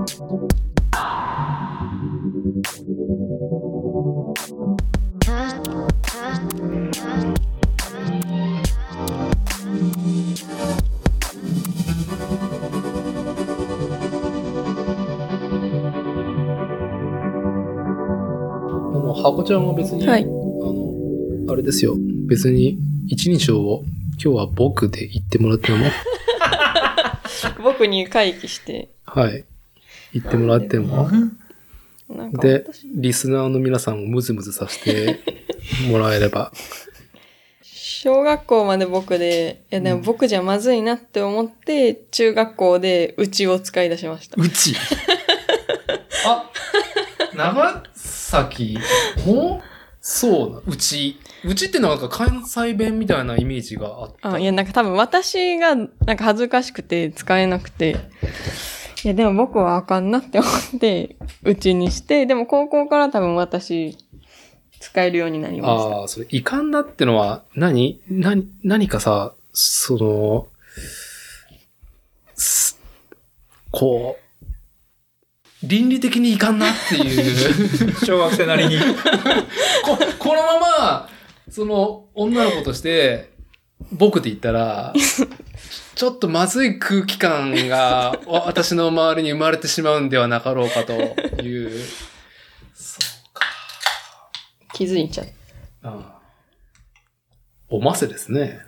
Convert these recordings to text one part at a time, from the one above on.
ハコちゃんは別に、 はい。 あれですよ。別に一人称を今日は僕で言ってもらっても、 僕に回帰して。 はい。言ってもらっても、 なんかで、リスナーの皆さんをムズムズさせてもらえれば。 小学校まで僕で、いやでも僕じゃまずいなって思って、中学校でうちを使い出しました。 うちあ、長崎もそうな、うちってのはなんか関西弁みたいなイメージがあった。 いやなんか多分私がなんか恥ずかしくて使えなくて、いやでも僕はあかんなって思ってうちにして、でも高校から多分私使えるようになりました。 ああ、それいかんなってのは何かさ、こう、倫理的にいかんなっていう小学生なりにこのまま女の子として僕って言ったらちょっとまずい空気感が私の周りに生まれてしまうんではなかろうかというそうか気づいちゃう。 ああおませですね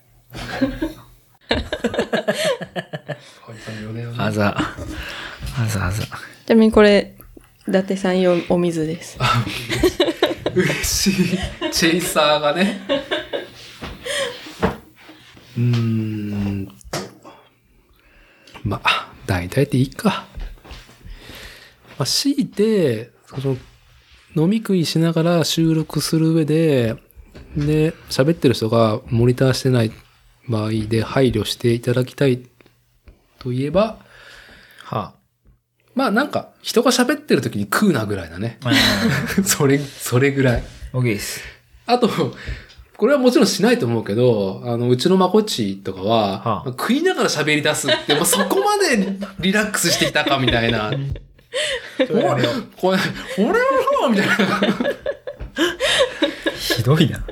あざちなみにこれ伊達さん用お水です。 嬉しいチェイサーがねまあ大体でいいか。まあ、強いて飲み食いしながら収録する上で喋ってる人がモニターしてない場合で配慮していただきたいといえば、 はあ、 まあなんか人が喋ってる時に食うなぐらいだね。それぐらい。 OK です。 あと、これはもちろんしないと思うけど、うちのまこっちとかは、 はあ、 食いながら喋り出すって、そこまでリラックスしてきたかみたいな。これみたいな。 ひどいな。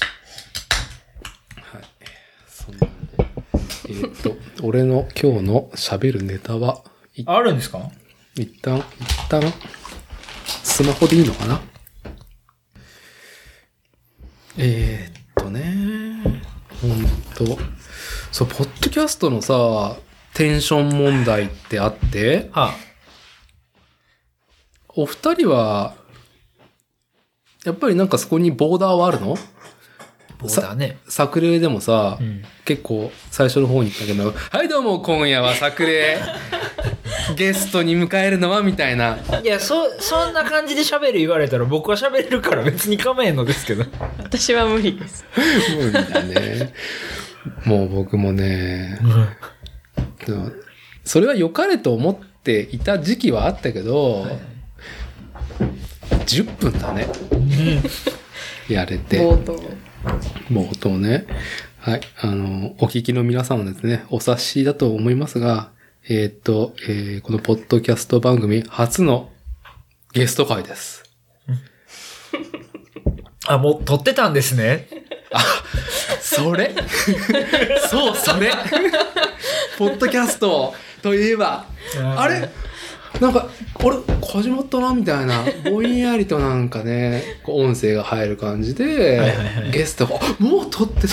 俺の今日の喋るネタは、 あるんですか？ 一旦、スマホでいいのかな？そう、ポッドキャストのさ、テンション問題ってあって、 はあ、 お二人は、やっぱりなんかそこにボーダーはあるの？ ボーダーね。 作例でもさ、結構最初の方に言ったけど、はいどうも今夜は作例ゲストに迎えるのはみたいな。 いや、そんな感じで喋る言われたら僕は喋れるから別に構えんのですけど。 私は無理です。 無理だね。もう僕もね、それは良かれと思っていた時期はあったけど、はい、10分だね。やれて。冒頭ね。はい。お聞きの皆さんはですね、お察しだと思いますが、このポッドキャスト番組初のゲスト会です。 あ、もう撮ってたんですね。 あ、それそう、それポッドキャストといえば、あれなんか、始まったなみたいな、ぼんやりとなんかね、音声が入る感じで、はいはいはい、ゲストが、もう撮ってた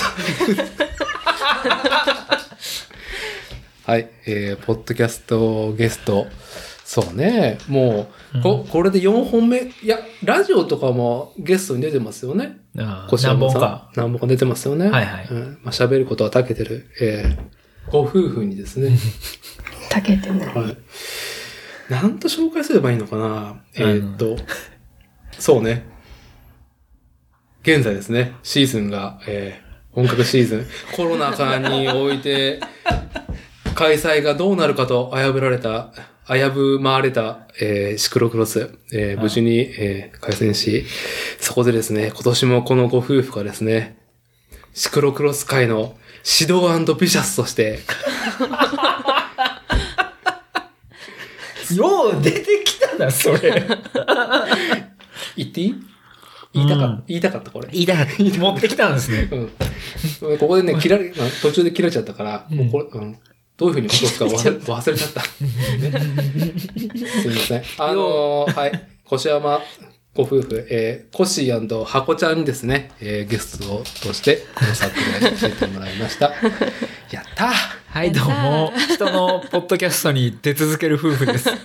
はい、ポッドキャストゲスト、そうね、もう、これで4本目、いや、ラジオとかもゲストに出てますよね。 何本か出てますよね。 はいはい。 喋ることは長けてる、ご夫婦にですね。 長けてない。 はい。なんと紹介すればいいのかな。そうね。現在ですね、シーズンが、本格シーズン。コロナ禍において、開催がどうなるかと危ぶまれた、シクロクロス、無事に、開催し、そこでですね、今年もこのご夫婦がですね、シクロクロス界の指導&ビシャスとして、 よう出てきたな、それ。 言っていい言いたかったこれ。 言いたかった。持ってきたんですね。 うん。ここでね、途中で切られちゃったから、もうこれ、どういう風に落とすか忘れちゃった。すみません。はい。越山ご夫婦、コッシーハコちゃんにですね、ゲストとしてこの作品を教えてもらいました。やったー。 はい、どうも。人のポッドキャストに出続ける夫婦です。はい。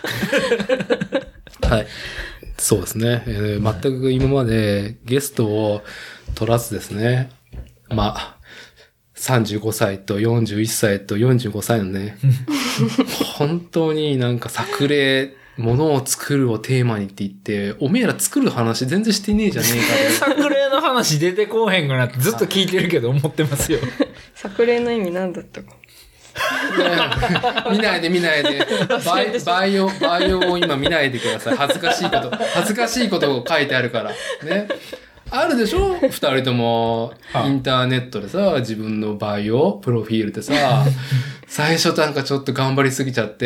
はい。そうですね。全く今までゲストを取らずですね。まあ、35歳と41歳と45歳のね、本当になんか作例、物を作るをテーマにって言って、おめえら作る話全然してねえじゃねえかで。作例の話出てこうへんかなってずっと聞いてるけど思ってますよ。 作例の意味何だったか。 見ないで。バイオを今見ないでください。恥ずかしいことを書いてあるから。ね。あるでしょ？二人とも、インターネットでさ、自分のバイオ、プロフィールでさ、最初なんかちょっと頑張りすぎちゃって、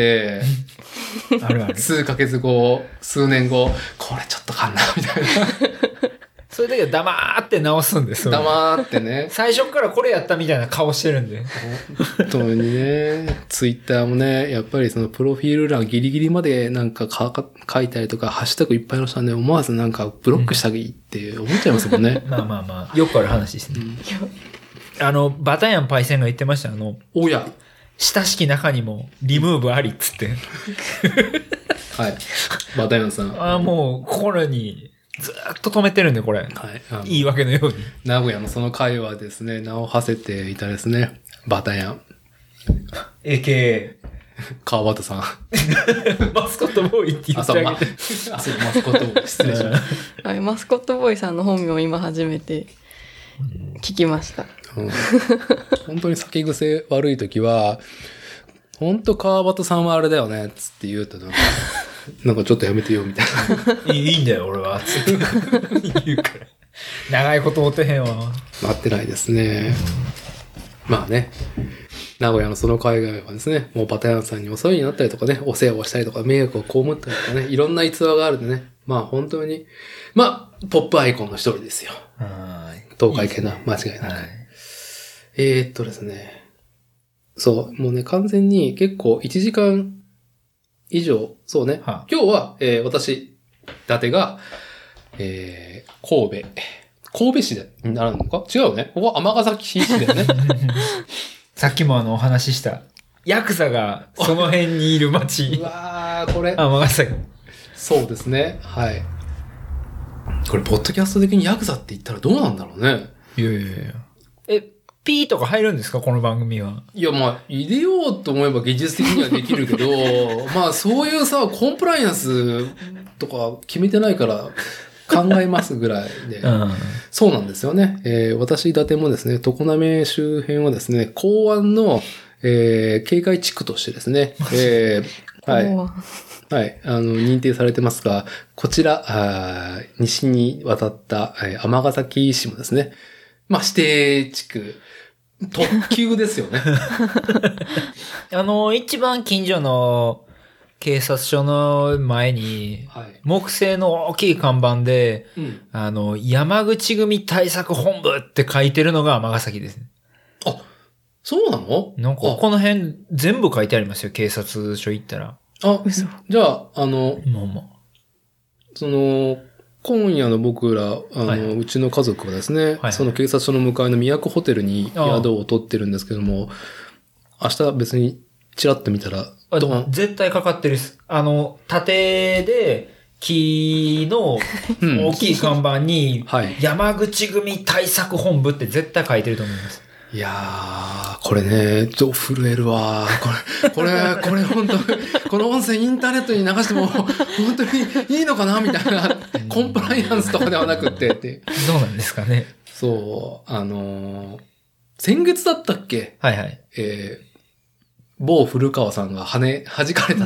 あるある。 数年後、これちょっとかんな、みたいな。 そういう時は黙って直すんですよ。 黙ってね。 最初からこれやったみたいな顔してるんで。 本当にね、ツイッターもね、やっぱりそのプロフィール欄ギリギリまでなんか書いたりとか、ハッシュタグいっぱいの人はね、思わずなんかブロックしたいって思っちゃいますもんね。 まあ、よくある話ですね。バタヤンパイセンが言ってました。 おや。 親しき中にもリムーブありっつって。 はい。バタヤンさん。 もう心に、ずーっと止めてるんで、これ。はい。言い訳のように。 名古屋のその会はですね、名を馳せていたですね、バタヤン。 AKA。 川端さん。 マスコットボーイって言ってあげて。 そう、マスコットボーイ。失礼しました。はい、マスコットボーイさんの本名を今初めて聞きました。 本当に酒癖悪い時は、本当川端さんはあれだよね、つって言うとなんかちょっとやめてよ、みたいな。いいんだよ、俺は。つって言うから。長いこと追ってへんわ。 待ってないですね。まあね。名古屋のその海外はですね、もうバタヤンさんにお世話になったりとかね、お世話をしたりとか、迷惑を被ったりとかね、いろんな逸話があるんでね。まあ本当に、まあ、ポップアイコンの一人ですよ。東海系な、間違いなく。ですね。そう、もうね、完全に結構1時間以上、そうね。今日は、私、伊達が、神戸市でなるのか違うね。ここ尼崎市だよね。 さっきもお話しした、ヤクザがその辺にいる町。 うわー、これ。 尼崎。 そうですね。はい。これ、ポッドキャスト的にヤクザって言ったらどうなんだろうね。 いや。P とか入るんですかこの番組は。 いや、まあ、入れようと思えば技術的にはできるけど、まあ、そういうさ、コンプライアンスとか決めてないから考えますぐらいで。そうなんですよね。私、伊達もですね、常滑周辺はですね、港湾の、警戒地区としてですね、はい。はい。認定されてますが、こちら、西に渡った、尼崎市もですね、まあ、指定地区、特急ですよね。 一番近所の警察署の前に、木製の大きい看板で、山口組対策本部って書いてるのが尼崎ですね。 あ、そうなの？ なんか、この辺全部書いてありますよ、警察署行ったら。 あ、じゃあ、今夜の僕ら、うちの家族はですね、その警察署の向かいの都ホテルに宿を取ってるんですけども、明日別にチラッと見たら、 絶対かかってるです。縦で、木の大きい看板に、山口組対策本部って絶対書いてると思います。 いやー、これね、震えるわ。これ本当この音声インターネットに流しても、本当にいいのかなみたいな、コンプライアンスとかではなくってって。 どうなんですかね。 そう、先月だったっけ？ はいはい。 某古川さんが弾かれた。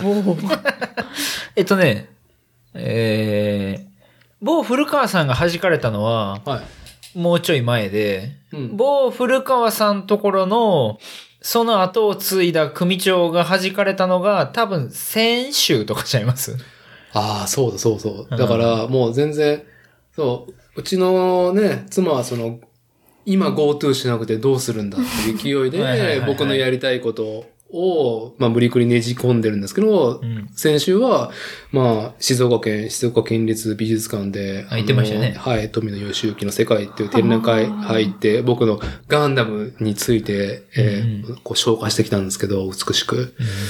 某古川さんが弾かれたのは、もうちょい前で、某古川さんところのその後を継いだ組長が弾かれたのが多分先週とかちゃいます？ ああ、そうだ。だからもう全然、うちのね、妻は今 GoTo しなくてどうするんだっていう勢いで、僕のやりたいことを、無理くりねじ込んでるんですけど、先週は、静岡県立美術館で、 言ってましたね。 はい、富野義行の世界っていう展覧会入って、僕のガンダムについて、こう紹介してきたんですけど、美しく。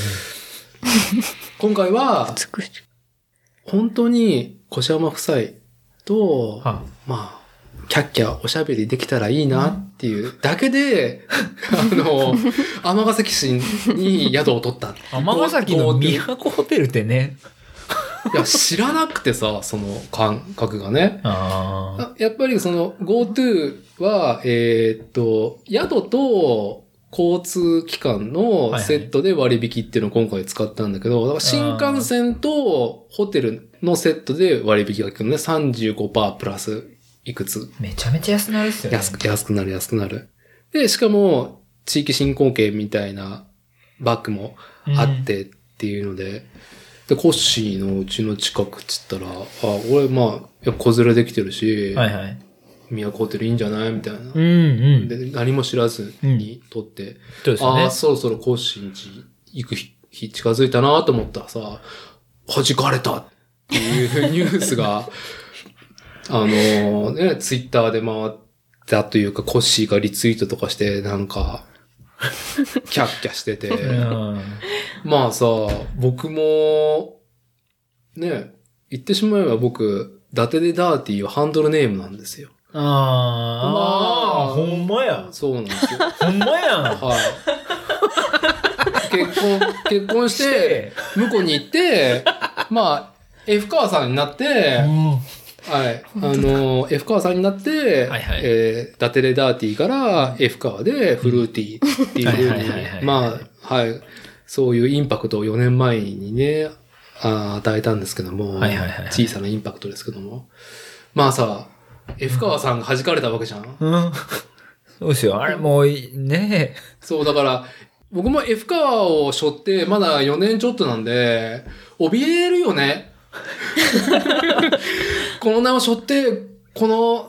今回は、本当に越山夫妻と、キャッキャおしゃべりできたらいいなっていうだけで、尼崎市に宿を取った。 尼崎の都ホテルってね。 いや、知らなくてさ、その感覚がね。やっぱりGoTo は、宿と交通機関のセットで割引っていうのを今回使ったんだけど、だから新幹線とホテルのセットで割引が効くのね、35% プラス。いくつ。 めちゃめちゃ安くなるっすよね。 安くなる。で、しかも、地域振興券みたいなバッグもあってっていうので、で、コッシーのうちの近くっつったら、俺、子連れできてるし、都ホテルいいんじゃないみたいな。で、何も知らずに撮って、そろそろコッシーに行く日近づいたなと思ったらさ、弾かれたっていうニュースが、ツイッターで回ったというか、コッシーがリツイートとかして、なんか、キャッキャしてて。僕も、ね、言ってしまえば僕、伊達でダーティーはハンドルネームなんですよ。 ほんまや。 そうなんですよ。 ほんまやん。 はい。結婚して、向こうに行って、F 川さんになって、はい。F 川さんになって、伊達でダーティーから F 川でフルーティーっていう風に、はい。そういうインパクトを4年前にね、与えたんですけども、小さなインパクトですけども。F 川さんが弾かれたわけじゃん。 そうですよ。あれもう、ね。 そう、だから、僕も F 川を背負ってまだ4年ちょっとなんで、怯えるよね。この名を背負って、この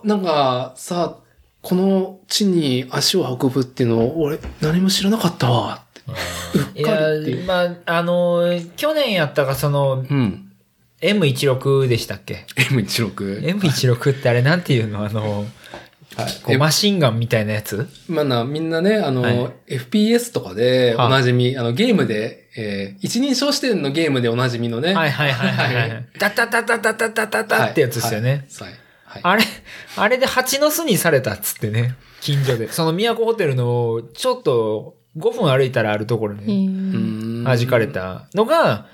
地に足を運ぶっていうのを、俺、何も知らなかったわ。 いや、去年やったか、M16 でしたっけ？ M16。 ってあれなんていうのマシンガンみたいなやつ？ みんなね、FPS とかでおなじみ、ゲームで、一人称視点のゲームでおなじみのね。 ダタタタタタタタタってやつですよね。あれで蜂の巣にされたっつってね、近所で。その都ホテルのちょっと5分歩いたらあるところに弾かれたのが、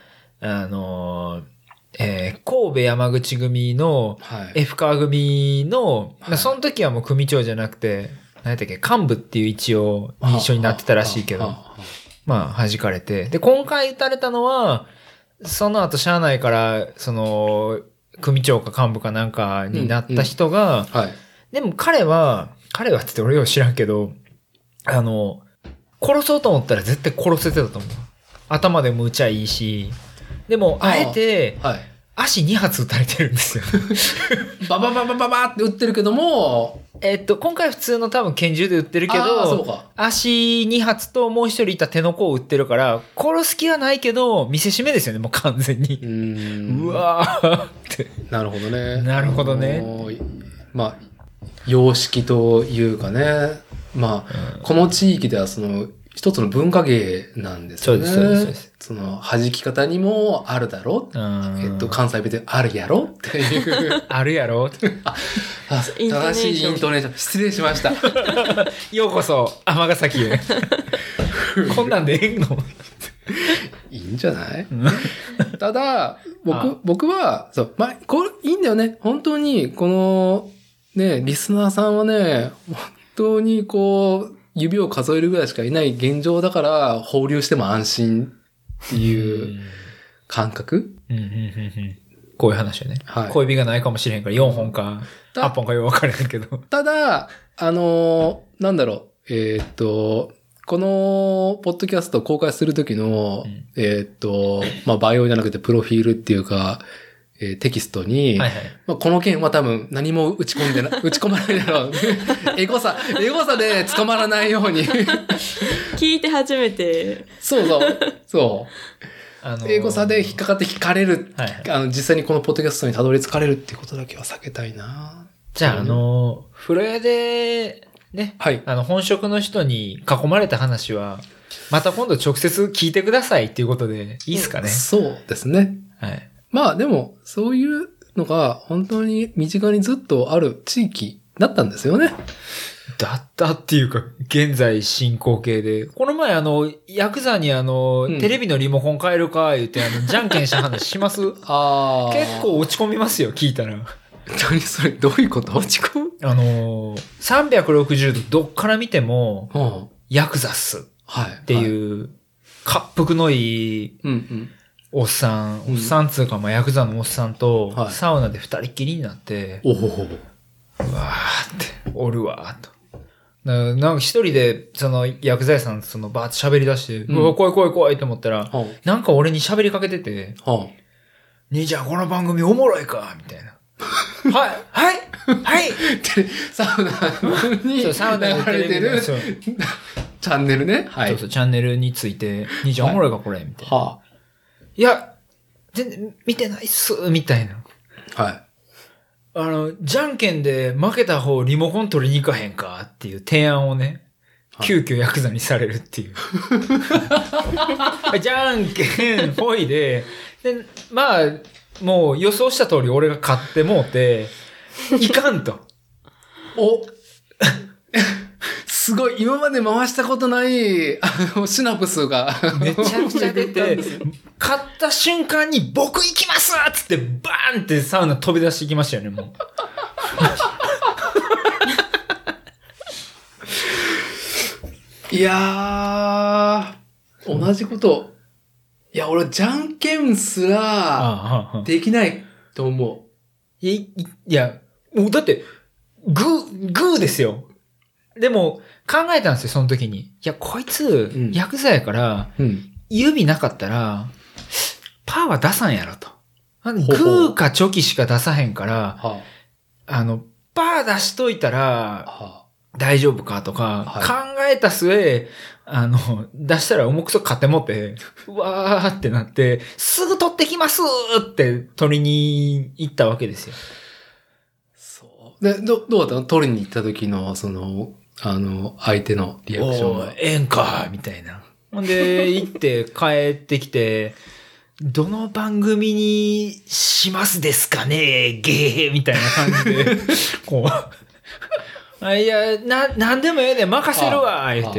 神戸山口組の F 川組の、その時はもう組長じゃなくて、何やったっけ、幹部っていう一応一緒になってたらしいけど、弾かれて。で、今回撃たれたのは、その後社内から、組長か幹部かなんかになった人が、でも彼はって言って俺よく知らんけど、殺そうと思ったら絶対殺せてたと思う。頭でも撃ちゃいいし、でも、あえて、足2発撃たれてるんですよ。 ババババババって撃ってるけども、 今回普通の多分拳銃で撃ってるけど、足2発ともう一人いた手の甲を撃ってるから、殺す気はないけど、見せしめですよね、もう完全に。うわーって。 なるほどね。 なるほどね。 様式というかね、この地域では一つの文化芸なんですよね。そうです。弾き方にもあるだろ関西弁であるやろっていう。 あるやろ正しいイントネーション。失礼しました。 ようこそ、尼崎へ。こんなんでええのいいんじゃないただ、僕は、いいんだよね。本当に、この、ね、リスナーさんはね、本当に指を数えるぐらいしかいない現状だから、放流しても安心っていう感覚こういう話よね。小指がないかもしれへんから4本か8本かよく分からへんけど。 ただ、なんだろう、 この、ポッドキャストを公開するときの、まあ、バイオじゃなくて、プロフィールっていうか、テキストに、はいはい、まあ、この件は多分何も打ち込まないだろう。エゴサで捕まらないように。 聞いて初めて。 そう。エゴサで引っかかって聞かれる、はいはい、実際にこのポッドキャストにたどり着かれるっていうことだけは避けたいな。 じゃあ、風呂屋で、ね、はい。本職の人に囲まれた話は、また今度直接聞いてくださいっていうことでいいですかね。 そうですね。はい。まあでも、そういうのが本当に身近にずっとある地域だったんですよね。 だったっていうか、現在進行形で。この前ヤクザにテレビのリモコン変えるか言ってじゃんけんした話します結構落ち込みますよ、聞いたら。 何それ、どういうこと？落ち込む ？360度どっから見ても、ヤクザっす。っていう、恰幅のいい、おっさんつうか、まあ、ヤクザのおっさんと、サウナで二人っきりになって、うわーって、おるわーと。なんか一人で、ヤクザ屋さん、バーって喋り出して、うわ、怖いと思ったら、なんか俺に喋りかけてて、兄ちゃんこの番組おもろいかみたいな。はいサウナに流れてるチャンネルね。 はい。そう、チャンネルについて、兄ちゃんおもろいかこれみたいな。いや、全然見てないっす、みたいな。はい。じゃんけんで負けた方リモコン取りに行かへんかっていう提案をね、急遽ヤクザにされるっていう。じゃんけんほいで、まあ、もう予想した通り俺が勝ってもうて、いかんと。 すごい、今まで回したことない、シナプスが。 めちゃくちゃ出て、勝った瞬間に僕行きますっつってバーンってサウナ飛び出していきましたよね、もう。 いやー、同じこと。いや、俺、じゃんけんすら、できないと思う。いや、もうだって、グーですよ。でも、考えたんですよ、その時に。いや、こいつ、ヤクザやから、指なかったら、パーは出さんやろと。グーかチョキしか出さへんから、パー出しといたら、大丈夫かとか、考えた末、出したら重くそ勝てもって、うわーってなって、すぐ取ってきますって取りに行ったわけですよ。 そう。で、どうだったの？取りに行った時の、相手のリアクションが。 ええんかみたいな。ほんで、行って帰ってきて、どの番組にしますですかねゲーみたいな感じで、こう。いや、なんでもええねん、任せるわ言って。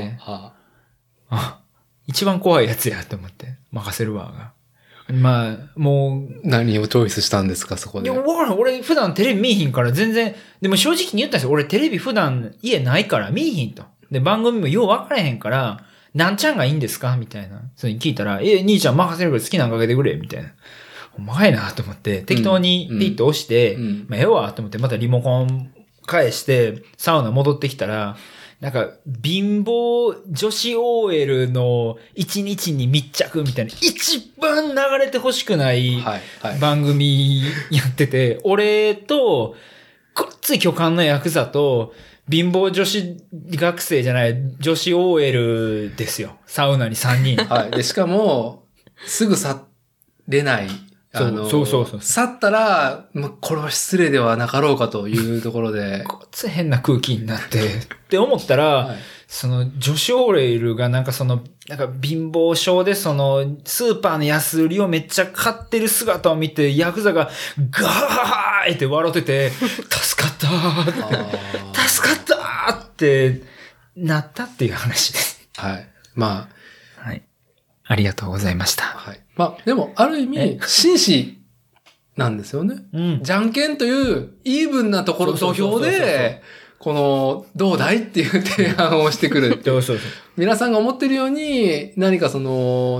一番怖いやつやと思って、任せるわが。まあ、もう。 何をチョイスしたんですか、そこで。 いや、わからん。俺普段テレビ見えひんから全然、でも正直に言ったんですよ。俺テレビ普段家ないから見えひんと。で、番組もよう分からへんから、なんちゃんがいいんですかみたいな。それに聞いたら、兄ちゃん任せるから好きなんかけてくれみたいな。お前なと思って、適当にピッと押して、まあ、ええわと思って、またリモコン返して、サウナ戻ってきたら、なんか、貧乏女子 OL の一日に密着みたいな、一番流れてほしくない番組やってて、俺と、こっつい巨漢のヤクザと、貧乏女子学生じゃない、女子 OL ですよ。サウナに3人。 はい。で、しかも、すぐ去れない。 そう。 去ったら、これは失礼ではなかろうかというところで。 こっつ変な空気になって、って思ったら、はい、女子オーレルがなんかなんか貧乏症でスーパーの安売りをめっちゃ買ってる姿を見て、ヤクザがガーって笑ってて、助かったー助かったーってなったっていう話です。 はい。まあ。 はい。ありがとうございました。 はい。まあ、でも、ある意味、紳士なんですよね。じゃんけんというイーブンなところ、土俵で、どうだいっていう提案をしてくる。 そう。 皆さんが思ってるように、何か暴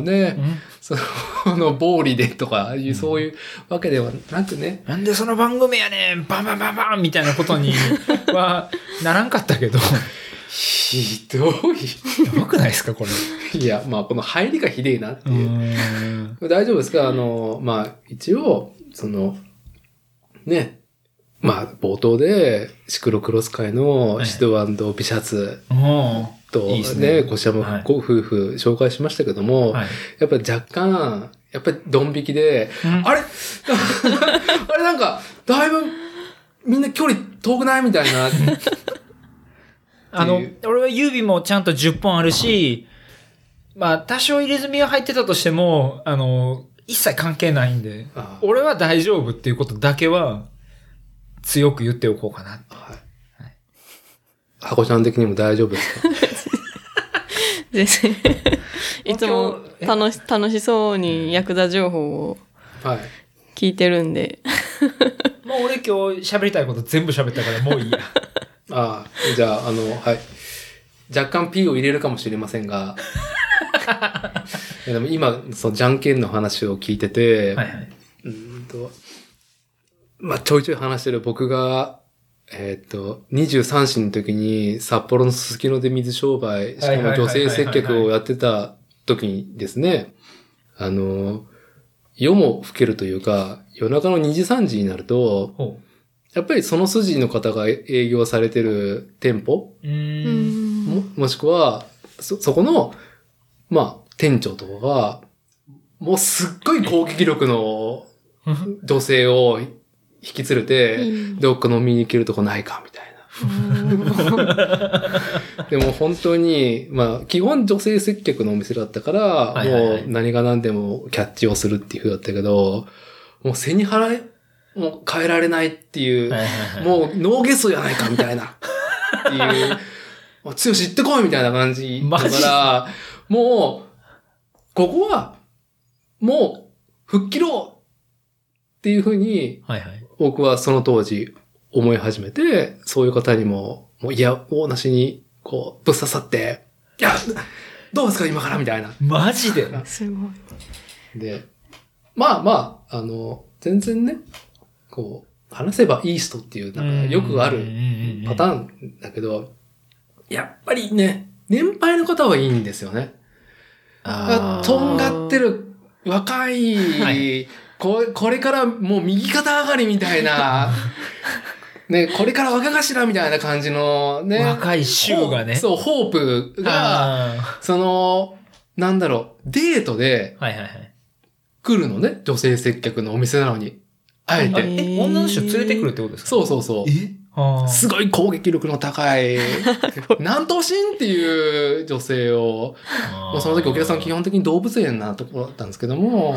利でとかいう、そういうわけではなくね。 なんでその番組やねんバンバンバンバンみたいなことにはならんかったけど。 ひどい。 やばくないですか、これ。 いや、まあ、この入りがひでえなっていう。大丈夫ですか？まあ、一応、ね、まあ、冒頭で、シクロクロス界のシド&ビシャツとね、こちらもご夫婦紹介しましたけども、やっぱり若干、やっぱりドン引きで、あれあれなんか、だいぶ、みんな距離遠くないみたいな。 俺は指もちゃんと10本あるし、まあ、多少入れ墨が入ってたとしても、一切関係ないんで、俺は大丈夫っていうことだけは、強く言っておこうかなって。はい。 箱ちゃん的にも大丈夫ですか？ 全然。いつも楽しそうにヤクザ情報を聞いてるんで。 もう俺今日喋りたいこと全部喋ったからもういいや。 ああ、じゃあ、はい。若干 P を入れるかもしれませんが。でも今、じゃんけんの話を聞いてて、はいはい、まあ、ちょいちょい話してる僕が、23歳の時に札幌のすすきので水商売、しかも女性接客をやってた時にですね、夜も更けるというか、夜中の2時3時になると、やっぱりその筋の方が営業されてる店舗 もしくは、そこの、まあ、店長とかが、もうすっごい攻撃力の女性を引き連れて、どっか飲みに行けるとこないかみたいな。でも本当に、まあ、基本女性接客のお店だったから、もう何が何でもキャッチをするっていう風だったけど、もう背に払もう変えられないっていう、もうノーゲストじゃないかみたいな、っていう、強し行ってこいみたいな感じだから、もう、ここは、もう、吹っ切ろうっていうふうに、僕はその当時思い始めて、そういう方にも、もういや、大なしに、こう、ぶっ刺さって、いや、どうですか今からみたいな。 マジですごい。で、まあまあ、全然ね、こう、話せばいい人っていう、なんかよくあるパターンだけど、やっぱりね、年配の方はいいんですよね。とんがってる若い、これからもう右肩上がりみたいな、ね、これから若頭みたいな感じのね。 若い衆がね。 そう、ホープが、なんだろう、デートで、来るのね、女性接客のお店なのに。あえて。 女の人連れてくるってことですか？ そうそうそう。すごい攻撃力の高い、南東進っていう女性を、その時お客さん基本的に動物園なところだったんですけども、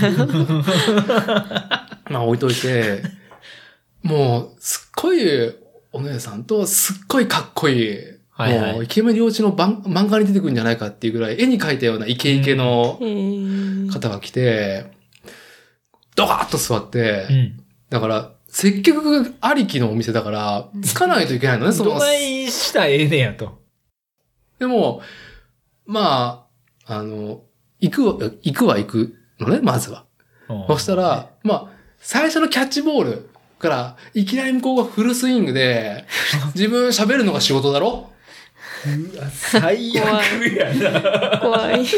まあ置いといて、もうすっごいお姉さんとすっごいかっこいい、もうイケメン領地の漫画に出てくるんじゃないかっていうぐらい絵に描いたようなイケイケの方が来て、ドカーッと座って、だから接客ありきのお店だから、つかないといけないのね、 どないしたらええねやと。 でも、まあ、行くのね、まずは。そしたら、まあ、最初のキャッチボールから、いきなり向こうがフルスイングで、自分喋るのが仕事だろ？ うわ、最悪やな。 怖い。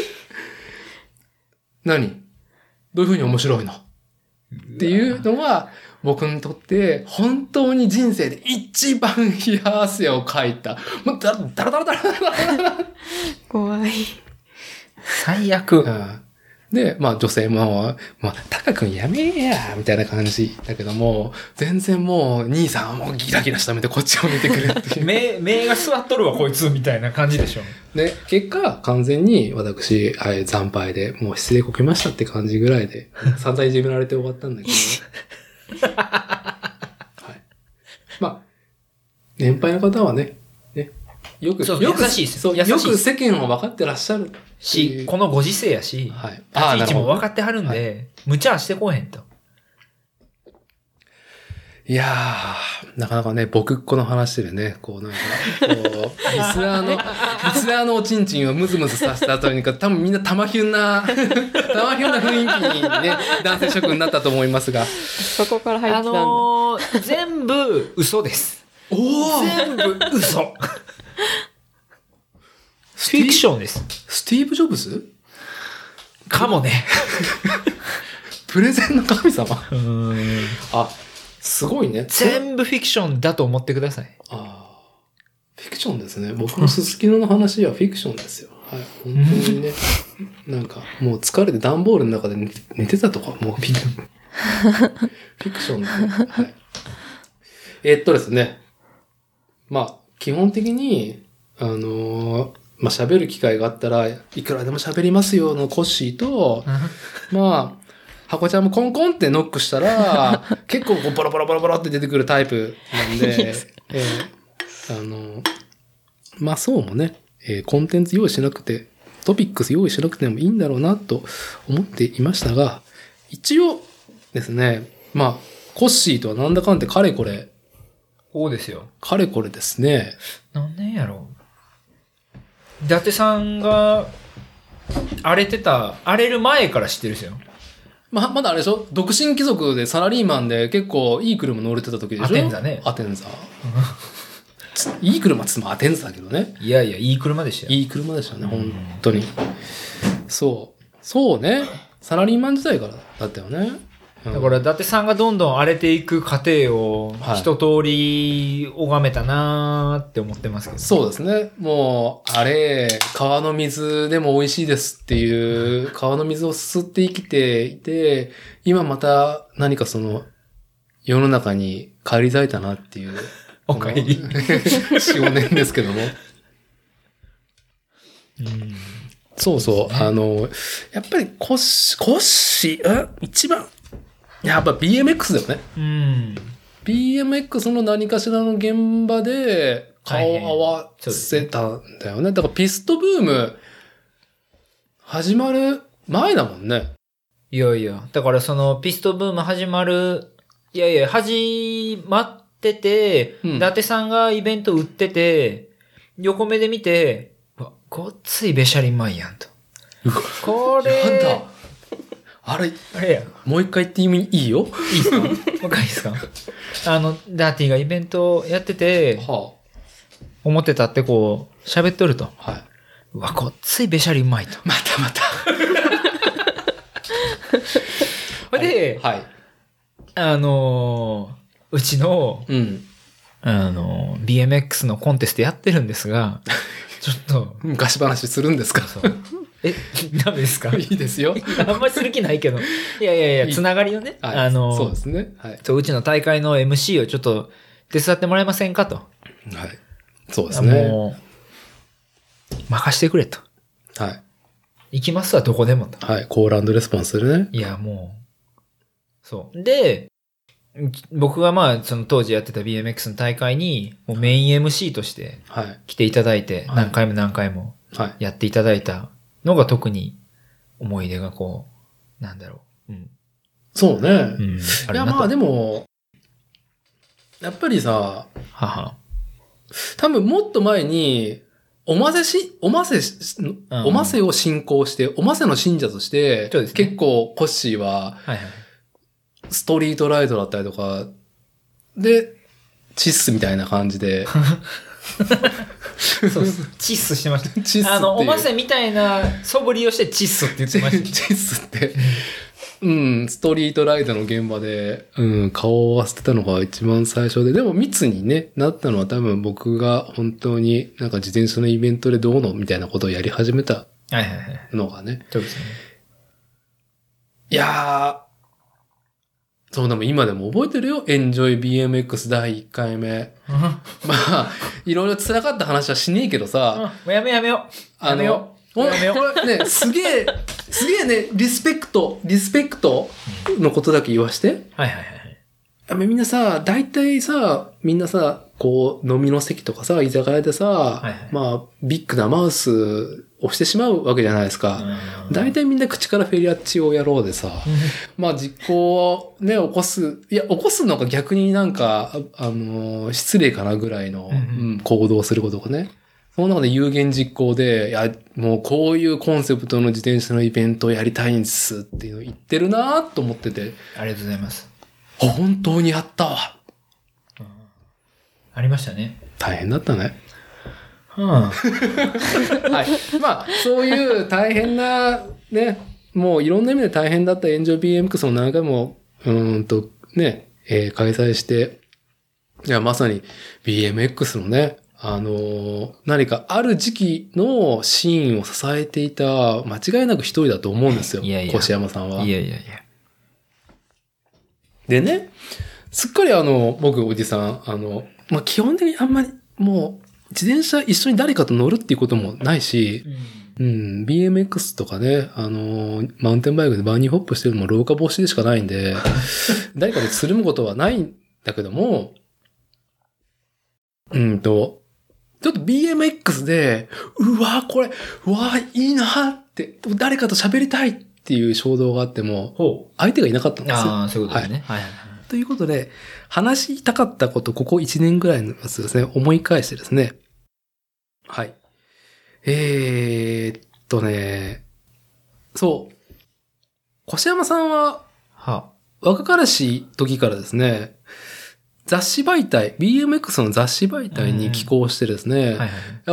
何？どういう風に面白いの？っていうのが、僕にとって本当に人生で一番冷や汗をかいた。もうダラダラ。 怖い。 最悪。 で、まあ女性も、まあ、タカ君やめえや、みたいな感じだけども、全然もう、兄さんはもうギラギラした目でこっちを見てくれっていう。 目が座っとるわ、こいつ、みたいな感じでしょ。 で、結果、完全に私、惨敗で、もう失礼こきましたって感じぐらいで、散々いじめられて終わったんだけど。はい。まあ、年配の方はね、よく世間を分かってらっしゃるし、このご時世やし、立ち位置も分かってはるんで、無茶はしてこうへんと。 いやー、なかなかね、僕っ子の話でね、こうなんか、リスナーのおちんちんをムズムズさせた後に多分みんな玉ヒュンな雰囲気にね、男性諸君になったと思いますが。 そこから入ってたんだ。 全部嘘です。全部嘘。 フィクションです。 スティーブ・ジョブズかもね。 プレゼンの神様。あ、すごいね。 全部フィクションだと思ってください。 あ、フィクションですね。僕のすすきのの話はフィクションですよ。はい。本当にね。なんか、もう疲れて段ボールの中で寝てたとか、もうフィクションで、はい。ですね。まあ、基本的に、まあ、喋る機会があったらいくらでも喋りますよのコッシーと、まあ、箱ちゃんもコンコンってノックしたら、結構こうボロボロボロボロって出てくるタイプなんで、まあそうもね、コンテンツ用意しなくて、トピックス用意しなくてもいいんだろうなと思っていましたが、一応ですね、まあ、コッシーとはなんだかんだかれこれ、 そうですよ。 かれこれですね。 何年やろう。伊達さんが荒れる前から知ってるんですよ。 まだあれでしょ、独身貴族でサラリーマンで結構いい車乗れてた時でしょ。 アテンザね。 アテンザ。いい車って言ってもアテンザだけどね。 いやいや、いい車でしたよ。 いい車でしたね、本当に。そうね。サラリーマン時代からだったよね。 だから、伊達さんがどんどん荒れていく過程を一通り拝めたなーって思ってますけど、 そうですね。もう、川の水でも美味しいですっていう、川の水をすすって生きていて、今また何か世の中に帰り咲いたなっていう。 お帰り。 4、5年ですけども。そうそう。やっぱり一番、やっぱ BMX だよね。BMX の何かしらの現場で顔を合わせたんだよね。だからピストブーム始まる前だもんね。 いやいや、だからピストブーム始まってて、伊達さんがイベント売ってて、横目で見て、ごっついべしゃりうまいやんと。これ。 なんだ。あれや。もう一回言っていいよ。 いいですか？もう一回いいですか？ダーティがイベントやってて、思ってたって喋っとると。 はい。 うわ、ごっついべしゃりうまいと。 また。 で、 はい。 うちの、BMX のコンテストやってるんですが、ちょっと。 昔話するんですか？ ダメですか？ いいですよ。 あんまりする気ないけど。いや、つながりをね。 そうですね。はい。 うちの大会の MC をちょっと手伝ってもらえませんかと。 はい。そうですね。 もう、任してくれと。 はい。 行きますわ、どこでもと。 はい。コール&レスポンスするね。 いや、もう。そう。で、僕が当時やってた BMX の大会に、もうメイン MC として来ていただいて、何回もやっていただいたのが特に思い出がなんだろう。 そうね。いや、でも、やっぱりさ、多分もっと前に、おませを信仰して、おませの信者として、結構コッシーは、ストリートライドだったりとか、で、チッスみたいな感じで。 そうチッスしてました。チッスおませみたいな素振りをしてチッスって言ってました。 チッスって、ストリートライドの現場で、顔を合わせてたのが一番最初で、でも密にね、なったのは多分僕が本当になんか自転車のイベントでどうのみたいなことをやり始めたのがね。 そうですね。 いやー、そう、でも今でも覚えてるよ。エンジョイ BMX 第1回目。いろいろ辛かった話はしねえけどさ。 やめよう。 これね、すげえね、リスペクトのことだけ言わして。みんなさ、大体さ、みんなさ、飲みの席とかさ、居酒屋でさ、ビッグなマウスをしてしまうわけじゃないですか。大体みんな口からフェリアッチをやろうでさ、実行をね、起こすのが逆になんか、失礼かなぐらいの、行動をすることがね。その中で有言実行で、いや、もうこういうコンセプトの自転車のイベントをやりたいんですっていうのを言ってるなと思ってて。 ありがとうございます。 本当にやったわ。 ありましたね。 大変だったね。 はい。 まあ、そういう大変な、ね、もういろんな意味で大変だった炎上 BMX を何回も、ね、開催して、いや、まさに BMX のね、何かある時期のシーンを支えていた、間違いなく一人だと思うんですよ。越山さんは。 いやいやいや。 でね、すっかり僕おじさん、まあ、基本的にあんまりもう、自転車一緒に誰かと乗るっていうこともないし、BMX とかね、マウンテンバイクでバーニーホップしてるのも老化防止でしかないんで、誰かとつるむことはないんだけども、ちょっと BMX で、うわ、いいなって、誰かと喋りたいっていう衝動があっても、相手がいなかったんですよ。 ああ、そういうことですね。はい。 ということで、話したかったこと、ここ1年ぐらいのやつですね、思い返してですね。はい。そう。越山さんは、若かりし時からですね、雑誌媒体、BMX の雑誌媒体に寄稿してですね、やっぱ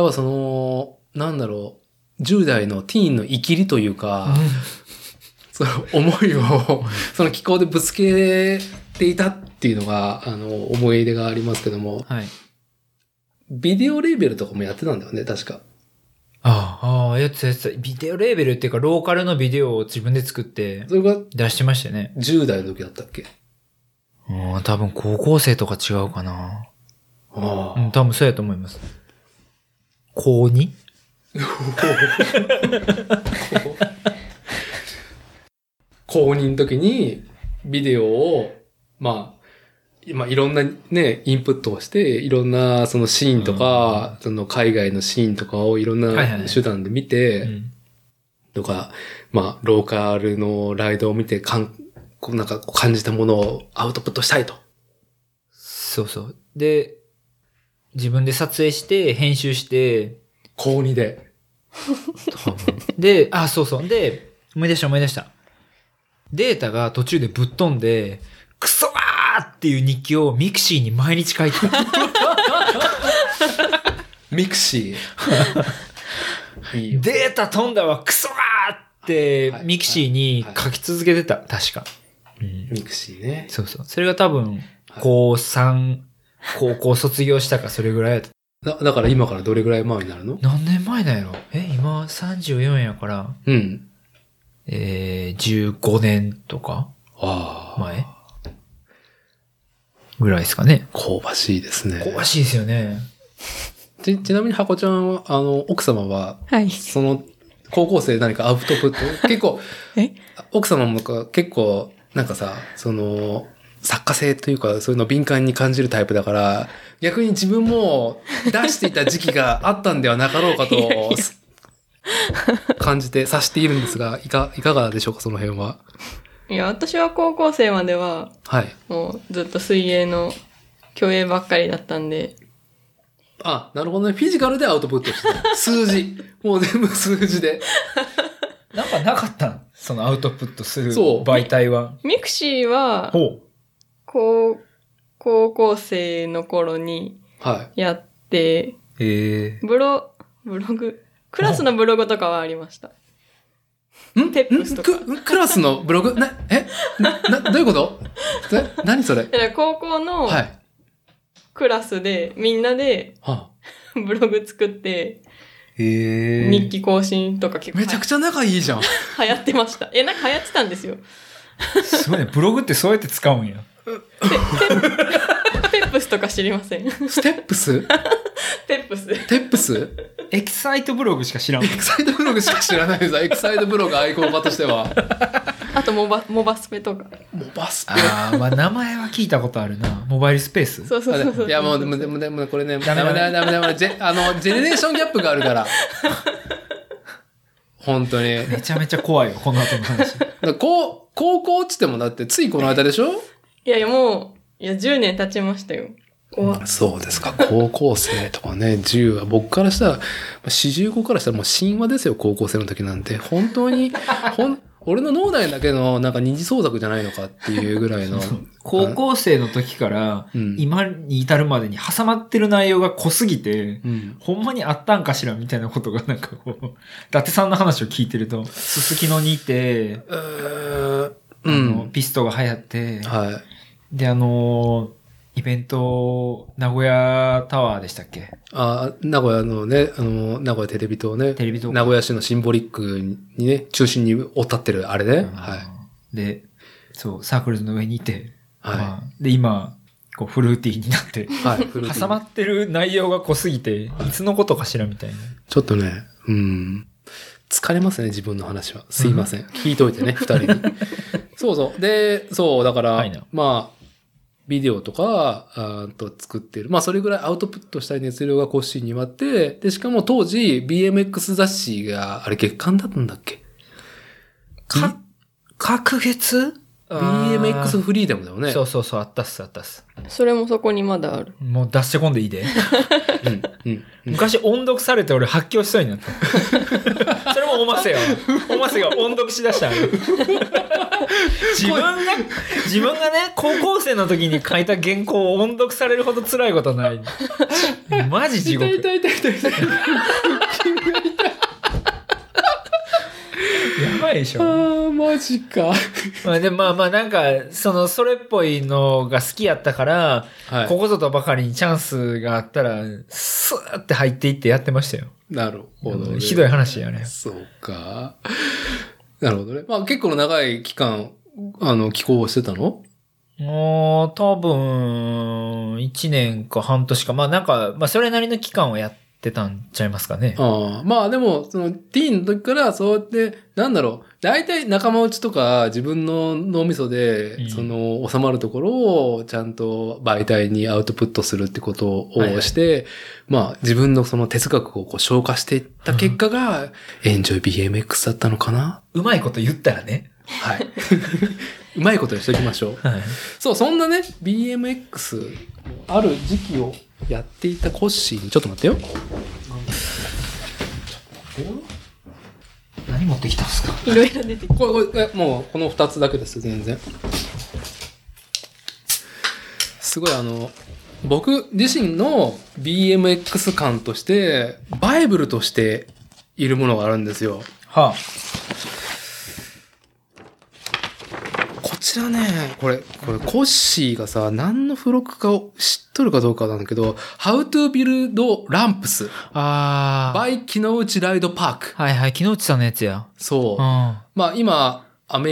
10代のティーンの生きりというか、その思いを、その寄稿でぶつけていたっていうのが、思い入れがありますけども、ビデオレーベルとかもやってたんだよね、確か。 やってた。ビデオレーベルっていうか、ローカルのビデオを自分で作って、それが出してましたよね。 10代の時だったっけ？ 多分高校生とか違うかな。多分そうやと思います。高 2？ 高2の時にビデオを、まあいろんなね、インプットをして、いろんなそのシーンとか、その海外のシーンとかをいろんな手段で見て、とか、まあ、ローカルのライドを見てなんか感じたものをアウトプットしたいと。 そうそう。で、自分で撮影して、編集して、 高2で。 で、そうそう。で、思い出した。データが途中でぶっ飛んで、クソーっていう日記をミクシーに毎日書いてた。 ミクシーいいよ。データ飛んだわ、クソーってミクシーに書き続けてた、確か。 ミクシーね。 そうそう。それが多分、高3、高校卒業したかそれぐらいやった。 だから今からどれぐらい前になるの？ 何年前だよ。今34やから。15年とか前ぐらいですかね。 香ばしいですね。 香ばしいですよね。 ちなみにハコちゃんは、奥様は、その、高校生で何かアウトプット、結構、奥様も結構、なんかさ、その、作家性というか、そういうのを敏感に感じるタイプだから、逆に自分も出していた時期があったんではなかろうかと、感じて、察しているんですが、いかがでしょうか、その辺は。 いや、私は高校生までは、もうずっと水泳の競泳ばっかりだったんで。 なるほどね。フィジカルでアウトプットしてた。数字。もう全部数字で。 なんかなかったん？そのアウトプットする媒体は。 ミクシーは、高校生の頃にやって、ブログ、クラスのブログとかはありました。テップスとか。 クラスのブログどういうこと何それ？ 高校のクラスでみんなでブログ作って、日記更新とか結構。 めちゃくちゃ仲いいじゃん。 流行ってました。なんか流行ってたんですよ。 すごいね。ブログってそうやって使うんや。 テップスとか知りません？ ステップス？ テップス。 テップス？ エキサイトブログしか知らない。 エキサイトブログしか知らないです。エキサイトブログ愛好家としては。 あとモバスペとか。 モバスペ。 まあ名前は聞いたことあるな。モバイルスペース？ そう。 いやもうでもこれね、ダメ。ジェネレーションギャップがあるから。本当に。 めちゃめちゃ怖いよ、この後の話。 高校っつってもだってついこの間でしょ？ いやもう、10年経ちましたよ。 そうですか。高校生とかね、10は僕からしたら、45からしたらもう神話ですよ、高校生の時なんて。本当に、 俺の脳内だけのなんか二次創作じゃないのかっていうぐらいの。 高校生の時から、今に至るまでに挟まってる内容が濃すぎて、ほんまにあったんかしらみたいなことがなんかこう、伊達さんの話を聞いてると、すすきのにいて、ピストが流行って、 はい。 で、イベント、名古屋タワーでしたっけ？ 名古屋のね、名古屋テレビ塔ね。 テレビ塔。 名古屋市のシンボリックにね、中心に追ったってるあれね。はい。 で、そう、サークルズの上にいて、 はい。 で、今、こう、フルーティーになって、 はい。 挟まってる内容が濃すぎて、いつのことかしらみたいな。 ちょっとね、疲れますね、自分の話は。すいません。聞いといてね、二人に。そうそう。で、そう、だから、まあ、ビデオとか、作っている。まあ、それぐらいアウトプットしたい熱量がコッシーにはあって、で、しかも当時、BMX 雑誌が、あれ月刊だったんだっけ？ 隔月？ BMX フリーダムだよね。 そうそうそう、あったっす。 それもそこにまだある。 もう出してこんでいいで。昔音読されて俺発狂しそうになった。それもおませよ。おませが音読しだした自分がね、高校生の時に書いた原稿を音読されるほど辛いことない。マジ地獄。痛い。やばいでしょ。 マジか。 でまあなんか、それっぽいのが好きやったから、はい、ここぞとばかりにチャンスがあったら、スーって入っていってやってましたよ。 なるほど、ね。 ひどい話やね。 そうか。なるほどね。まあ結構長い期間、寄稿をしてたの？ 多分、1年か半年か。まあなんか、それなりの期間をやってたんちゃいますかね。 まあでも、ティーンの時からそうやって、大体仲間内とか自分の脳みそで、収まるところをちゃんと媒体にアウトプットするってことをして、はいはい、まあ自分のその哲学をこう消化していった結果が、エンジョイ BMX だったのかな？ うまいこと言ったらね。 はい。うまいことにしときましょう。はい、そう、そんなね、BMX、ある時期をやっていたコッシーに、ちょっと待ってよ。 何持ってきたんですか？ いろいろ出てきた。 これ、もう、この2つだけです、全然。すごい僕自身の BMX 感として、バイブルとしているものがあるんですよ。 はあ。 こちらね、これ、コッシーがさ、何の付録かを知っとるかどうかなんだけど、How to Build Ramps by 木之内ライドパーク。 はいはい、木之内さんのやつや。 そう。まあ今、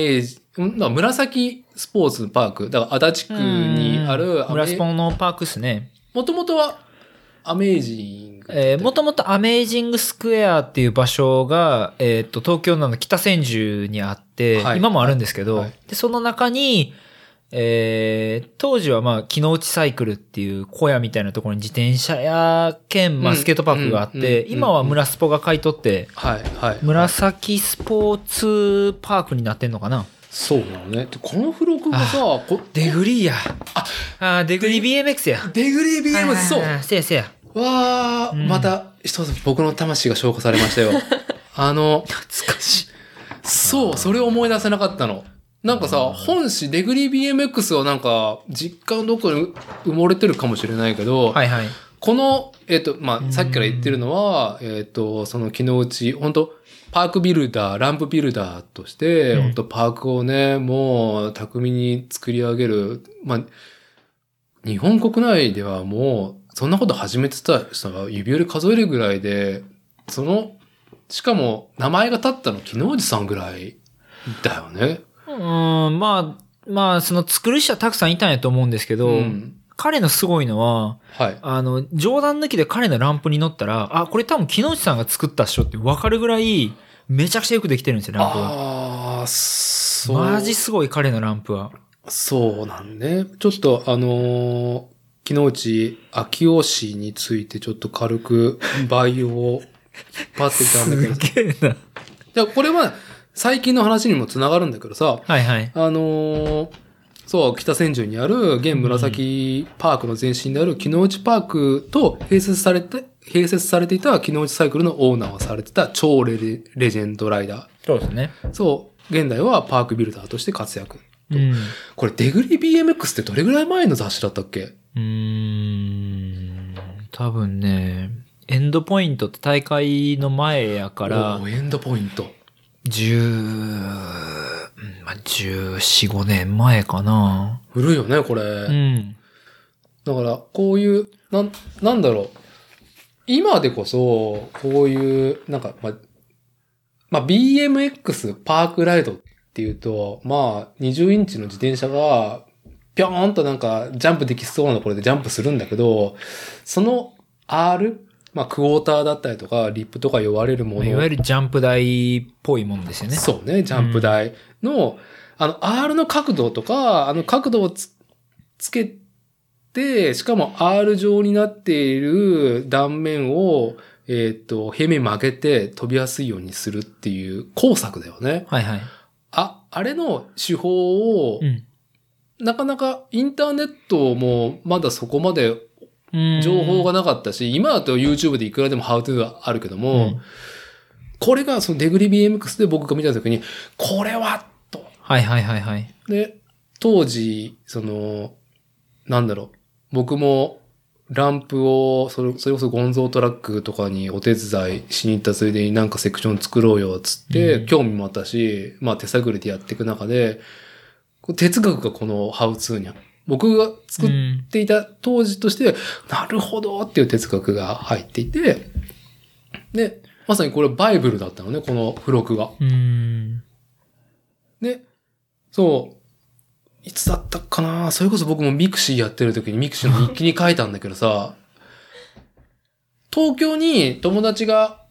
紫スポーツパーク、だから足立区にある村スポのパークっすね。 もともとはアメージング。 もともとアメージングスクエアっていう場所が、東京の北千住にあって、はい、今もあるんですけど、はい、で、その中に、当時は木之内サイクルっていう小屋みたいなところに自転車屋兼、スケートパークがあって、今は村スポが買い取って、紫スポーツパークになってんのかな？ そうなのね。この付録がさ、 デグリーや。デグリー BMX や。 デグリー BMX、そう。 せや。 わー、また一つ僕の魂が消化されましたよ。 懐かしい。 そう、それを思い出せなかったの。なんかさ、本誌デグリー BMX はなんか、実家のどこに埋もれてるかもしれないけど、 はいはい。 この、さっきから言ってるのは、その木之内、本当パークビルダー、ランプビルダーとして、本当パークをね、もう巧みに作り上げる。日本国内ではもう、そんなこと始めてた人が指折り数えるぐらいで、しかも名前が立ったの木之内さんぐらいだよね。 その作る人はたくさんいたんやと思うんですけど、彼のすごいのは、はい、冗談抜きで彼のランプに乗ったら、これ多分木之内さんが作ったっしょって分かるぐらい、めちゃくちゃよくできてるんですよ、ランプは。そう。マジすごい、彼のランプは。 そうなんね。ちょっと木之内秋吉氏についてちょっと軽く倍を引っ張っていたんだけど。 すげえな。 じゃあこれは最近の話にもつながるんだけどさ。 はいはい。 そう、北千住にある現紫パークの前身である木之内パークと併設されていた木之内サイクルのオーナーをされてた超レジェンドライダー。 そうですね。 そう。 現代はパークビルダーとして活躍。これ、デグリ BMX ってどれぐらい前の雑誌だったっけ？ 多分ね、エンドポイントって大会の前やから、 エンドポイント。 14、5年前かな。 古いよね、これ。だから、こういう、なんだろう。今でこそ、こういう、なんか、BMX パークライドっていうと、20インチの自転車が、ぴょーんとなんか、ジャンプできそうなところでジャンプするんだけど、その R、クォーターだったりとか、リップとか呼ばれるもの。 いわゆるジャンプ台っぽいもんですよね。 そうね、ジャンプ台の、R の角度とか、角度をつけて、しかも R 状になっている断面を、平面曲げて飛びやすいようにするっていう工作だよね。 はいはい。 あれの手法を、なかなかインターネットもまだそこまで情報がなかったし、今だと YouTube でいくらでも How to があるけども、これがそのデグリ BMX で僕が見たときに、これはと。 はいはいはいはい。 で、当時、僕もランプを、それこそゴンゾートラックとかにお手伝いしに行ったついでになんかセクション作ろうよ、つって、興味もあったし、手探りでやっていく中で、哲学がこの How to に、僕が作っていた当時として、なるほどっていう哲学が入っていて、で、まさにこれバイブルだったのね、この付録が。で、いつだったかな、それこそ僕もミクシーやってる時にミクシーの日記に書いたんだけどさ、東京に友達が、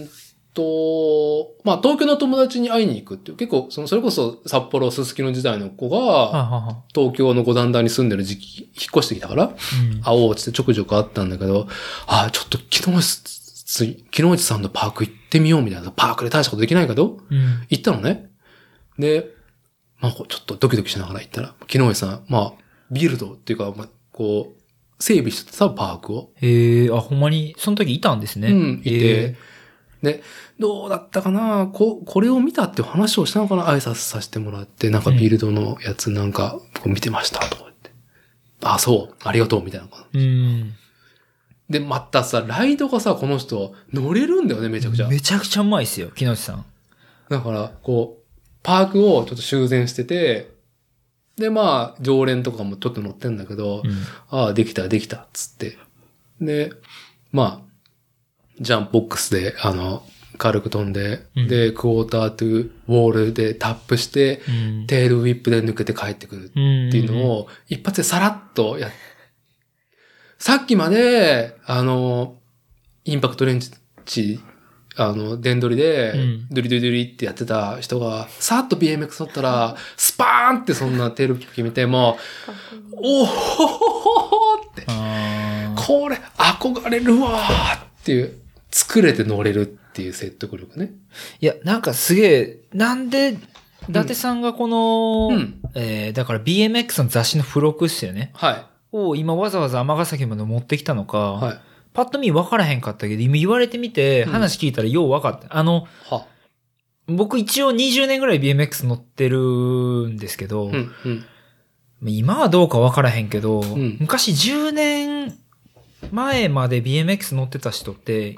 東京の友達に会いに行くっていう、結構、それこそ札幌すすきの時代の子が、東京の五段台に住んでる時期、引っ越してきたから、会おうってちょくちょく会ったんだけど、ちょっと木之内さんのパーク行ってみようみたいな、パークで大したことできないけど、行ったのね。で、ちょっとドキドキしながら行ったら、木之内さん、ビルドっていうか、整備してたパークを。 ほんまに、その時いたんですね。 いて、で、どうだったかな、これを見たっていう話をしたのかな、挨拶させてもらって、なんかビルドのやつなんか、見てました、とか言って。そう、ありがとう、みたいな感じ。で、またさ、ライドがさ、この人、乗れるんだよね、めちゃくちゃ。 めちゃくちゃうまいっすよ、木之内さん。 だから、パークをちょっと修繕してて、で、常連とかもちょっと乗ってんだけど、できた、つって。で、ジャンプボックスで、軽く飛んで、で、クォータートゥウォールでタップして、テールウィップで抜けて帰ってくるっていうのを、一発でさらっとさっきまで、インパクトレンチ、電取りで、ドリドリドリってやってた人が、さっと BMX 乗ったら、スパーンってそんなテールウィップ決めて、もう、おほほほほって、これ、憧れるわーっていう、作れて乗れるっていう説得力ね。 いや、なんかすげえ、なんで、伊達さんがこの、だから BMX の雑誌の付録っすよね。 はい。 を今わざわざ尼崎まで持ってきたのか、パッと見分からへんかったけど、今言われてみて、話聞いたらよう分かった。僕一応20年ぐらい BMX 乗ってるんですけど、今はどうか分からへんけど、昔10年前まで BMX 乗ってた人って、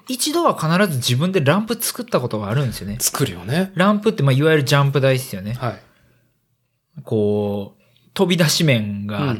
一度は必ず自分でランプ作ったことがあるんですよね。 作るよね。 ランプっていわゆるジャンプ台ですよね。飛び出し面があって、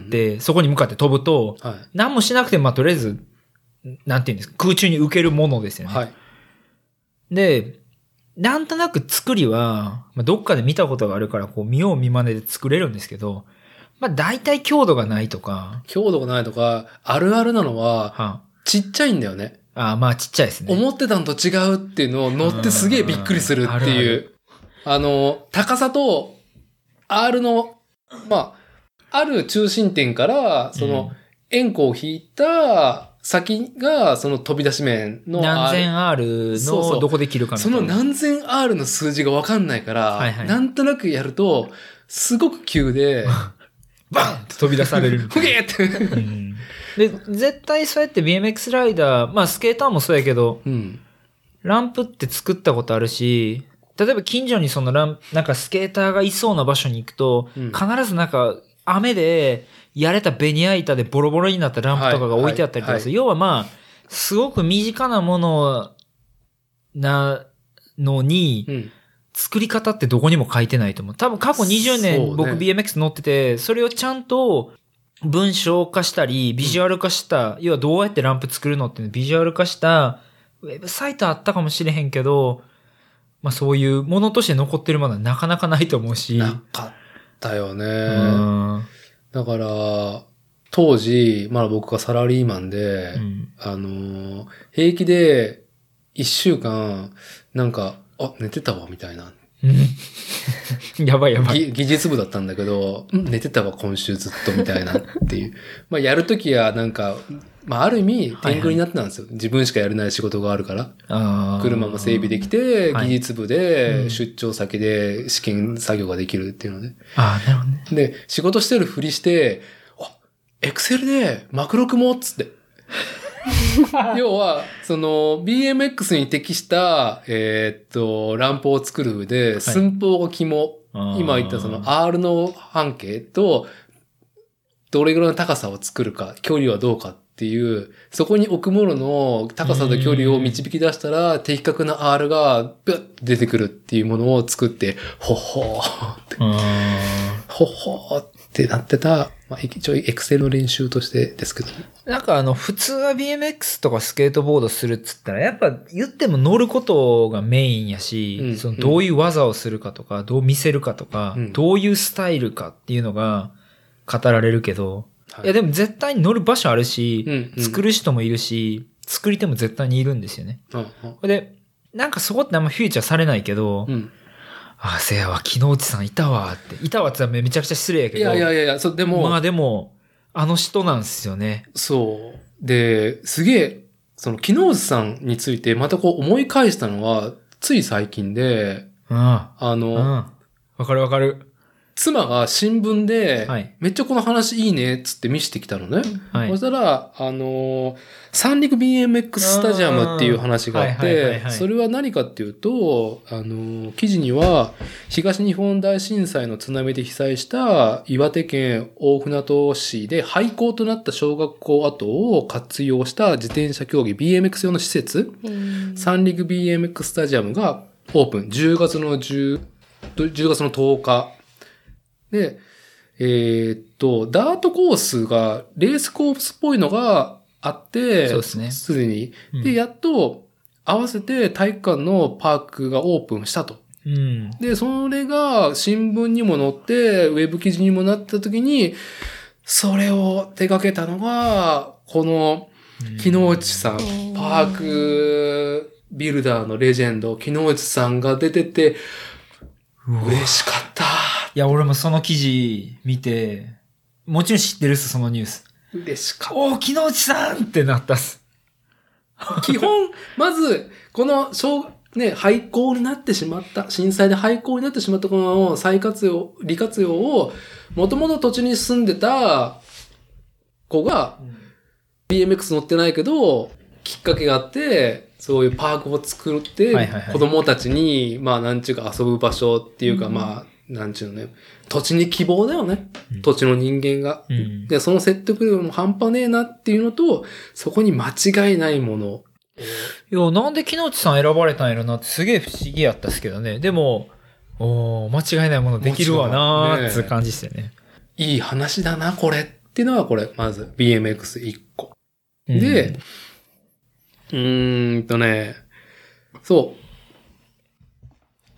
そこに向かって飛ぶと、何もしなくてもとりあえず、なんていうんですか、空中に浮けるものですよね。で、なんとなく作りは、どっかで見たことがあるから、見よう見真似で作れるんですけど、大体強度がないとか。 強度がないとか、あるあるなのは、ちっちゃいんだよね。 ちっちゃいですね。 思ってたのと違うっていうのを乗ってすげえびっくりするっていう。高さと、R の、ある中心点から、円弧を引いた先が、その飛び出し面の何千 R のどこで切るかみたいな。 その何千 R の数字がわかんないから、なんとなくやると、すごく急で、 バンって飛び出される。 ふげーって。 で、絶対そうやって BMX ライダー、スケーターもそうやけど、ランプって作ったことあるし、 例えば近所にそのなんかスケーターがいそうな場所に行くと、必ずなんか雨でやれたベニヤ板でボロボロになったランプとかが置いてあったりとかする。要はまあ、すごく身近なものなのに、作り方ってどこにも書いてないと思う。多分過去20年僕 BMX 乗ってて、それをちゃんと文章化したり、ビジュアル化した、要はどうやってランプ作るのっていうのビジュアル化したウェブサイトあったかもしれへんけど、まあそういうものとして残ってるものはなかなかないと思うし。 なかったよね。だから、当時、まだ僕がサラリーマンで、平気で1週間、なんか、寝てたわ、みたいな。 やばいやばい。 技術部だったんだけど、寝てたわ、今週ずっと、みたいなっていう。まあ、やるときは、なんか、まあ、ある意味、天狗になってたんですよ。自分しかやれない仕事があるから。車も整備できて、技術部で、出張先で試験作業ができるっていうので。 なるほどね。 で、仕事してるふりして、エクセルでマクロ組もうっつって。要は、その、BMX に適した、ランプを作る上で、寸法が肝。今言ったその R の半径と、どれぐらいの高さを作るか、距離はどうかっていう、そこに置くものの高さと距離を導き出したら、的確な R がブッと出てくるっていうものを作って、ほほーって。ほほーってなってた、まあ、一応エクセルの練習としてですけど、ね。 なんか普通は BMX とかスケートボードするっつったら、やっぱ言っても乗ることがメインやし、そのどういう技をするかとか、どう見せるかとか、どういうスタイルかっていうのが語られるけど、いやでも絶対に乗る場所あるし、作る人もいるし、作り手も絶対にいるんですよね。で、なんかそこってあんまフィーチャーされないけど、せやわ、木之内さんいたわって。いたわってめちゃくちゃ失礼やけど。 いや、でも。 まあでも、あの人なんですよね。 そう。で、すげえ、その木之内さんについてまたこう思い返したのは、つい最近で、 わかるわかる。 妻が新聞で、めっちゃこの話いいねっつって見せてきたのね。そしたら、三陸 BMX スタジアムっていう話があって、それは何かっていうと、記事には、東日本大震災の津波で被災した岩手県大船渡市で廃校となった小学校跡を活用した自転車競技 BMX 用の施設、三陸 BMX スタジアムがオープン。10月の10日。で、ダートコースが、レースコースっぽいのがあって、 そうですね。 すでに。で、やっと合わせて体育館のパークがオープンしたと。で、それが新聞にも載って、ウェブ記事にもなった時に、それを手掛けたのが、この、木之内さん、パークビルダーのレジェンド、木之内さんが出てて、嬉しかった。 いや、俺もその記事見て、もちろん知ってるっす、そのニュース。 嬉しかった。 木之内さんってなったっす。 基本、まず、この、廃校になってしまった、震災で廃校になってしまったこの再活用、利活用を、もともと土地に住んでた子が、BMX 乗ってないけど、きっかけがあって、そういうパークを作って、子供たちに、まあ、なんちゅうか遊ぶ場所っていうか、まあ、なんちゅうのね、土地に希望だよね。土地の人間が。で、その説得力も半端ねえなっていうのと、そこに間違いないもの。 いや、なんで木之内さん選ばれたんやろなってすげえ不思議やったっすけどね。でも、間違いないものできるわなーって感じですよね。 いい話だな、これっていうのはこれ、まず BMX1 個。で、そう。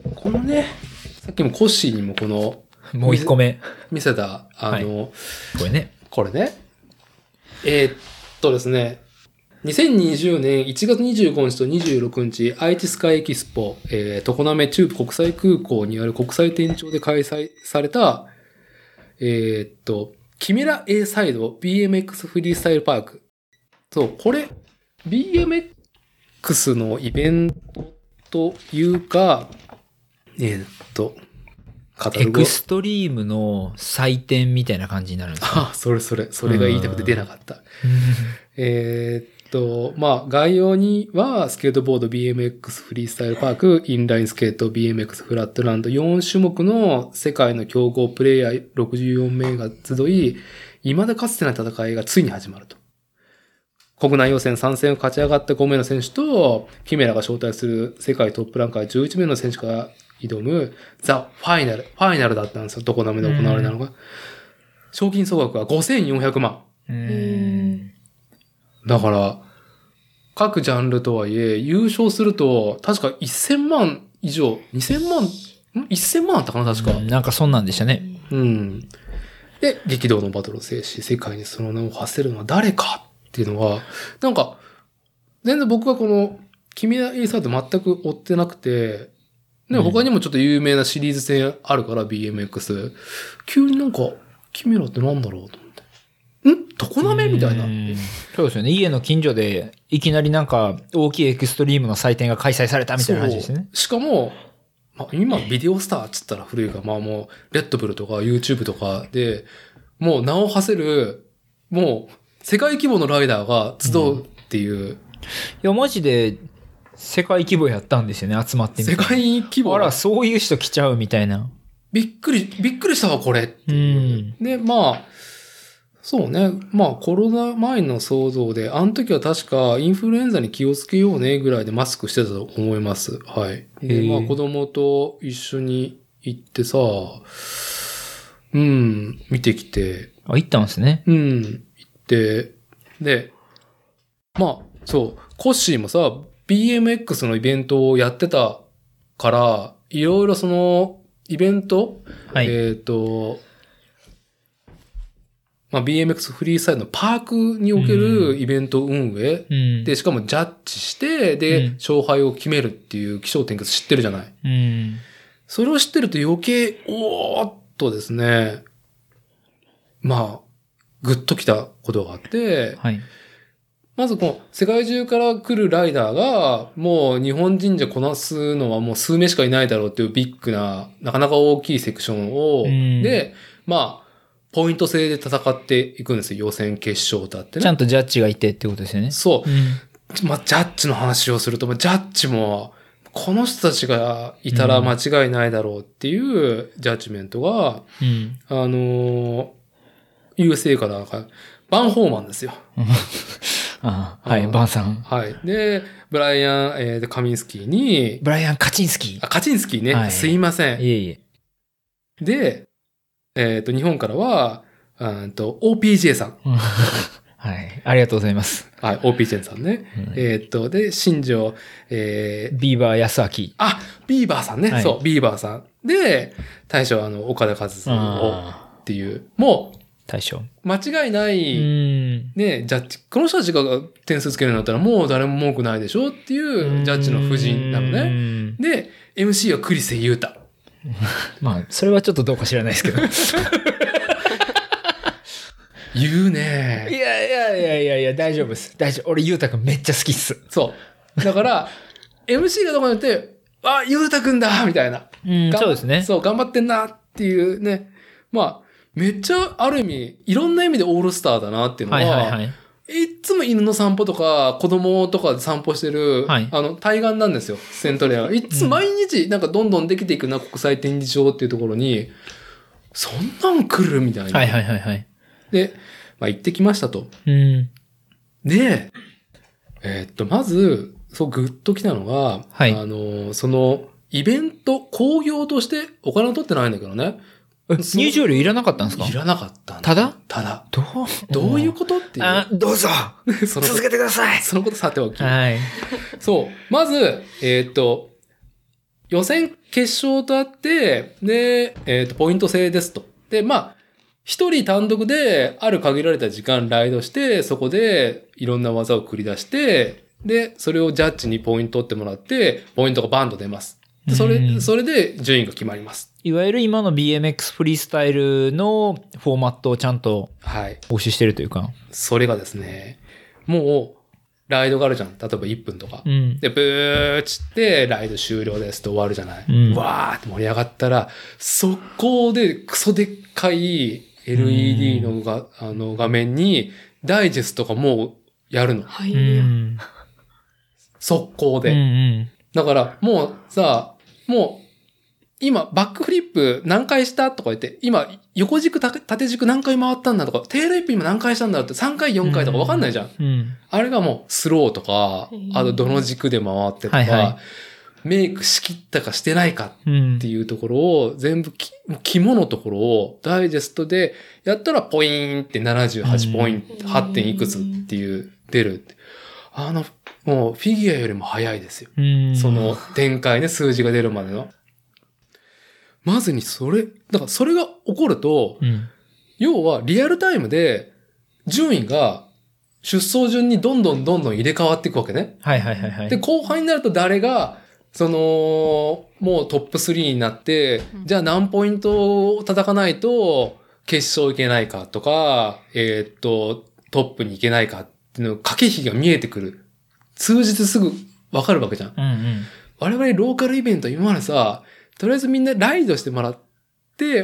このね、さっきもコッシーにもこの、 もう一個目。 見せた、 これね。 これね。ですね、2020年1月25日と26日、愛知スカイエキスポ、常滑中部国際空港にある国際展場で開催された、キメラ A サイド BMX フリースタイルパーク。そう、これ、BMX のイベントというか、 エクストリームの祭典みたいな感じになるんですか？ それが言いたくて出なかった。 まあ、概要には、スケートボード、BMX フリースタイルパーク、インラインスケート、BMX フラットランド、4種目の世界の強豪プレイヤー64名が集い、未だかつてない戦いがついに始まると。国内予選3戦を勝ち上がった5名の選手と、キメラが招待する世界トップランカー11名の選手が挑む、ザ・ファイナル。ファイナルだったんですよ。どこなめで行われたのが。賞金総額は5400万。だから、各ジャンルとはいえ、優勝すると、確か1000万以上、2000万、1000万あったかな、確か。 なんかそんなんでしたね。 うん。で、激動のバトルを制し、世界にその名を馳せるのは誰かっていうのは、なんか、全然僕はこの、君はエイサーって全く追ってなくて、ね、他にもちょっと有名なシリーズ戦あるから、BMX。急になんか、君らってなんだろうと思って。常滑みたいな。 そうですよね。家の近所で、いきなりなんか、大きいエクストリームの祭典が開催されたみたいな話ですね。 しかも、まあ、今、ビデオスターっつったら古いが、まあもう、レッドブルとか YouTube とかで、もう名を馳せる、もう、世界規模のライダーが集うっていう。 いや、マジで、世界規模やったんですよね、集まってみて。 世界規模。 あら、そういう人来ちゃうみたいな。 びっくりしたわ、これっていう。で、まあ、そうね。まあ、コロナ前の想像で、あの時は確かインフルエンザに気をつけようねぐらいでマスクしてたと思います。はい。で、まあ、子供と一緒に行ってさ、見てきて。 あ、行ったんですね。 行って、で、まあ、そう、コッシーもさ、BMX のイベントをやってたから、いろいろその、イベント、 はい、 まあ、BMX フリースタイルのパークにおけるイベント運営、で、しかもジャッジして、で、勝敗を決めるっていう起承転結知ってるじゃない。それを知ってると余計、おーっとですね、まあ、ぐっときたことがあって、 はい、 まずこの世界中から来るライダーがもう日本人じゃこなすのはもう数名しかいないだろうっていうビッグな、なかなか大きいセクションを、で、まあ、ポイント制で戦っていくんですよ。予選決勝だってね。 ちゃんとジャッジがいてってことですよね。 そう。まあ、ジャッジの話をすると、ジャッジも、この人たちがいたら間違いないだろうっていうジャッジメントが、USA からバン・ホーマンですよ。 はい、バンさん。 はい。で、ブライアン、カミンスキーに、 ブライアン・カチンスキー。 カチンスキーね。はい、すいません。 いえいえ。 で、日本からは、OPJ さん。 はい。ありがとうございます。 はい、OPJ さんね。で、新庄、 ビーバー安明。 あ、ビーバーさんね。はい、そう、ビーバーさん。で、大将、岡田和をっていう、もう、 大将。 間違いない、ね、ジャッジ、この人たちが点数つけるんだったらもう誰も文句ないでしょっていうジャッジの夫人なのね。で、MC はクリセユータ。 まあ、それはちょっとどうか知らないですけど。 言うね。 いや、大丈夫です。大丈夫。俺、ゆうたくんめっちゃ好きっす。 そう。だから、MC がどこによって、あ、ゆうたくんだみたいな。 そうですね。 そう、頑張ってんなっていうね。まあ、めっちゃ、ある意味、いろんな意味でオールスターだなっていうのは、いつも犬の散歩とか、子供とかで散歩してる、対岸なんですよ、セントレアが。いつも毎日、なんかどんどんできていくな、国際展示場っていうところに、そんなん来るみたいな。で、まあ行ってきましたと。で、まず、そうグッときたのが、その、イベント、興行としてお金を取ってないんだけどね。 入場料いらなかったんですか？ いらなかったんだ。ただ。どういうことっていう。 どうぞ続けてください。 そのことさておき。 はい。 そう。まず、予選決勝とあって、で、ポイント制ですと。で、まあ、一人単独である限られた時間ライドして、そこでいろんな技を繰り出して、で、それをジャッジにポイント取ってもらって、ポイントがバンと出ます。それで順位が決まります。 いわゆる今の BMX フリースタイルのフォーマットをちゃんと募集してるというか。 それがですね、もう、ライドがあるじゃん。例えば1分とか。で、ブーッつって、ライド終了ですって終わるじゃない。わーって盛り上がったら、速攻でクソでっかい LED の画面に、ダイジェストがもうやるの。 はい。 速攻で。だから、もうさ、もう、今、バックフリップ何回したとか言って、今、横軸、縦軸何回回ったんだとか、テールウィップ今何回したんだろうって3回、4回とか分かんないじゃん。あれがもう、スローとか、あとどの軸で回ってとか、メイクしきったかしてないかっていうところを、全部肝のところをダイジェストでやったら、ポイーンって78ポイント、8. 点いくつっていう出る。もうフィギュアよりも早いですよ。その展開ね、数字が出るまでの。まずにだからそれが起こると、要はリアルタイムで順位が出走順にどんどん入れ替わっていくわけね。で、後半になると誰が、もうトップ3になって、じゃあ何ポイントを叩かないと決勝行けないかとか、トップに行けないかっていうの駆け引きが見えてくる。数日すぐわかるわけじゃん。我々ローカルイベント今までさ、とりあえずみんなライドしてもらって、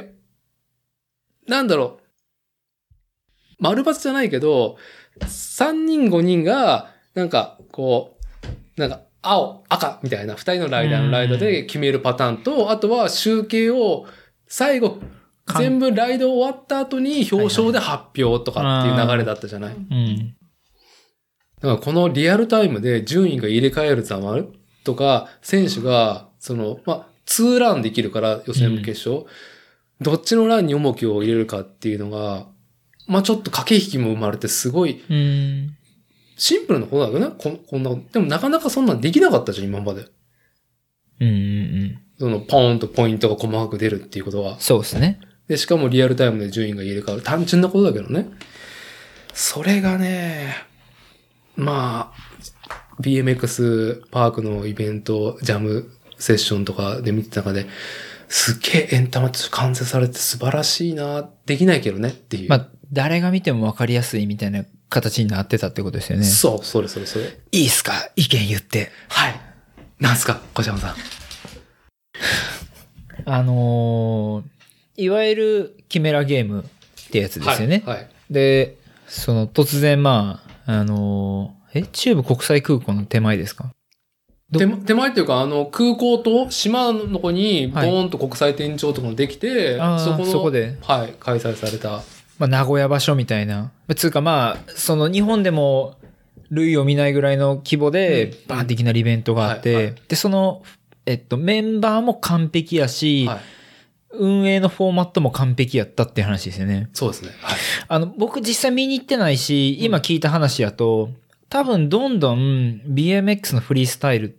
なんだろう。丸抜じゃないけど、3人5人が、なんか、こう、なんか、青、赤みたいな2人のライダーのライドで決めるパターンと、あとは集計を最後、全部ライド終わった後に表彰で発表とかっていう流れだったじゃない？だからこのリアルタイムで順位が入れ替えるざまるとか、選手が、2ランできるから、予選も決勝。どっちのランに重きを入れるかっていうのが、ちょっと駆け引きも生まれてすごい、シンプルなことだけどね。こんな、でもなかなかそんなんできなかったじゃん、今まで。ポーンとポイントが細かく出るっていうことは。 そうですね。 で、しかもリアルタイムで順位が入れ替わる。単純なことだけどね。それがね、BMX パークのイベント、ジャムセッションとかで見てた中で、すっげえエンタメとして完成されて素晴らしいな、できないけどねっていう。 誰が見ても分かりやすいみたいな形になってたってことですよね。 そう、それ。 いいっすか？意見言って。 はい。なんすか？小島さん。いわゆるキメラゲームってやつですよね。で、突然中部国際空港の手前ですか？ 手前っていうか、空港と島の子に、ボーンと国際展示場とかもできて、そこで、開催された。 名古屋場所みたいな。つうか日本でも類を見ないぐらいの規模で、バーン的なイベントがあって、で、メンバーも完璧やし、運営のフォーマットも完璧やったって話ですよね。 そうですね。 僕実際見に行ってないし、今聞いた話やと、多分どんどん BMX のフリースタイルって、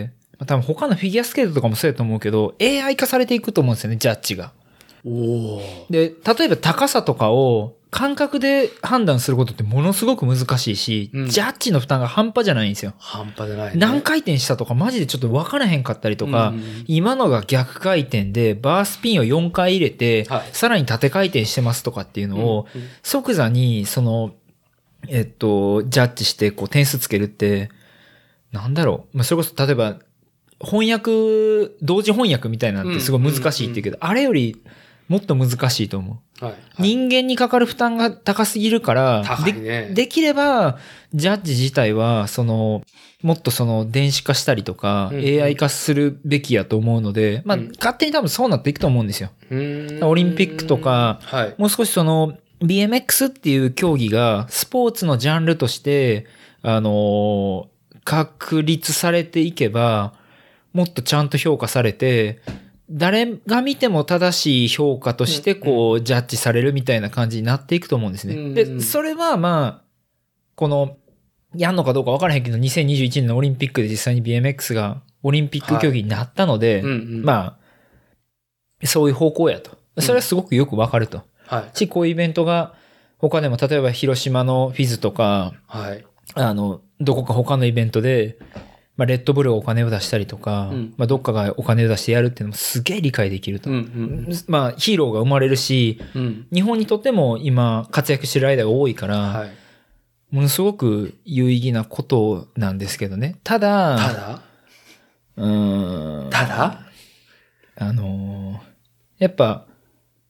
多分他のフィギュアスケートとかもそうやと思うけど、AI 化されていくと思うんですよね、ジャッジが。で、例えば高さとかを感覚で判断することってものすごく難しいし、ジャッジの負担が半端じゃないんですよ。 半端じゃない、ね。 何回転したとかマジでちょっと分からへんかったりとか、今のが逆回転でバースピンを4回入れて、さらに縦回転してますとかっていうのを、即座にジャッジして点数つけるって、なんだろう。それこそ例えば、同時翻訳みたいなんてすごい難しいって言うけど、あれよりもっと難しいと思う。人間にかかる負担が高すぎるから、できれば、ジャッジ自体は、もっと電子化したりとか、AI 化するべきやと思うので、勝手に多分そうなっていくと思うんですよ。オリンピックとか、もう少しBMX っていう競技がスポーツのジャンルとして、確立されていけば、もっとちゃんと評価されて、誰が見ても正しい評価としてジャッジされるみたいな感じになっていくと思うんですね。で、それはやんのかどうか分からへんけど、2021年のオリンピックで実際に BMX がオリンピック競技になったので、そういう方向やと。それはすごくよく分かると。こういうイベントが他でも、例えば広島のフィズとか、どこか他のイベントで、レッドブルがお金を出したりとか、どっかがお金を出してやるっていうのもすげえ理解できると。ヒーローが生まれるし、日本にとっても今活躍してる間が多いから、ものすごく有意義なことなんですけどね。ただやっぱ、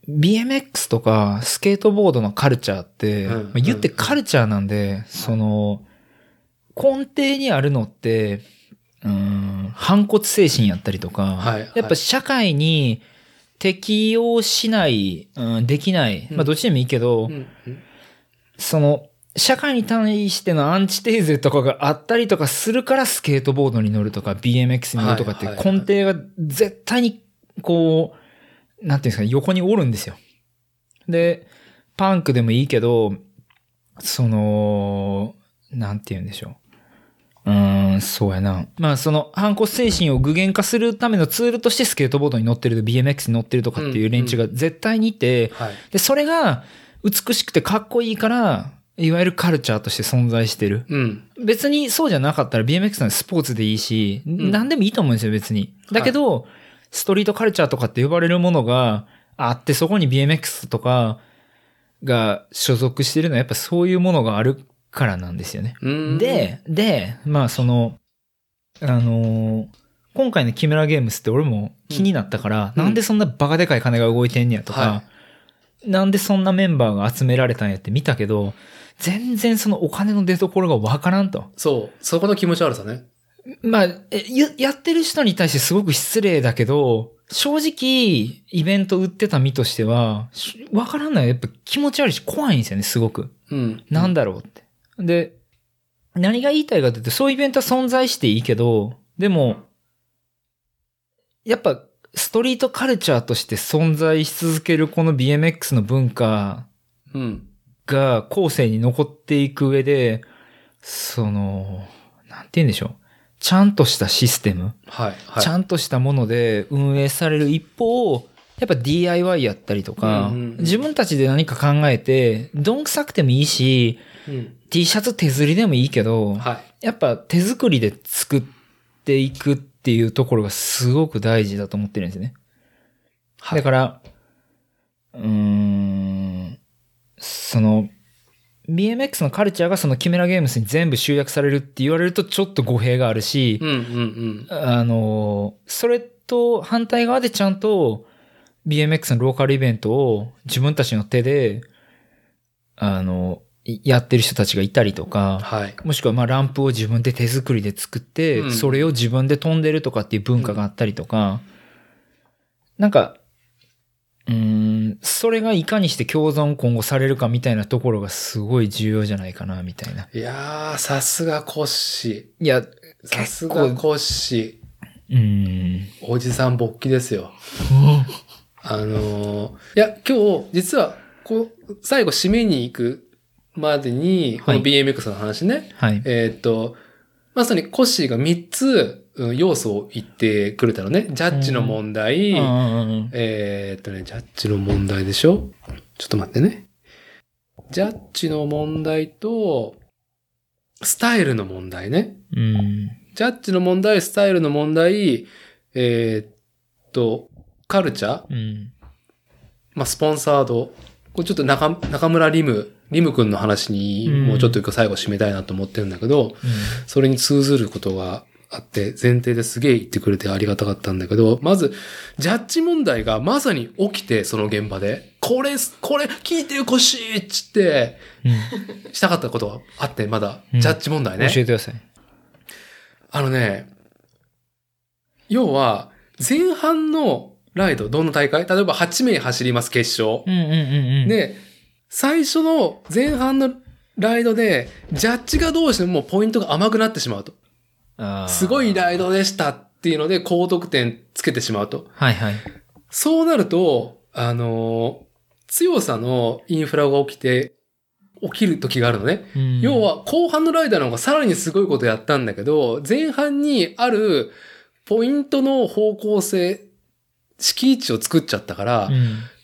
BMX とかスケートボードのカルチャーって、言ってカルチャーなんで、その、根底にあるのって、反骨精神やったりとか、やっぱ社会に適応しない、できない、まあどっちでもいいけど、その、社会に対してのアンチテーゼとかがあったりとかするからスケートボードに乗るとか BMX に乗るとかっていう根底が絶対にこう、なんていうんですか、横におるんですよ。で、パンクでもいいけど、その、なんて言うんでしょう。そうやな。まあその反骨精神を具現化するためのツールとしてスケートボードに乗ってる、BMX に乗ってるとかっていう連中が絶対にいて、で、それが美しくてかっこいいから、いわゆるカルチャーとして存在してる。別にそうじゃなかったら BMX なんてスポーツでいいし、何でもいいと思うんですよ、別に。だけど、ストリートカルチャーとかって呼ばれるものがあって、そこに BMX とかが所属してるのはやっぱそういうものがあるからなんですよね。で、まあその、今回のキメラゲームスって俺も気になったから、なんでそんなバカでかい金が動いてんねやとか、なんでそんなメンバーが集められたんやって見たけど、全然そのお金の出所がわからんと。 そう。そこの気持ち悪さね。 まあ、やってる人に対してすごく失礼だけど、正直、イベント売ってた身としては、わからんない。やっぱ気持ち悪いし怖いんですよね、すごく。なんだろうって。で、何が言いたいかというと、そういうイベントは存在していいけど、でも、やっぱ、ストリートカルチャーとして存在し続けるこの BMX の文化が後世に残っていく上で、その、なんて言うんでしょう。ちゃんとしたシステム、ちゃんとしたもので運営される一方、やっぱ DIY やったりとか、自分たちで何か考えて、どんくさくてもいいし、T シャツ手刷りでもいいけど、やっぱ手作りで作っていくっていうところがすごく大事だと思ってるんですよね。だから、その、BMX のカルチャーがそのキメラゲームスに全部集約されるって言われるとちょっと語弊があるし、それと反対側でちゃんと BMX のローカルイベントを自分たちの手で、やってる人たちがいたりとか、もしくはまあランプを自分で手作りで作って、それを自分で飛んでるとかっていう文化があったりとか、なんか、それがいかにして共存今後されるかみたいなところがすごい重要じゃないかな、みたいな。 いやー、さすがコッシー。 いや、 さすがコッシー。おじさん勃起ですよ。いや、今日、実は、最後締めに行くまでに、この BMX の話ね。まさにコッシーが3つ、要素を言ってくれたのね。ジャッジの問題、ジャッジの問題でしょ？ちょっと待ってね。ジャッジの問題と、スタイルの問題ね。ジャッジの問題、スタイルの問題、カルチャー、まあ、スポンサード。これちょっと中村リム君の話にもうちょっと最後締めたいなと思ってるんだけど、それに通ずることがあって、前提ですげえ言ってくれてありがたかったんだけど、まず、ジャッジ問題がまさに起きて、その現場で、これ、聞いてよ、コッシーっつって、したかったことがあって、まだ、ジャッジ問題ね。 教えてください。 要は、前半のライド、どんな大会？例えば8名走ります、決勝。で、最初の前半のライドで、ジャッジがどうしてもポイントが甘くなってしまうと。すごいライドでしたっていうので高得点つけてしまうと。そうなると、強さのインフラが起きる時があるのね。要は後半のライダーの方がさらにすごいことやったんだけど、前半にあるポイントの方向性、敷地を作っちゃったから、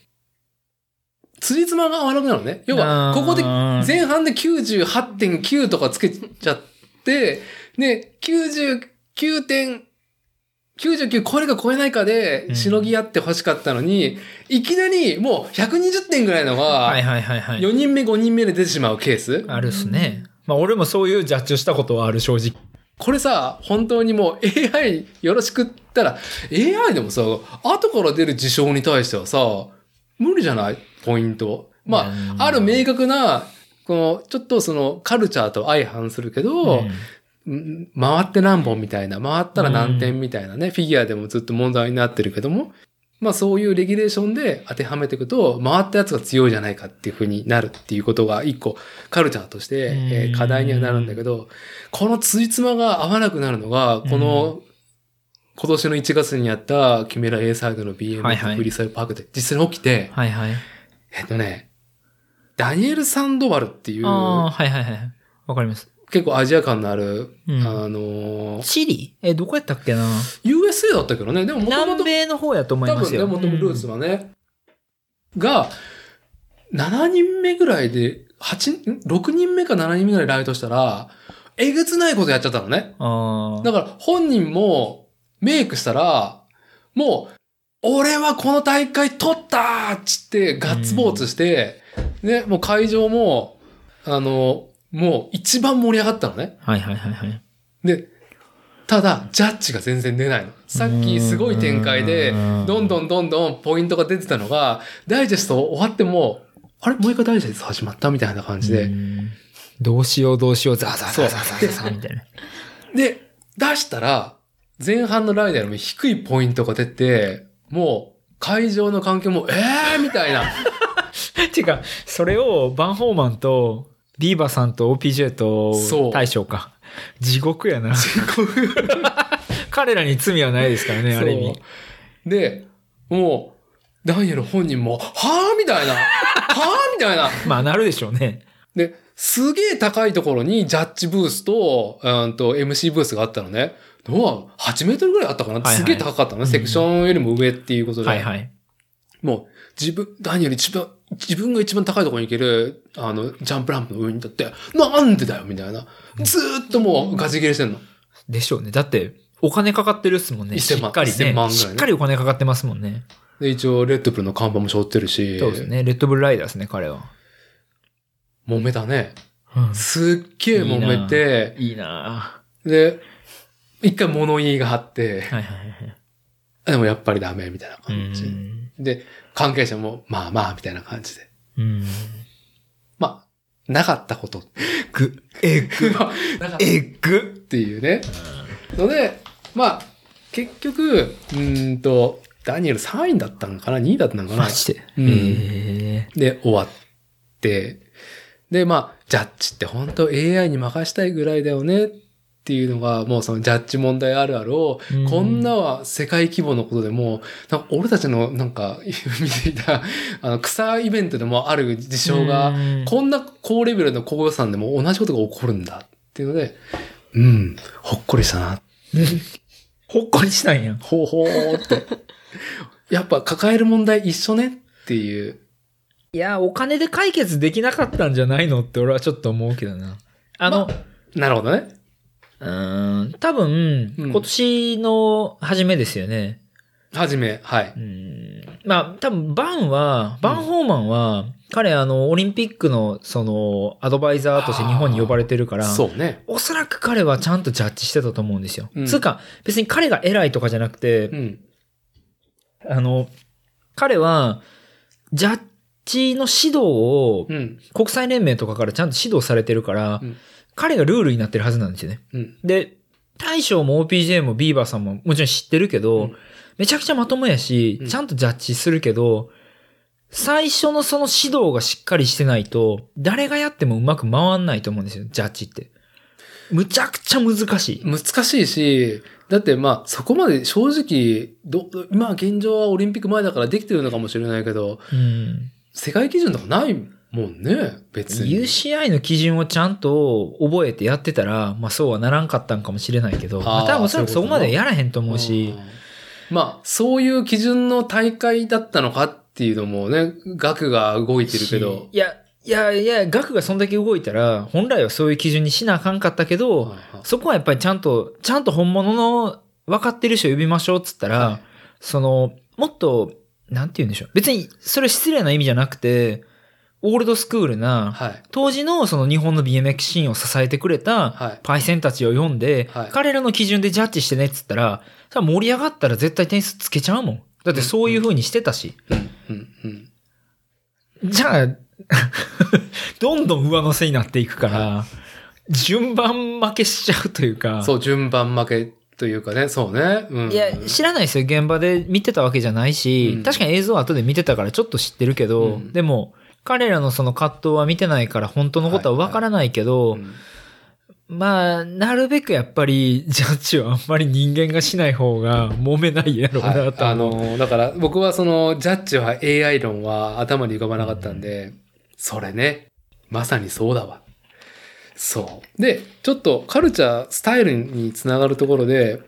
辻褄が合わなくなるのね。要は、ここで前半で 98.9 とかつけちゃって、で、99これが超えないかでしのぎ合って欲しかったのに、いきなりもう120点ぐらいのが、4人目5人目で出てしまうケースあるっすね。まあ俺もそういうジャッジをしたことはある、正直。 これさ、本当にもう AI よろしくったら、AI でもさ、後から出る事象に対してはさ、 無理じゃないポイント。まあ、ある明確な、この、ちょっとそのカルチャーと相反するけど、回って何本みたいな、回ったら何点みたいなね、フィギュアでもずっと問題になってるけども、まあそういうレギュレーションで当てはめていくと、回ったやつが強いじゃないかっていう風になるっていうことが一個カルチャーとして、課題にはなるんだけど、このついつまが合わなくなるのが、この今年の1月にやったキメラ A サイドの BMX フリースタイルパークで実際に起きて、 はいはい。 ダニエル・サンドバルっていう、 はいはいはい。わかります。 結構アジア感のある、 チリどこやったっけな ?USA だったけどね。でも南米の方やと思いますよ。 多分ね、元々ルーツはね。が、7人目ぐらいで、6人目か7人目ぐらいライトしたら、えげつないことやっちゃったのね。だから本人もメイクしたら、もう、俺はこの大会取ったーっつってガッツポーズして、ね、もう会場も、もう一番盛り上がったのね。 はいはいはいはい。 で、ただ、ジャッジが全然出ないの。さっきすごい展開で、どんどんポイントが出てたのが、ダイジェスト終わっても、あれもう一回ダイジェスト始まったみたいな感じで。 どうしよう、ザーザーみたいな。 で、出したら、前半のライダーよりも低いポイントが出て、もう、会場の関係も、みたいな。 てか、それをバンホーマンと、ビーバーさんと OPJ と大将か。地獄やな。彼らに罪はないですからね、ある意味。 で、もう、ダニエル本人も、はぁみたいな。はぁみたいな。 まあ、なるでしょうね。 で、すげえ高いところにジャッジブースと、MC ブースがあったのね。8メートルぐらいあったかな、すげえ高かったのね。セクションよりも上っていうことで。 はいはい。 もう、ダニエル自分が一番高いところに行ける、ジャンプランプの上に立って、なんでだよみたいな。ずーっともうガチ切れしてんの。 でしょうね。だって、お金かかってるっすもんね。しっかりね。 1000万ぐらいね。 しっかりお金かかってますもんね。 で、一応、レッドブルの看板も背負ってるし。 そうですね。レッドブルライダーですね、彼は。 揉めたね。すっげえ揉めて。 いいなで、一回物言いがあって。 はいはいはい。 でもやっぱりダメみたいな感じ。で、関係者も、まあまあ、みたいな感じで。まあ、なかったこと。エッグっていうね。ので、まあ、結局、ダニエル3位だったのかな ?2 位だったのかなマジで、 で、終わって、で、まあ、ジャッジって本当 AI に任したいぐらいだよねっていうのが、もうそのジャッジ問題あるあるを、こんなは世界規模のことでも、なんか俺たちのなんか見ていた、草イベントでもある事象が、こんな高レベルの高予算でも同じことが起こるんだっていうので、ほっこりしたな。 ほっこりしたんや。 ほーって。やっぱ抱える問題一緒ねっていう。 いや、お金で解決できなかったんじゃないのって俺はちょっと思うけどな。 なるほどね。 多分、今年の初めですよね。 初め、はい。 まあ、多分、バンホーマンは、彼オリンピックの、アドバイザーとして日本に呼ばれてるから、 そうね。 おそらく彼はちゃんとジャッジしてたと思うんですよ。つうか、別に彼が偉いとかじゃなくて、彼は、ジャッジの指導を、国際連盟とかからちゃんと指導されてるから、彼がルールになってるはずなんですよね。で、大将も OPJ もビーバーさんももちろん知ってるけど、めちゃくちゃまともやし、ちゃんとジャッジするけど、最初のその指導がしっかりしてないと、誰がやってもうまく回んないと思うんですよ、ジャッジって。むちゃくちゃ難しい。 難しいし、だってまあそこまで正直、今現状はオリンピック前だからできてるのかもしれないけど、世界基準とかないもんね、別に。 UCI の基準をちゃんと覚えてやってたら、まあそうはならんかったんかもしれないけど、多分おそらくそこまでやらへんと思うし、 まあそういう基準の大会だったのかっていうのもね、学が動いてるけど。 いや、学がそんだけ動いたら、本来はそういう基準にしなあかんかったけど、そこはやっぱりちゃんと本物の分かってる人を呼びましょうっつったら、もっと、なんて言うんでしょう。別に、それ失礼な意味じゃなくて、オールドスクールな、当時のその日本の BMX シーンを支えてくれたパイセンたちを読んで、彼らの基準でジャッジしてねっつったら、盛り上がったら絶対点数つけちゃうもん。だってそういう風にしてたし。 じゃあ、どんどん上乗せになっていくから、順番負けしちゃうというか。 そう、順番負けというかね、そうね。うん、 いや、知らないですよ。現場で見てたわけじゃないし、確かに映像は後で見てたからちょっと知ってるけど、でも、彼らのその葛藤は見てないから本当のことはわからないけど、まあ、なるべくやっぱり、ジャッジはあんまり人間がしない方が揉めないやろうなと思う。だから僕はその、ジャッジは AI 論は頭に浮かばなかったんで、それね、まさにそうだわ。そう。で、ちょっとカルチャー、スタイルにつながるところで、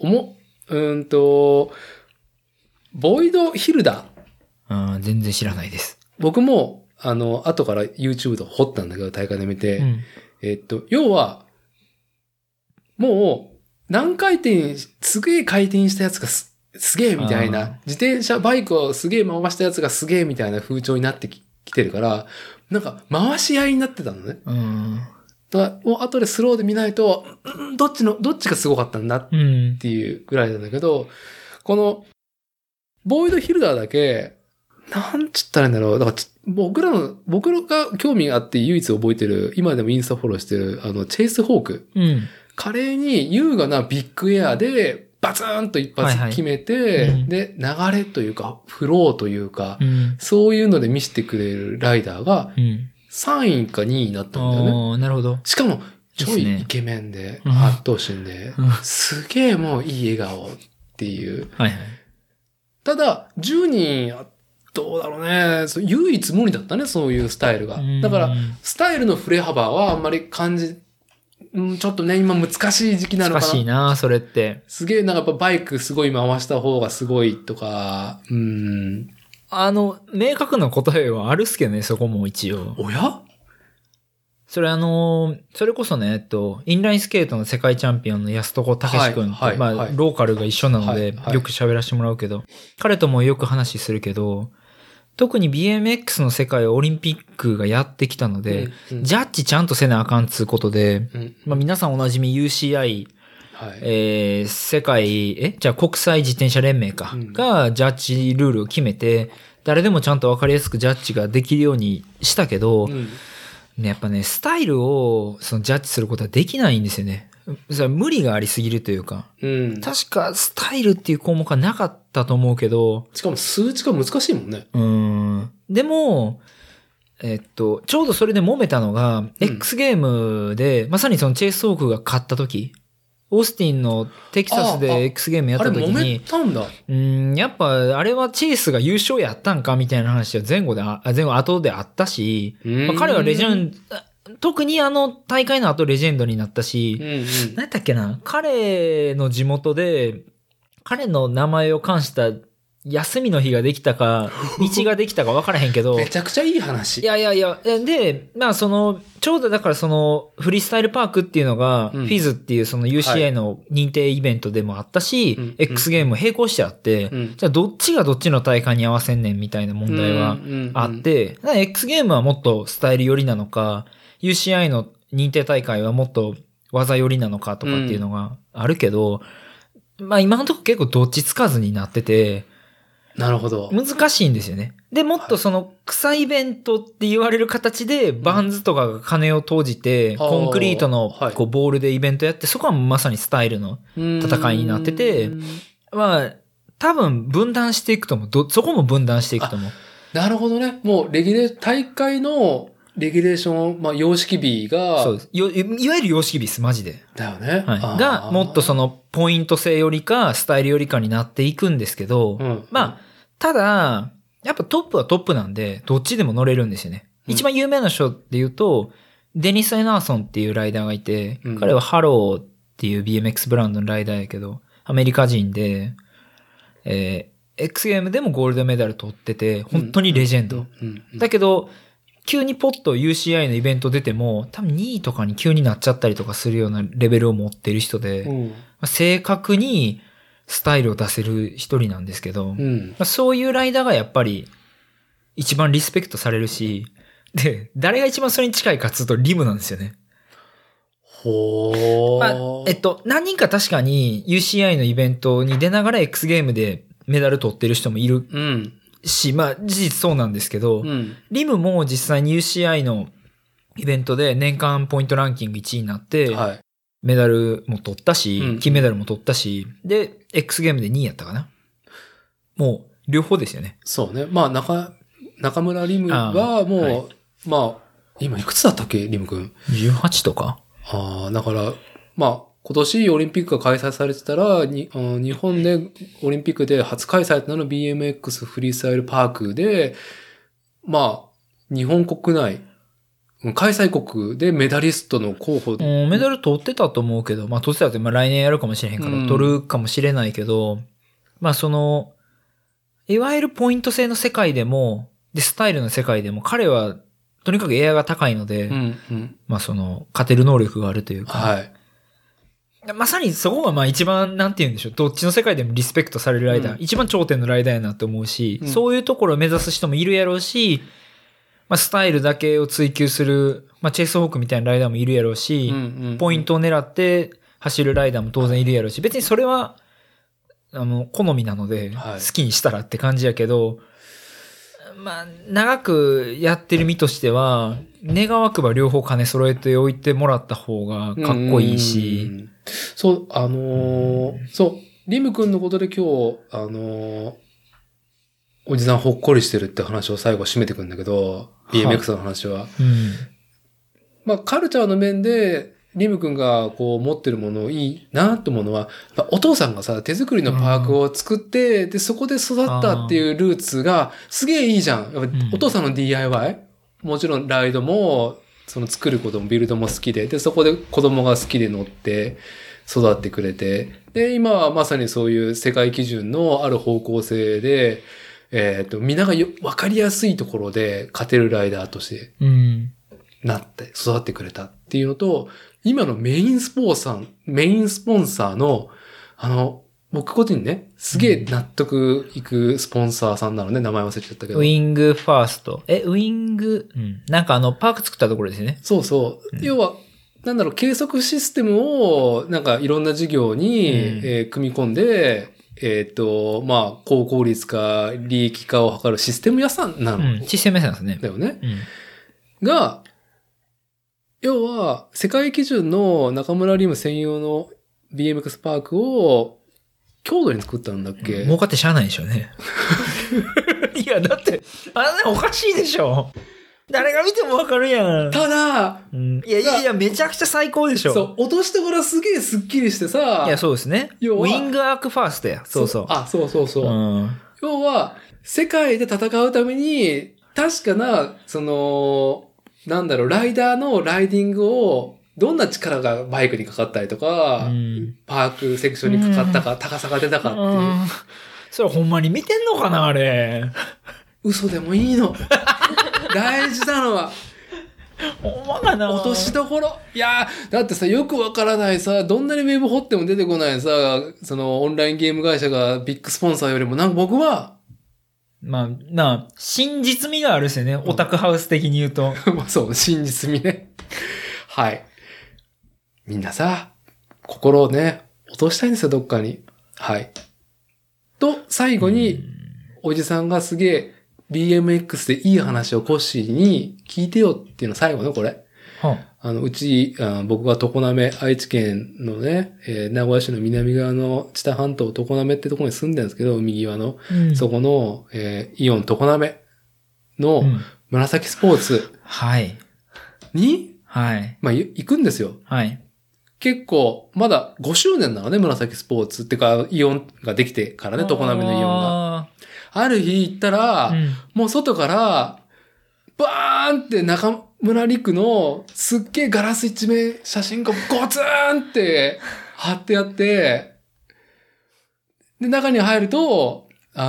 ボイド・ヒルダー。全然知らないです。 僕も、後から YouTube と掘ったんだけど、大会で見て、要は、もう、何回転、すげえ回転したやつがすげえみたいな、自転車、バイクをすげえ回したやつがすげえみたいな風潮になってきてるから、なんか回し合いになってたのね。だからもう後でスローで見ないと、どっちがすごかったんだっていうぐらいなんだけど、この、ボイド・ヒルダーだけ、なんつったらいいんだろう。だから僕らが興味があって唯一覚えてる、今でもインスタフォローしてる、チェイス・ホーク。華麗に優雅なビッグエアで、バツンと一発決めて、で、流れというか、フローというか、そういうので見せてくれるライダーが、3位か2位になったんだよね。 なるほど。 しかも、ちょいイケメンで、圧倒心で、すげえもういい笑顔っていう。ただ、10人、どうだろうね。唯一無二だったね、そういうスタイルが。だから、スタイルの振れ幅はあんまりちょっとね、今難しい時期なのかな。 難しいな、それって。 すげえ、なんかやっぱバイクすごい回した方がすごいとか、 明確な答えはあるっすけどね、そこも一応。 おや？ それそれこそね、インラインスケートの世界チャンピオンの安床武志君って、まあ、ローカルが一緒なので、よく喋らせてもらうけど、彼ともよく話するけど、特に BMX の世界はオリンピックがやってきたので、ジャッジちゃんとせなあかんつうことで、まあ皆さんおなじみ UCI、世界、じゃあ国際自転車連盟か、がジャッジルールを決めて、誰でもちゃんとわかりやすくジャッジができるようにしたけど、ね、やっぱね、スタイルをそのジャッジすることはできないんですよね。それは無理がありすぎるというか、確かスタイルっていう項目はなかったと思うけど、 しかも数値が難しいもんね。 でも、ちょうどそれで揉めたのが、X ゲームで、まさにそのチェイス・ホークが勝った時、オースティンのテキサスで X ゲームやった時に、 あれ揉めたんだ。 やっぱあれはチェイスが優勝やったんかみたいな話は前後後であったし、まあ、彼はレジェンド、特に大会の後レジェンドになったし、何だっけな、彼の地元で、彼の名前を冠した休みの日ができたか、道ができたか分からへんけど。 めちゃくちゃいい話。 いや。で、まあちょうどだからフリースタイルパークっていうのが、フィズっていうその UCI の認定イベントでもあったし、X ゲームも並行してあって、じゃあどっちがどっちの大会に合わせんねんみたいな問題はあって、X ゲームはもっとスタイル寄りなのか、UCI の認定大会はもっと技寄りなのかとかっていうのがあるけど、まあ今のところ結構どっちつかずになってて、 なるほど。 難しいんですよね。で、もっと草イベントって言われる形で、バンズとかが金を投じて、コンクリートのボールでイベントやって、そこはまさにスタイルの戦いになってて、まあ、多分分断していくと思う。そこも分断していくと思う。 なるほどね。もう大会のレギュレーション、まあ、様式美が。 そうです。いわゆる様式美です、マジで。 だよね。 が、もっとポイント性よりか、スタイルよりかになっていくんですけど、まあ、ただ、やっぱトップはトップなんで、どっちでも乗れるんですよね。一番有名な人で言うと、デニス・エナーソンっていうライダーがいて、彼はハローっていう BMX ブランドのライダーやけど、アメリカ人で、X ゲームでもゴールドメダル取ってて、本当にレジェンド。だけど、急にポッと UCI のイベント出ても、多分2位とかに急になっちゃったりとかするようなレベルを持ってる人で、正確にスタイルを出せる一人なんですけど、そういうライダーがやっぱり一番リスペクトされるし、で、誰が一番それに近いかっつうとリムなんですよね。まあ、何人か確かに UCI のイベントに出ながら X ゲームでメダル取ってる人もいるし、まあ事実そうなんですけど、リムも実際に UCI のイベントで年間ポイントランキング1位になって、はい、メダルも取ったし、金メダルも取ったし、で、X ゲームで2位やったかな。もう、両方ですよね。 そうね。まあ、中村リムはもう、はい、まあ、今いくつだったっけ、リム君。 18とか。 だから、まあ、今年オリンピックが開催されてたら、日本でオリンピックで初開催となる BMX フリースタイルパークで、まあ、日本国内、開催国でメダリストの候補で。 メダル取ってたと思うけど、まあ取ってたって、まあ来年やるかもしれへんから取るかもしれないけど、まあいわゆるポイント制の世界でも、で、スタイルの世界でも、彼はとにかくエアが高いので、まあ勝てる能力があるというか、はい。まさにそこがまあ一番、なんて言うんでしょう、どっちの世界でもリスペクトされるライダー、一番頂点のライダーやなって思うし、そういうところを目指す人もいるやろうし、まあ、スタイルだけを追求する、まあ、チェイスホークみたいなライダーもいるやろうし、ポイントを狙って走るライダーも当然いるやろうし、別にそれは、好みなので、好きにしたらって感じやけど、まあ、長くやってる身としては、願わくば両方金揃えておいてもらった方がかっこいいし。 そう、そう、リム君のことで今日、おじさんほっこりしてるって話を最後締めてくんだけど、BMX の話は。まあ、カルチャーの面で、リム君がこう持ってるものをいいなと思うのは、お父さんがさ、手作りのパークを作って、で、そこで育ったっていうルーツが、すげえいいじゃん。お父さんの DIY? もちろんライドも、作ることもビルドも好きで、で、そこで子供が好きで乗って、育ってくれて、で、今はまさにそういう世界基準のある方向性で、みんながわかりやすいところで勝てるライダーとしてなって育ってくれたっていうのと、今のメインスポンサーの、僕個人ね、すげえ納得いくスポンサーさんなのね、名前忘れちゃったけど。 ウィングファースト。ウィング、なんかパーク作ったところですね。 そうそう。要は、計測システムを、なんかいろんな事業に、組み込んで、まあ、高効率化、利益化を図るシステム屋さんなの。 システム屋さんですね。 だよね。が、要は、世界基準の中村リム専用の BMX パークを、郷土に作ったんだっけ？ 儲かってしゃあないでしょうね。いや、だって、おかしいでしょ。誰が見てもわかるやん。 ただ、 いや、めちゃくちゃ最高でしょ。 そう、落としどころすげえスッキリしてさ。 いや、そうですね。ウィングアークファーストや。そうそう。 そう。要は、世界で戦うために、確かな、ライダーのライディングを、どんな力がバイクにかかったりとか、パークセクションにかかったか、高さが出たかっていう。 それほんまに見てんのかな、あれ。 嘘でもいいの。大事なのは。 ほんまかな。 落としどころ。いやだってさ、よくわからないさ、どんなにウェブ掘っても出てこないさ、オンラインゲーム会社がビッグスポンサーよりも、僕は、 まあ、真実味があるしね。オタクハウス的に言うと。 そう、真実味ね。はい。みんなさ、心をね、落としたいんですよ、どっかに。はい。と、最後に、おじさんがすげえ、BMX でいい話をコッシーに聞いてよっていうの最後ね、これ。僕が常滑、愛知県のね、名古屋市の南側の知多半島常滑ってところに住んでるんですけど、海際の、そこの、イオン常滑の紫スポーツに、まあ、行くんですよ。結構、まだ5周年なのね、紫スポーツってか、イオンができてからね、常滑のイオンが。ある日行ったら、もう外から、バーンって中村陸のすっげえガラス一面写真がゴツーンって貼ってあって、で、中に入ると、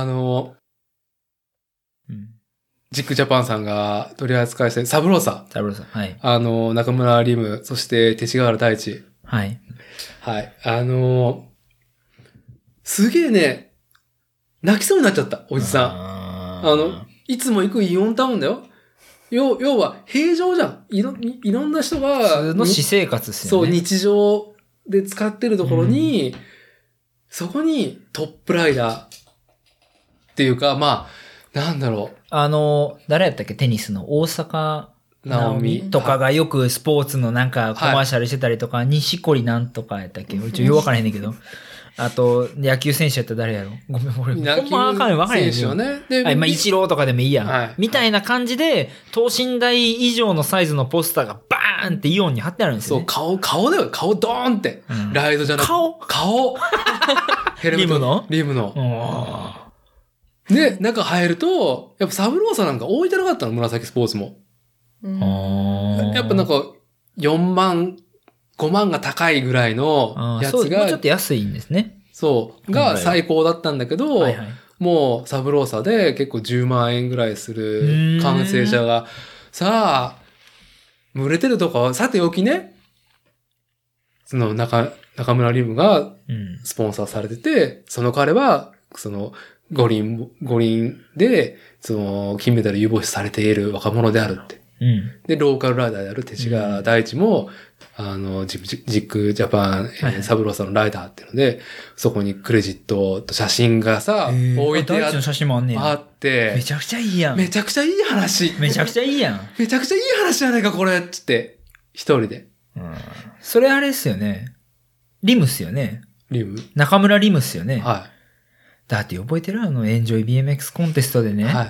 ジックジャパンさんが取り扱いして、サブローサ。 はい。 中村リム、そして勅使河原太一。 はい。 はい。すげえね、泣きそうになっちゃった、おじさん。いつも行くイオンタウンだよ。要は、平常じゃん。いろんな人が。 普通の私生活ですよね。 そう、日常で使ってるところに、そこにトップライダーっていうか、まあ、 なんだろう。誰やったっけテニスの大坂なおみとかがよくスポーツのなんかコマーシャルしてたりとか、西堀なんとかやったっけうちよくわからへんねんけど。あと、野球選手やったら誰やろごめん、俺、ほんまわからへんよ。 ね。 まあ、一郎とかでもいいやん。はい、みたいな感じで、等身大以上のサイズのポスターがバーンってイオンに貼ってあるんですよ、ね。 そう、顔だよ。顔ドーンって。うん、ライドじゃなくて。顔ヘルメット。リムの。で、中入ると、やっぱサブローサなんか置いてなかったの、紫スポーツも。やっぱなんか、4万、5万が高いぐらいのやつが。そう、 もうちょっと安いんですね。 そう。が最高だったんだけど、はいはい、もうサブローサで結構10万円ぐらいする完成車が、さあ、売れてるとかはさておきね、その中村リムがスポンサーされてて、その彼は、その五輪で、その金メダル有望視されている若者であるって。で、ローカルライダーである手島大地も、ジックジャパン、サブローさんのライダーっていうので、そこにクレジットと写真がさ、置いて大地の写真もあんねん。 あって。 めちゃくちゃいいやん。 めちゃくちゃいい話。 めちゃくちゃいいやん。 めちゃくちゃいい話じゃないか、これつって。一人で。 それあれっすよね。リムっすよね。 リム中村リムっすよね。 はい。 だって覚えてるエンジョイ BMX コンテストでね。 はい。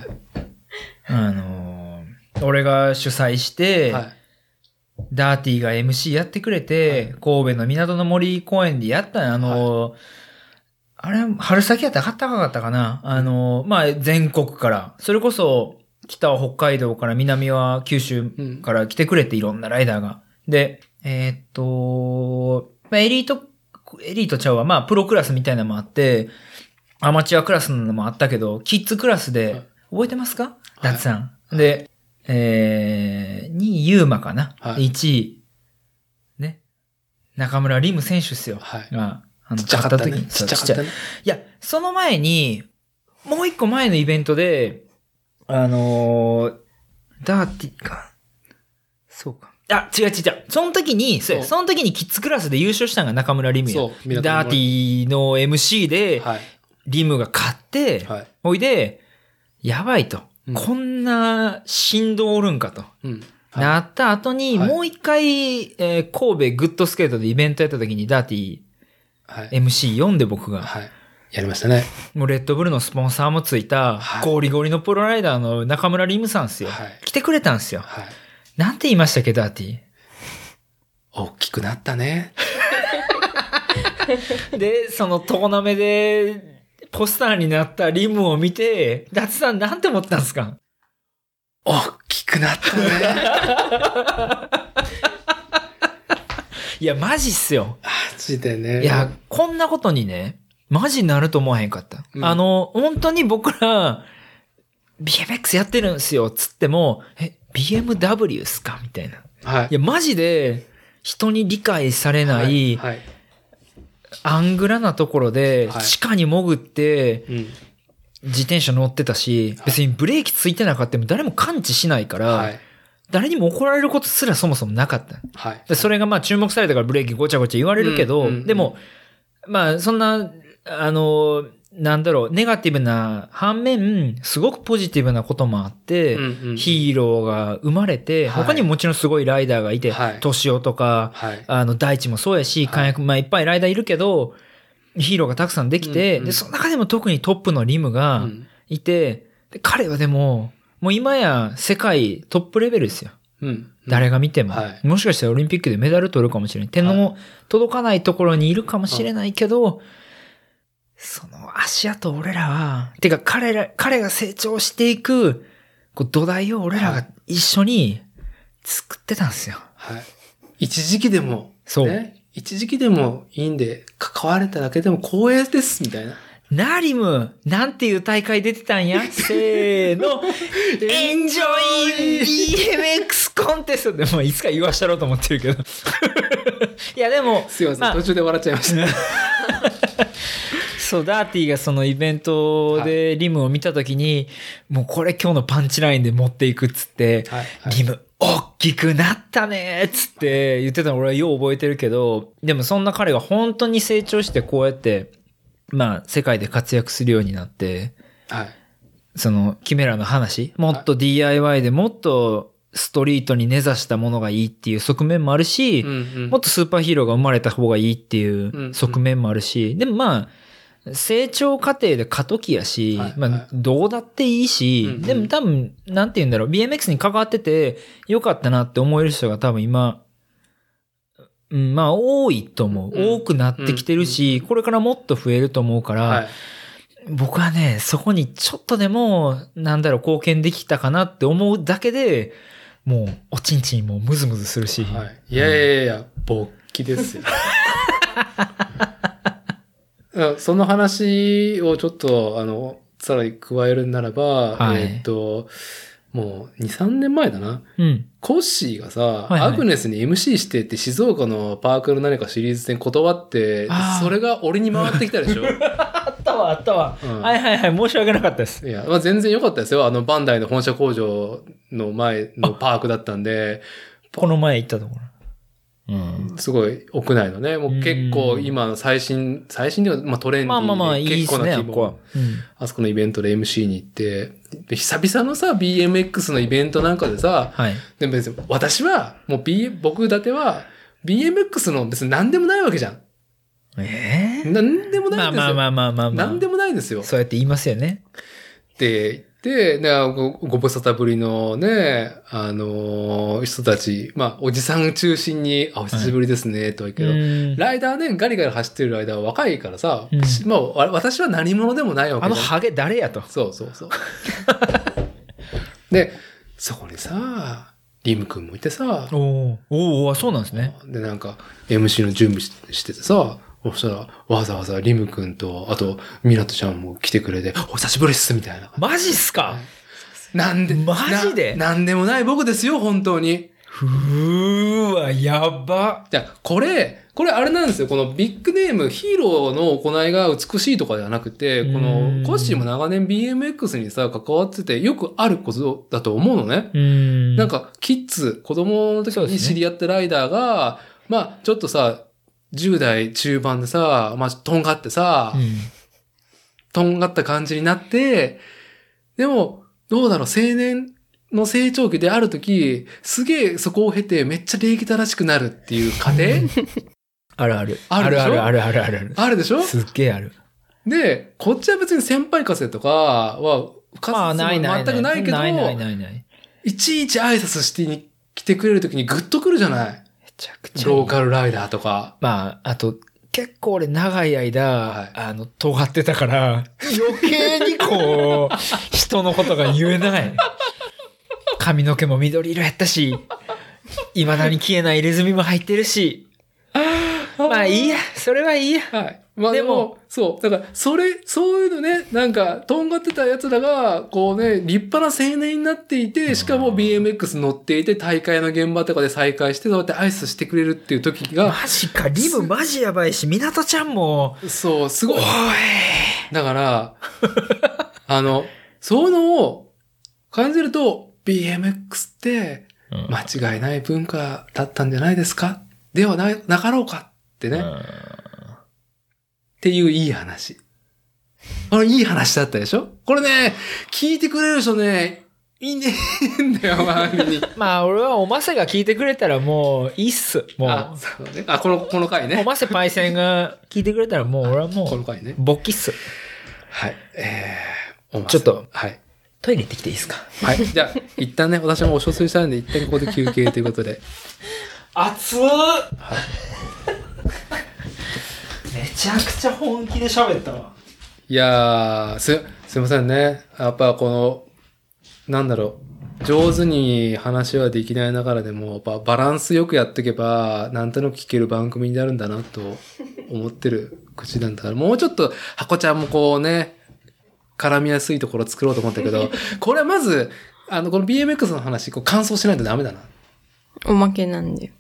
俺が主催して、 はい、 ダーティーが MC やってくれて、はい、神戸の港の森公園でやったあれ、春先やったら高かったかなまあ、全国から、それこそ、北は北海道から南は九州から来てくれて、いろんなライダーが。で、まあ、エリートちゃうわ、まあ、プロクラスみたいなのもあって、アマチュアクラスのもあったけど、キッズクラスで、はい、覚えてますかダッツさん。はい、で、2位、ユーマかな、はい、1位、ね。中村リム選手っすよ。 はい。 ちっちゃかった時に。 ちっちゃかったね。 いや、その前に、もう一個前のイベントで、ダーティか。そうか。違う。その時にキッズクラスで優勝したのが中村リムや。そう。ダーティの MC で、はい、リムが勝って、はい、おいで、やばいと。こんな振動おるんかと。なった後に、もう一回、神戸グッドスケートでイベントやった時にダーティ、MC 読んで僕が。 はい。やりましたね。 もうレッドブルのスポンサーもついた、ゴリゴリのプロライダーの中村リムさんですよ。来てくれたんですよ。なんて言いましたっけ、ダーティ。 大きくなったね。 で、そのトーナメで、ポスターになったリムを見て、ダツさんなんて思ったんですか？ 大きくなったね。 いや、マジっすよ。 マジでね。 いや、こんなことにね、マジになると思わへんかった。本当に僕ら、BMX やってるんすよ、つっても、BMW っすかみたいな。 はい。 いや、マジで、人に理解されない、はい。アングラなところで、地下に潜って、自転車乗ってたし、別にブレーキついてなかったも誰も感知しないから、誰にも怒られることすらそもそもなかった。でそれがまあ注目されたからブレーキごちゃごちゃ言われるけど、でも、まあそんな、なんだろう、ネガティブな反面、すごくポジティブなこともあって、ヒーローが生まれて、他にももちろんすごいライダーがいて、トシオとか、大地もそうやし、まあいっぱいライダーいるけど、ヒーローがたくさんできて、で、その中でも特にトップのリムがいて、で彼はでも、もう今や世界トップレベルですよ。誰が見ても、もしかしたらオリンピックでメダル取るかもしれない。点の届かないところにいるかもしれないけど、その足跡俺らは、てか彼が成長していく土台を俺らが一緒に作ってたんですよ。 はい。一時期でも、 そう。 ね、一時期でもいいんで、関われただけでも光栄です、みたいな。 ナリム、なんていう大会出てたんやせーの。エンジョイ BMX コンテストでもいつか言わしたろうと思ってるけど。いやでも。 すいません、途中で笑っちゃいました。 そう、ダーティがそのイベントでリムを見たときに、もうこれ今日のパンチラインで持っていくっつって、リム、大きくなったねっつって言ってたの俺はよう覚えてるけど、でもそんな彼が本当に成長してこうやって、まあ世界で活躍するようになって、 その、キメラの話、もっと DIY でもっとストリートに根ざしたものがいいっていう側面もあるし、もっとスーパーヒーローが生まれた方がいいっていう側面もあるし、でもまあ、成長過程で過渡期やし、まあ、どうだっていいし、でも多分、なんて言うんだろう、BMX に関わっててよかったなって思える人が多分今、まあ、多いと思う。多くなってきてるし、これからもっと増えると思うから、僕はね、そこにちょっとでも、なんだろう、貢献できたかなって思うだけで、もう、おちんちんもムズムズするし。 いや、勃起ですよ。その話をちょっと、さらに加えるならば、もう2、3年前だな。コッシーがさ、アグネスに MC してって静岡のパークの何かシリーズ戦断って、それが俺に回ってきたでしょあったわ。はい、申し訳なかったです。 いや、まあ、全然良かったですよ。バンダイの本社工場の前のパークだったんで。 この前行ったところ。 すごい屋内のね、もう結構今の最新では、まあ、トレンディーで結構な規模、あそこのイベントで MC に行って、久々のさ、BMX のイベントなんかでさ、でも別に私は、もう僕だては、BMX の別に何でもないわけじゃん。何でもないんですよ。何でもないですよ。 そうやって言いますよね。 って言って、ご無沙汰ぶりのね、人たち、まあ、おじさん中心に、お久しぶりですね、とは言うけど、ライダーね、ガリガリ走ってるライダーは若いからさ、まあ、私は何者でもないわけだ。 ハゲ誰やと。 そう。で、そこにさ、リム君もいてさ、 そうなんですね。 で、なんか、MC の準備しててさ、そしたら、わざわざリム君と、あと、ミナトちゃんも来てくれて、お久しぶりっす、みたいな。 マジっすか？ マジでなんでもない僕ですよ、本当に。 やば。 じゃあ、これあれなんですよ。このビッグネーム、ヒーローの行いが美しいとかではなくて、この、コッシーも長年 BMX にさ、関わってて、よくあることだと思うのね。なんか、キッズ、子供の時に知り合ったライダーが、まあ、ちょっとさ、10代中盤でさ、まあ、とんがってさ、とんがった感じになって、でも、どうだろう、青年の成長期であるとき、すげえそこを経てめっちゃ礼儀正しくなるっていう過程あるある。 あるでしょ？あるでしょ？ すっげえある。 で、こっちは別に先輩風とかは、全くないけど、いちいち挨拶してに来てくれるときにグッとくるじゃない？ めちゃくちゃ。 ローカルライダーとか。 まあ、あと、結構俺長い間、尖ってたから、余計にこう、人のことが言えない。髪の毛も緑色やったし、未だに消えない入れ墨も入ってるし、まあいいや、それはいいや。 まあでも、そう。だから、そういうのね、なんか、とんがってた奴らが、こうね、立派な青年になっていて、しかも BMX 乗っていて、大会の現場とかで再会して、そうやって挨拶してくれるっていう時が。 マジか、リムマジやばいし、港ちゃんも。 そう、すごい。だから、そういうのを感じると、BMX って、間違いない文化だったんじゃないですか？ではなかろうかってね。っていういい話。いい話だったでしょ？これね、聞いてくれる人ね、いねえんだよ、周りに。 まあ、俺はおませが聞いてくれたらもういいっす。もう。 そうね。この回ね。 おませパイセンが聞いてくれたらもう俺はもう、 この回ね。 勃起っす。 はい。 ちょっと、 はい。 トイレ行ってきていいですか？ はい。じゃあ、一旦ね、私もお処水したんで、一旦ここで休憩ということで。 熱っ！はい、めちゃくちゃ本気で喋ったわ。 いやー、すいませんね。やっぱこの、なんだろう。上手に話はできないながらでも、やっぱバランスよくやっていけば、なんとなく聞ける番組になるんだなと思ってる口なんだから、もうちょっと、ハコちゃんもこうね、絡みやすいところ作ろうと思ったけど、これはまず、この BMX の話、感想しないとダメだな。 おまけなんで。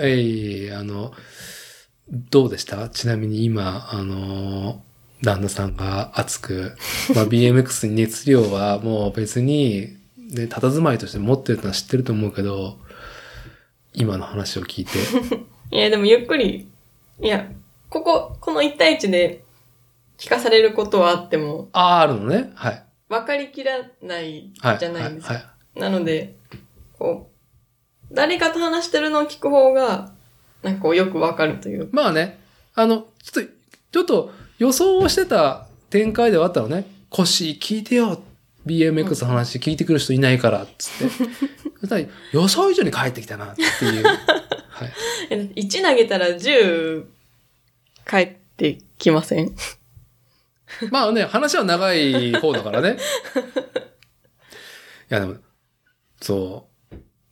どうでした？ちなみに今、旦那さんが熱く、まあ、BMX に熱量はもう別に、ね、佇まいとして持ってるのは知ってると思うけど、今の話を聞いて。 いや、でもゆっくり、いや、この1対1で聞かされることはあっても。 あるのね。はい。 分かりきらないじゃないですか。 はいはいはい、 なので、こう、誰かと話してるのを聞く方が、なんかこうよく分かるというか。 まあね、ちょっと予想をしてた展開ではあったのね。コッシー聞いてよ。BMX の話聞いてくる人いないから、つって。予想以上に返ってきたなっていう。はい、 1投げたら10返ってきません？ まあね、話は長い方だからね。いやでも、そう、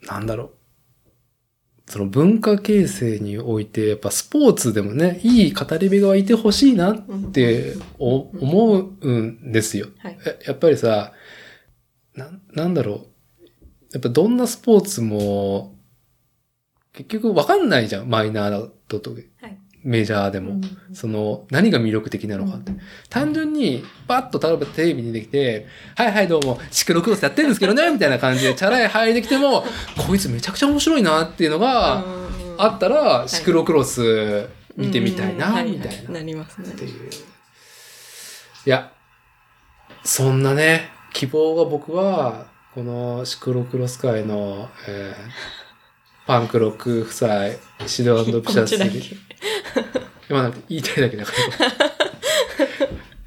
なんだろう。その文化形成において、やっぱスポーツでもね、いい語り部がいてほしいなって思うんですよ。 はい、 やっぱりさ、なんだろう。やっぱどんなスポーツも、結局わかんないじゃん。マイナーだと、はい、メジャーでも。その、何が魅力的なのかって。単純に、パッと例えばテレビに出てきて、はいはいどうも、シクロクロスやってるんですけどね、みたいな感じでチャラい入りできても、こいつめちゃくちゃ面白いなっていうのがあったら、シクロクロス見てみたいな、みたいな。 なりますね。 いや、そんなね、希望が僕は、このシクロクロス界の、パンクロック夫妻、シド&ピシャスに、今なんか言いたいだけだから、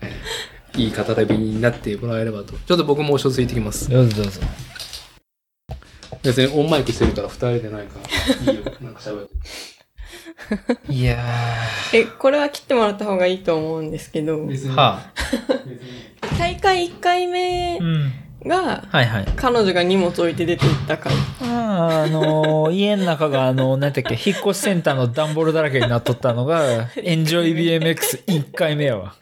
いい語りになってもらえればと。ちょっと僕も書ついてきます。 どうぞどうぞ。 別にオンマイクしてるから二人でないからいいよ。なんか喋って。 いやー。これは切ってもらった方がいいと思うんですけど。 はあ、 大会1回目が、 はいはい、 彼女が荷物置いて出て行った回。 家の中が何だっけ、引っ越しセンターの段ボールだらけになっとったのが、エンジョイ BMX1 回目やわ。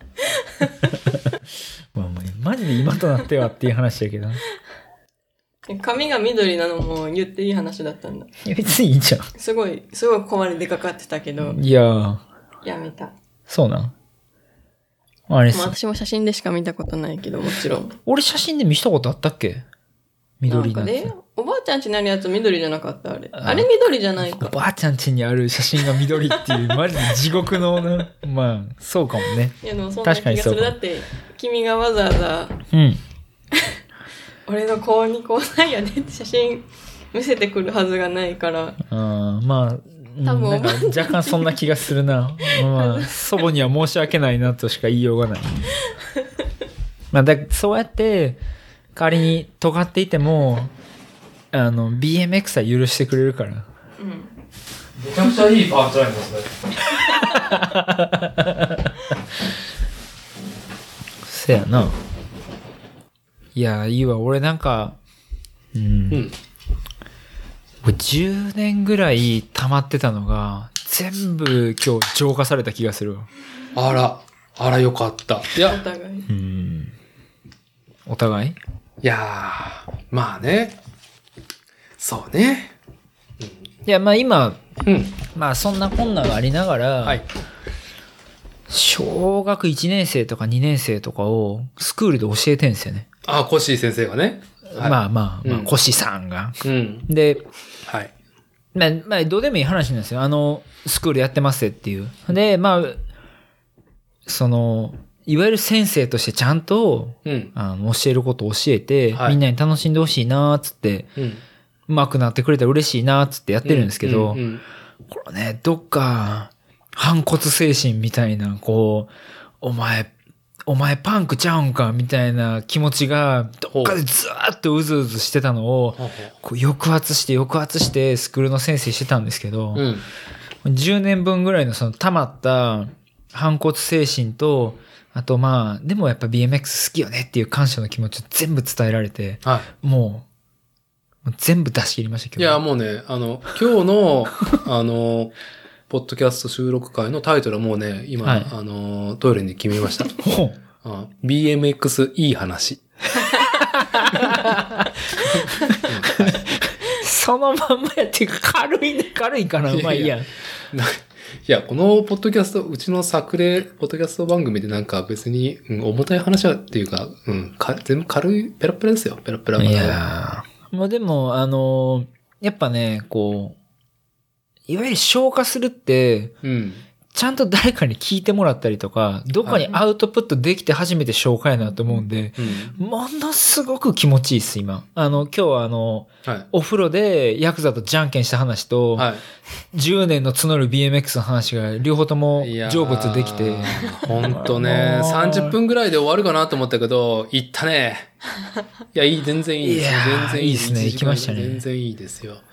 まあ、マジで今となってはっていう話やけど。 髪が緑なのも言っていい話だったんだ。 別にいいじゃん。 すごいここまで出かかってたけど。 いやー。 やめた。 そうなんあれ私も写真でしか見たことないけど、もちろん。 俺写真で見したことあったっけ？緑のやつ。 おばあちゃん家にあるやつ緑じゃなかったあれ。あれ緑じゃないか。 おばあちゃん家にある写真が緑っていう、マジで地獄のな。まあ、そうかもね。 いやでもそんな気がする。だって、君がわざわざ、 うん。 俺の高2高3やねって写真見せてくるはずがないから。 まあ、多分なんか若干そんな気がするな。まあ、祖母には申し訳ないなとしか言いようがない。まあ、そうやって、仮に尖っていても、BMX は許してくれるから。うん。 めちゃくちゃいいパンチラインですね。 せやな。いや、いいわ。俺なんか、10年ぐらい溜まってたのが、全部今日浄化された気がするわ。 あらよかった。いや、 お互い。 お互い？ いやー、まあね。そうね。 いや、まあ今、まあそんなこんながありながら、 はい、 小学1年生とか2年生とかをスクールで教えてんすよね。 あ、コッシー先生がね。 はい、まあ、コッシーさんが。で、 はい。 まあ、どうでもいい話なんですよ。スクールやってますっていう。で、まあ、いわゆる先生としてちゃんと、教えることを教えて、みんなに楽しんでほしいなーっつって、上手くなってくれたら嬉しいなーっつってやってるんですけど、これね、どっか、反骨精神みたいな、こう、お前パンクちゃうんかみたいな気持ちが、どっかでずーっとうずうずしてたのを、こう抑圧してスクールの先生してたんですけど、10年分ぐらいの溜まった反骨精神と、あとまあ、でもやっぱ BMX 好きよねっていう感謝の気持ちを全部伝えられて、もう全部出し切りましたけど。 いや、もうね、今日の、ポッドキャスト収録会のタイトルはもうね、今、トイレに決めました。BMX いい話。 そのまんまやっていうか軽いかな、まあいいや。 いや、このポッドキャスト、うちの作例、ポッドキャスト番組でなんか別に、重たい話はっていうか、全部軽い、ペラペラですよ、ペラペラ。 いやもうでも、やっぱね、こう、いわゆる消化するって、 ちゃんと誰かに聞いてもらったりとか、どっかにアウトプットできて初めて紹介なと思うんで、ものすごく気持ちいいです、今。今日はお風呂でヤクザとじゃんけんした話と、10年の募る BMX の話が両方とも成仏できて。 ほんとね、30分ぐらいで終わるかなと思ったけど、行ったね。いや、全然いいですよ。全然いいですね。行きましたね。 全然いいですよ。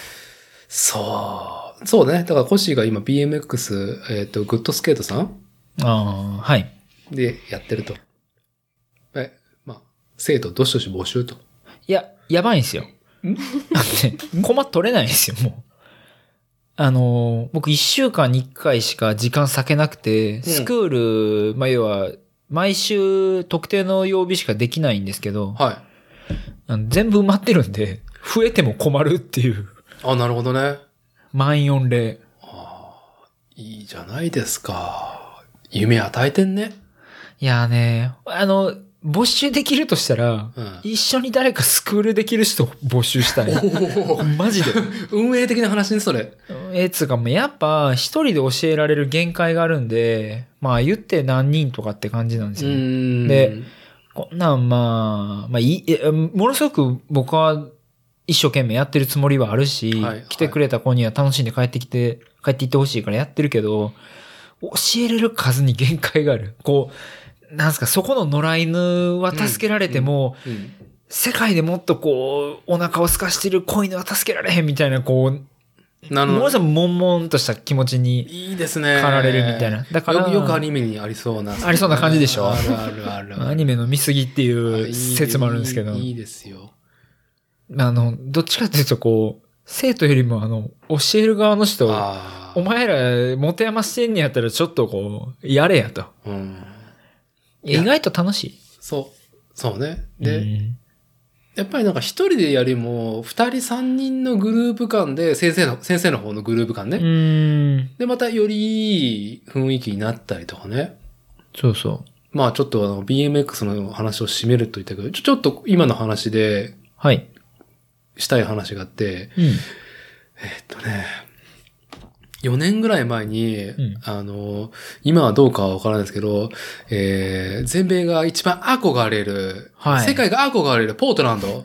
そうね。だからコッシーが今 BMX、グッドスケートさんはい。 でやってると。まあ、生徒どしどし募集と。 いや、やばいんですよ。だって、コマ取れないんですよ、もう。僕1週間に1回しか時間割けなくて、スクール、要は、毎週特定の曜日しかできないんですけど、 はい。 全部埋まってるんで、増えても困るっていう。 なるほどね。 満員御礼。 いいじゃないですか。夢与えてんね。 いやね、募集できるとしたら、一緒に誰かスクールできる人を募集したい。マジで。 運営的な話ね、それ。 つうか、やっぱ、一人で教えられる限界があるんで、言って何人とかって感じなんですよね。で、こんなんものすごく僕は一生懸命やってるつもりはあるし、来てくれた子には楽しんで帰っていってほしいからやってるけど、教えれる数に限界がある。なんすか、そこの野良犬は助けられても、世界でもっとお腹を空かしてる子犬は助けられへんみたいな、ものすごく悶々とした気持ちに、 いいですね。 駆られるみたいな。だからよくアニメにありそうな。 ありそうな感じでしょ？ ある。 アニメの見過ぎっていう説もあるんですけど。 いいですよ。 どっちかっていうと生徒よりも教える側の人、お前ら持て余してんねやったらちょっとやれやと。意外と楽しい。 そうね。で、やっぱりなんか一人でやりも、二人三人のグループ間で、先生の方のグループ間ね。で、またよりいい雰囲気になったりとかね。 そうそう。 ちょっとBMX の話を締めると言ったけど、ちょっと今の話で、 はい。 したい話があって、4年ぐらい前に、今はどうかはわからないですけど、全米が一番憧れる、世界が憧れるポートランド。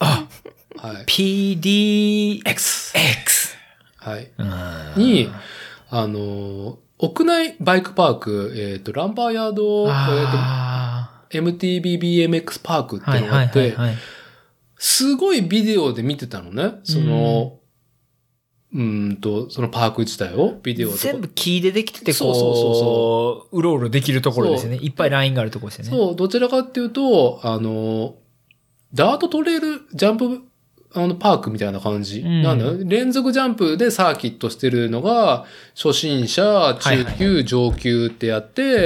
PDX。 はい。に、屋内バイクパーク、ランバーヤード、MTBBMX パークっていうのがあって、すごいビデオで見てたのね。そのパーク自体を、ビデオとか。 全部木でできてて、うろうろできるところですよね。いっぱいラインがあるところですよね。 そう、どちらかっていうと、ダートトレイルジャンプ、パークみたいな感じ。なんだよ。連続ジャンプでサーキットしてるのが、初心者、中級、上級ってやって、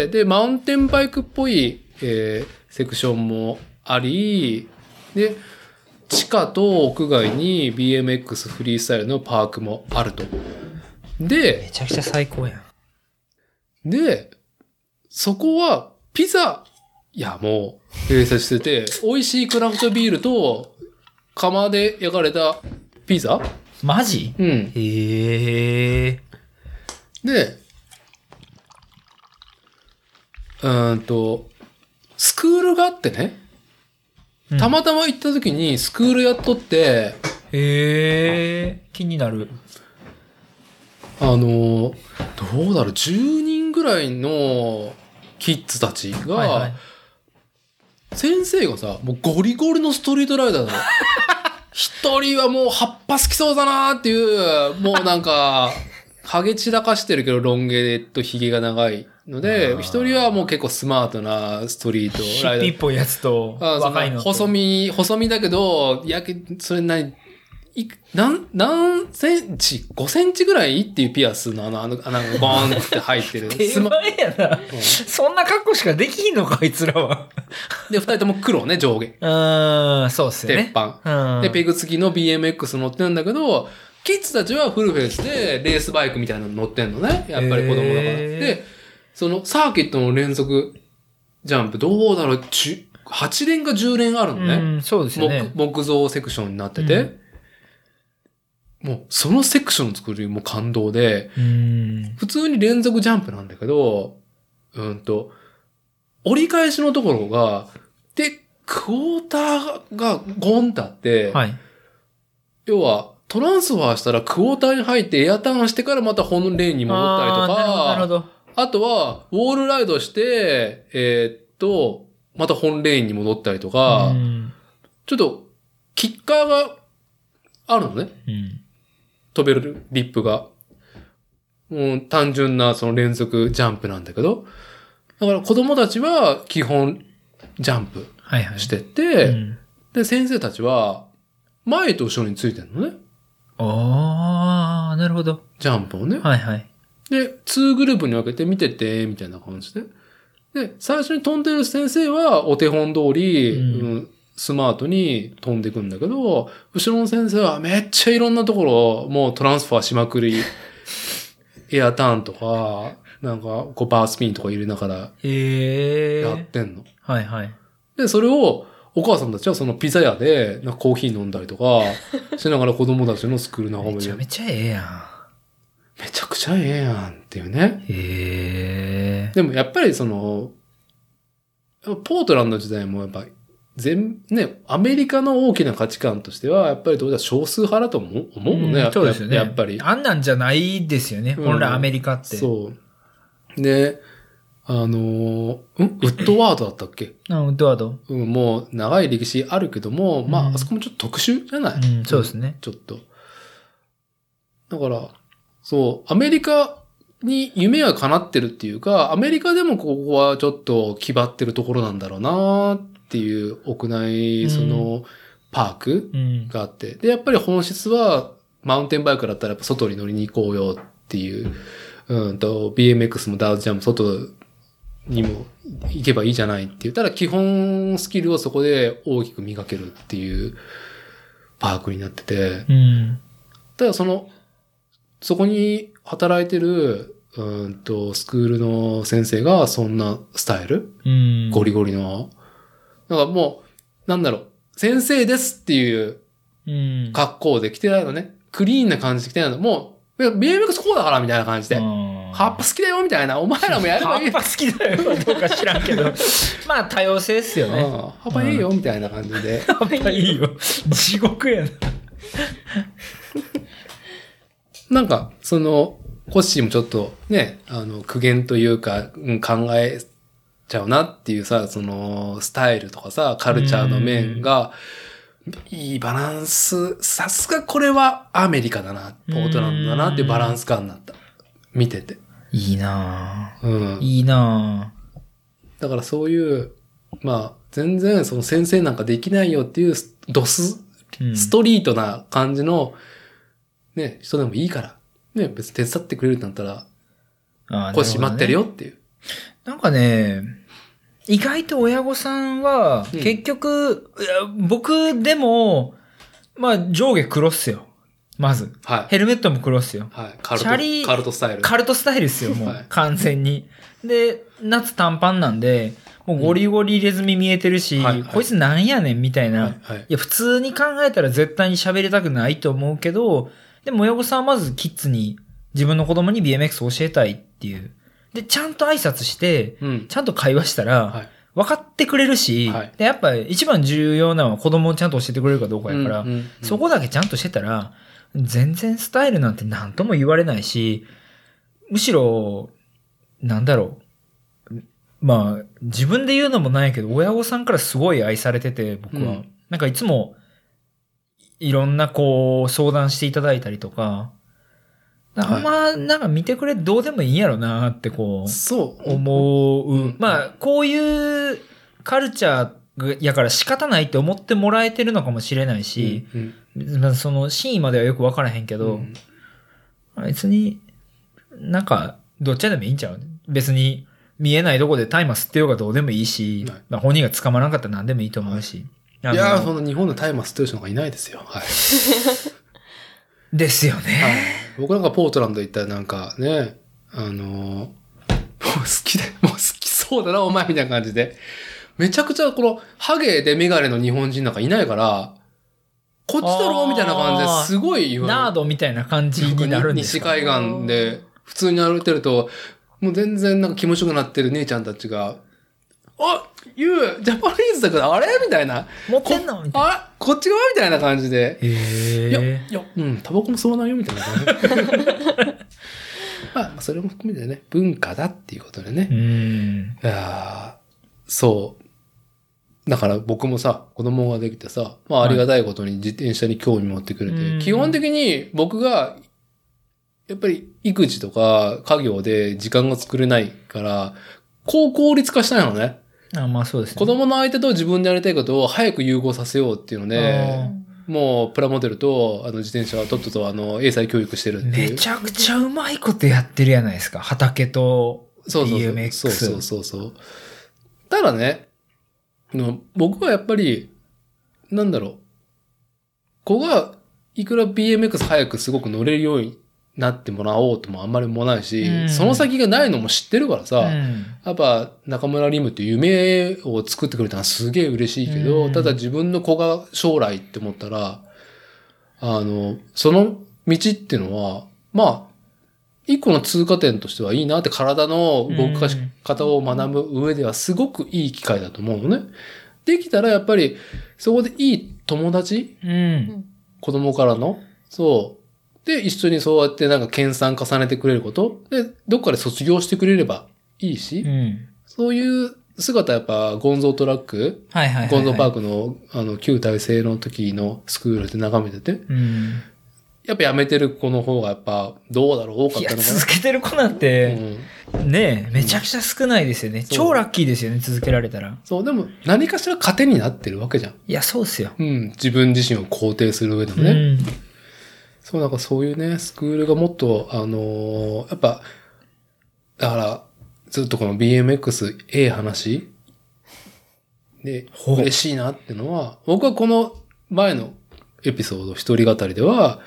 で、マウンテンバイクっぽい、セクションもあり、で、地下と屋外に BMX フリースタイルのパークもあると。で、 めちゃくちゃ最高やん。で、そこはピザ、もう併設してて、美味しいクラフトビールと窯で焼かれたピザ？ マジ？ うん。 へえ。 で、スクールがあってね、たまたま行った時にスクールやっとって、 気になる。 どうだろう、10人ぐらいのキッズたちが、先生がさ、もうゴリゴリのストリートライダーだの。一人はもう葉っぱ好きそうだなーっていう、もうなんか、ハゲ散らかしてるけどロン毛とヒゲが長いので、一人はもう結構スマートなストリートライダー。ヒッピーっぽいやつと、若いのと。 細身だけど、それ何センチ ?5 センチぐらいっていうピアスの穴がボーンって入ってる。 手前やな、そんな格好しかできひんのか、あいつらは。 で、二人とも黒ね、上下。 そうっすよね。 鉄板。で、ペグ付きの BMX 乗ってるんだけど、キッズたちはフルフェイスでレースバイクみたいなの乗ってんのね。やっぱり子供だから。で、そのサーキットの連続ジャンプ、どうだろう、8連か10連あるのね。 そうですよね。 木造セクションになってて。 もうそのセクションの作りも感動で、普通に連続ジャンプなんだけど、折り返しのところが、で、クォーターがゴンってあって、はい、要はトランスファーしたらクォーターに入ってエアターンしてからまた本レーンに戻ったりとか、 なるほど。 あとはウォールライドして、また本レーンに戻ったりとか、ちょっとキッカーがあるのね。飛べるリップが。単純なその連続ジャンプなんだけど、だから子供たちは基本ジャンプしてて、で、先生たちは前と後ろについてるのね。 ああ、なるほど。 ジャンプをね。 はいはい。 で、2グループに分けて見てて、みたいな感じで。で、最初に飛んでる先生はお手本通り、スマートに飛んでいくんだけど、後ろの先生はめっちゃいろんなところもうトランスファーしまくり、エアターンとか、なんかバースピンとか入れながらやってんの。 はいはい。 で、それをお母さんたちはそのピザ屋でなんかコーヒー飲んだりとかしながら子供たちのスクール眺めて。 めちゃめちゃええやん。 めちゃくちゃええやんっていうね。でもやっぱりその、ポートランド時代もやっぱアメリカの大きな価値観としては、やっぱりどうだ少数派だと思うのね。 そうですよね。 やっぱり。 あんなんじゃないですよね。本来アメリカって。 そう。で、ウッドワードだったっけ？ ウッドワード。 もう長い歴史あるけども、まあ、あそこもちょっと特殊じゃない？ そうですね。 ちょっと。だから、そう、アメリカに夢が叶ってるっていうか、アメリカでもここはちょっと気張ってるところなんだろうなっていう屋内、その、パークがあって。で、やっぱり本質は、マウンテンバイクだったらやっぱ外に乗りに行こうよっていう、BMX もダウジャンも外にも行けばいいじゃないって言ったら、基本スキルをそこで大きく磨けるっていうパークになってて、ただそこに働いてる、スクールの先生がそんなスタイル、ゴリゴリの。なんかもう、なんだろう、先生ですっていう格好で来てないのね。クリーンな感じで来てないの。もう、BMX こうだからみたいな感じで。葉っぱ好きだよみたいな。お前らもやればいい。 葉っぱ好きだよどうか知らんけど。まあ多様性ですよね。 葉っぱいいよみたいな感じで。 葉っぱいいよ。地獄やな。 なんか、コッシーもちょっとね、苦言というか、考えちゃうなっていうさ、スタイルとかさ、カルチャーの面が、いいバランス、さすがこれはアメリカだな、ポートランドだなっていうバランス感になった。見てて。 いいなぁ。いいなぁ。だからそういう、まあ、全然その先生なんかできないよっていうストリートな感じの、ね、人でもいいから、ね、別に手伝ってくれるってなったら、腰待ってるよっていう。 なんかね、意外と親御さんは、結局、僕でも、まあ上下黒っすよ。まず。はい。ヘルメットも黒っすよ。 はい。カルトスタイル。 カルトスタイルっすよ、もう。はい、完全に。で、夏短パンなんで、もうゴリゴリ入れ墨見えてるし、こいつなんやねんみたいな。いや、普通に考えたら絶対に喋りたくないと思うけど、でも親御さんはまずキッズに、自分の子供に BMX を教えたいっていう。で、ちゃんと挨拶して、ちゃんと会話したら、分かってくれるし、で、やっぱり一番重要なのは子供をちゃんと教えてくれるかどうかやから、そこだけちゃんとしてたら、全然スタイルなんて何とも言われないし、むしろ、なんだろう。まあ、自分で言うのもないけど、親御さんからすごい愛されてて、僕は。なんかいつも、いろんな相談していただいたりとか、あんま、なんか見てくれどうでもいいんやろなってそう思う。まあ、こういうカルチャーやから仕方ないって思ってもらえてるのかもしれないし、その真意まではよくわからへんけど、別に、なんか、どっちでもいいんちゃう？別に、見えないとこで大麻吸ってようがどうでもいいし、まあ、本人が捕まらなかったら何でもいいと思うし。 いやその日本で大麻吸ってる人がいないですよ。はい。 ですよね。はい。 僕なんかポートランド行ったらなんかね、もう好きそうだな、お前みたいな感じで。めちゃくちゃハゲでメガネの日本人なんかいないから、 こっちだろみたいな感じですごい言われる。 ナードみたいな感じになるんですか？ 西海岸で、普通に歩いてると、もう全然なんか気持ちよくなってる姉ちゃんたちが、ジャパニーズだからあれみたいな。 持ってんのみたいな。 こっち側みたいな感じで。 いや、タバコもそうなんよみたいな感じ。まあ、それも含めてね、文化だっていうことでね。いやそう。だから僕もさ、子供ができてさ、まあありがたいことに自転車に興味持ってくれて、基本的に僕が、やっぱり育児とか家業で時間が作れないから、効率化したいのね。 まあそうですね。 子供の相手と自分でやりたいことを早く融合させようっていうので、もうプラモデルと自転車はとっとと英才教育してるっていう。 めちゃくちゃうまいことやってるやないですか。畑と BMX。 そう。ただね、僕はやっぱり、子がいくら BMX 早くすごく乗れるようになってもらおうともあんまりもないし、その先がないのも知ってるからさ、やっぱ中村リムっていう夢を作ってくれたのはすげえ嬉しいけど、ただ自分の子が将来って思ったら、その道っていうのは、まあ、一個の通過点としてはいいなって体の動かし方を学ぶ上ではすごくいい機会だと思うのね。できたらやっぱりそこでいい友達、子供からの、そう。で、一緒にそうやってなんか研鑽重ねてくれること。で、どっかで卒業してくれればいいし、そういう姿やっぱゴンゾートラック、ゴンゾーパークの旧体制の時のスクールで眺めてて、やっぱ辞めてる子の方がやっぱどうだろう多かったのかな。 いや、続けてる子なんて、ねえ、めちゃくちゃ少ないですよね。超ラッキーですよね、続けられたら。 そう、でも何かしら糧になってるわけじゃん。 いや、そうっすよ。 自分自身を肯定する上でもね。そう、なんかそういうね、スクールがもっと、やっぱ、だから、ずっとこの BMX 話で、嬉しいなっていうのは、僕はこの前のエピソード一人語りでは、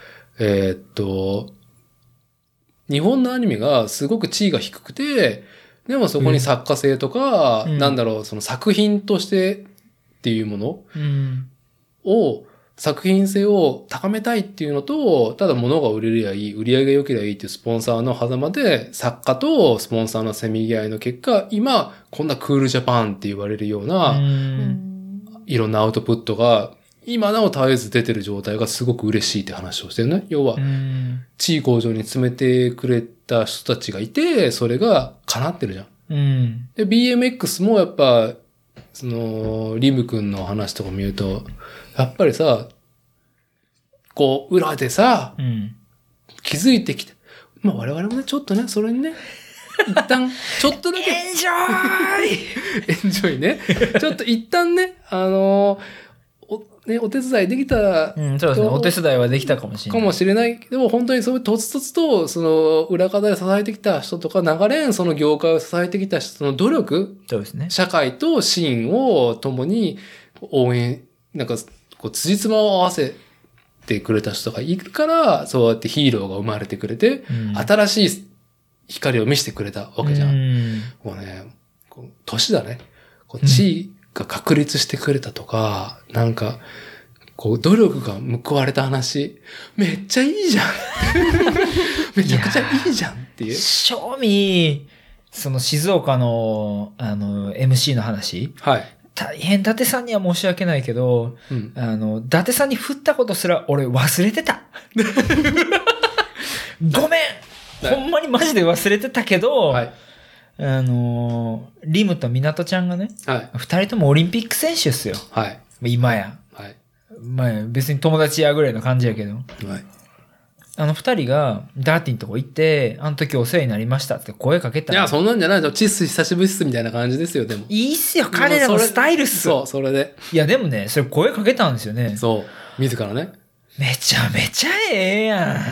日本のアニメがすごく地位が低くて、でもそこに作家性とか、その作品としてっていうものを、作品性を高めたいっていうのと、ただ物が売れりゃいい、売り上げが良ければいいっていうスポンサーの狭間で、作家とスポンサーのせめぎ合いの結果、今、こんなクールジャパンって言われるような、いろんなアウトプットが、今なお絶えず出てる状態がすごく嬉しいって話をしてるね。要は、地位向上に詰めてくれた人たちがいて、それが叶ってるじゃん。で、BMX もやっぱ、リム君の話とか見ると、やっぱりさ、こう、裏でさ、気づいてきて、まあ我々もね、ちょっとね、それにね、一旦、ちょっとだけ。 エンジョエンジョイね。ちょっと一旦ね、お手伝いできたら、 そうですね。お手伝いはできたかもしれない。 かもしれない。でも本当にそういうとつとつと、その裏方で支えてきた人とか、長年その業界を支えてきた人の努力、 そうですね。 社会とシーンを共に応援、こう、辻褄を合わせてくれた人がいるから、そうやってヒーローが生まれてくれて、新しい光を見せてくれたわけじゃん。もうね、年だね。こう地位が確立してくれたとか、こう、努力が報われた話、めっちゃいいじゃん。めちゃくちゃいいじゃんっていう。 正味、その静岡の、MC の話。 はい。 大変伊達さんには申し訳ないけど、伊達さんに振ったことすら俺忘れてた。ごめん、ほんまにマジで忘れてたけど、リムと港ちゃんがね、二人ともオリンピック選手っすよ。今や。まあ別に友達やぐらいの感じやけど。二人がダーティンとこ行って、あの時お世話になりましたって声かけた。 いや、そんなんじゃないの。チッス久しぶりっすみたいな感じですよ、でも。 いいっすよ、彼らのスタイルっす。 そう、それで。 いや、でもね、それ声かけたんですよね。 そう。自らね。 めちゃめちゃええやんって。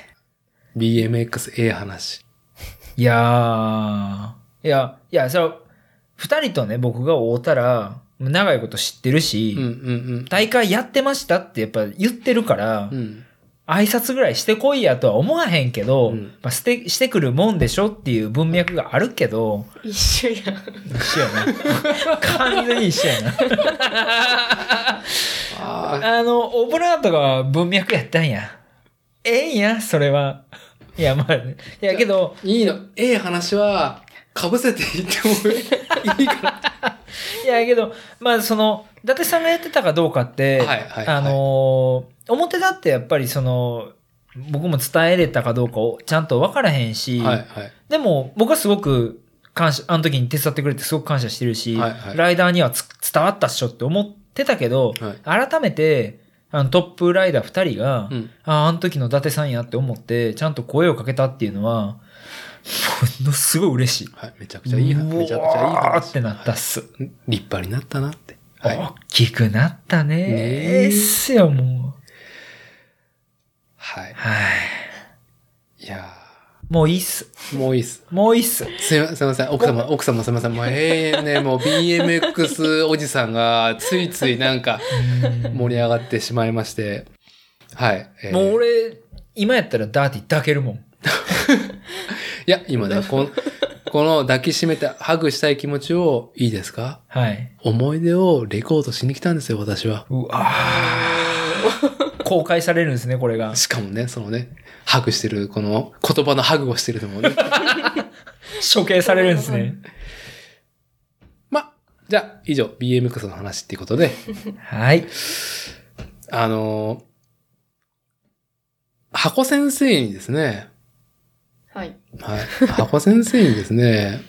BMX 話。 いや、それ、二人とね、僕が会うたら、長いこと知ってるし、大会やってましたってやっぱ言ってるから、 挨拶ぐらいしてこいやとは思わへんけど、まあ、してくるもんでしょっていう文脈があるけど。 一緒やん。 一緒やな。完全に一緒やな。オブラートが文脈やったんや。ええんや、それは。いや、まあ、ね、いやけど。 いいの。話は、被せていってもいいから。 いや、けど、まあ、伊達さんがやってたかどうかって、表だってやっぱり僕も伝えれたかどうかをちゃんと分からへんし、でも僕はすごく感謝、あの時に手伝ってくれてすごく感謝してるし、ライダーには伝わったっしょって思ってたけど、改めて、トップライダー2人が、あの時の伊達さんやって思って、ちゃんと声をかけたっていうのは、ものすごい嬉しい。 めちゃくちゃいい話。めちゃくちゃいい話ってなったっす。 立派になったなって。 大きくなったねーっすよ、もう。 はい。いやもういいっす。 もういいっす。 もういいっす。 すいません。奥様もすいません。もうね、もう BMX おじさんがついついなんか盛り上がってしまいまして。はい。 もう俺、今やったらダーティ抱けるもん。 いや、今ね、この抱きしめてハグしたい気持ちをいいですか？ はい。 思い出をレコードしに来たんですよ、私は。 うわ公開されるんですね、これが。 しかもね、ハグしてる、この言葉のハグをしてるのもね。 処刑されるんですね。 じゃあ、以上、BMX の話っていうことで。 はい。 箱先生にですね。 はい。 箱先生にですね。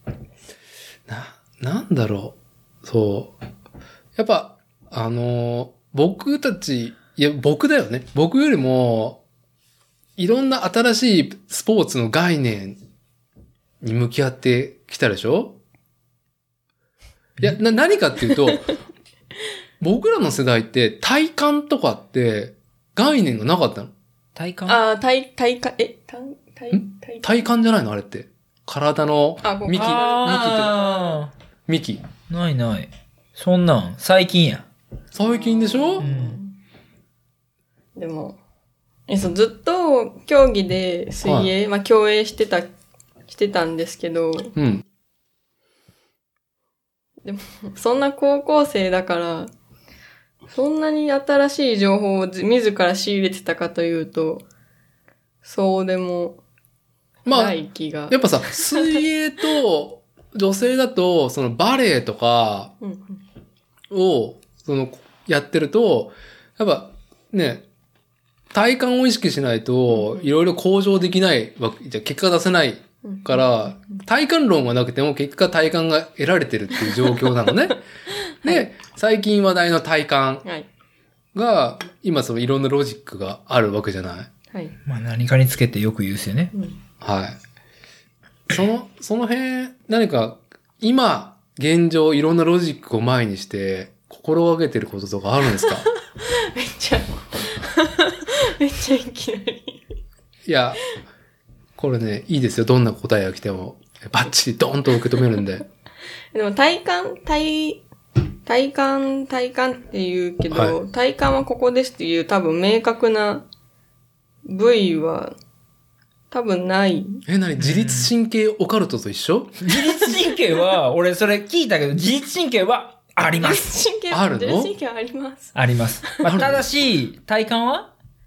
なんだろう。そう。やっぱ、僕たち、いや、僕だよね。僕よりも、いろんな新しいスポーツの概念に向き合ってきたでしょ？いや、何かっていうと、僕らの世代って体感とかって概念がなかったの。 体感？ 体感じゃないのあれって。体の幹。 ない。そんなん、最近や。 最近でしょ？ でも、ずっと競技で水泳、競泳してたんですけど、でも、そんな高校生だから、そんなに新しい情報を自ら仕入れてたかというと、そうでもない気が。 やっぱさ、水泳と女性だと、バレエとかを、やってると、やっぱね、体感を意識しないと、いろいろ向上できないわけじゃ、結果出せないから、体感論がなくても結果体感が得られてるっていう状況なのね。で、最近話題の体感が、今いろんなロジックがあるわけじゃない。 はい。 何かにつけてよく言うですよね。 はい。その辺、何か、今、現状、いろんなロジックを前にして、心がけてることとかあるんですか？ めっちゃいきなり。いや、これね、いいですよ。どんな答えが来ても、バッチリドーンと受け止めるんで。 でも体感って言うけど、体感はここですっていう多分明確な部位は多分ない。 何？自律神経オカルトと一緒？ 自律神経は、俺それ聞いたけど、自律神経はあります。 あるの？ 自律神経はあります。 あります。ただし、体幹は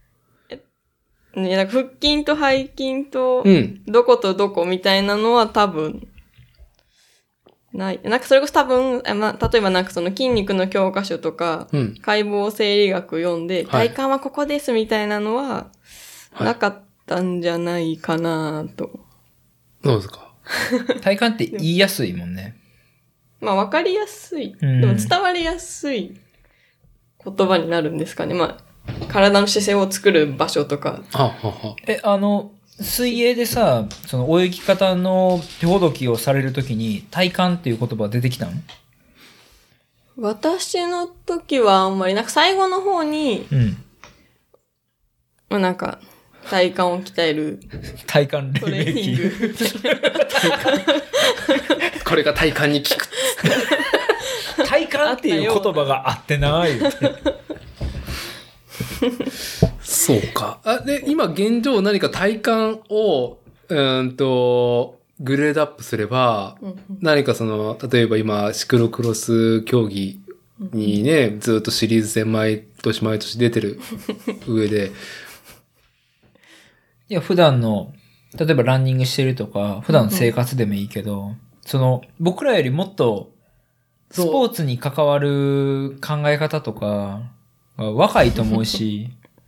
なんか腹筋と背筋と、どことどこみたいなのは多分、ない。なんかそれこそ多分、例えばなんか筋肉の教科書とか、解剖生理学読んで、体幹はここですみたいなのは、なかったんじゃないかなと。 どうですか？ 体幹って言いやすいもんね。 わかりやすい。でも伝わりやすい言葉になるんですかね。体の姿勢を作る場所とか。 水泳でさ、泳ぎ方の手ほどきをされるときに、体幹っていう言葉出てきたの？ 私の時はあんまり、なんか最後の方に、なんか、体幹を鍛える。 体幹トレーニング。 これが体幹に効く。 体幹っていう言葉があってない。 そうか。で、今現状何か体感を、グレードアップすれば、何か例えば今、シクロクロス競技にね、ずっとシリーズ戦毎年出てる上で。 いや、普段の、例えばランニングしてるとか、普段の生活でもいいけど、僕らよりもっと、スポーツに関わる考え方とか、若いと思うし。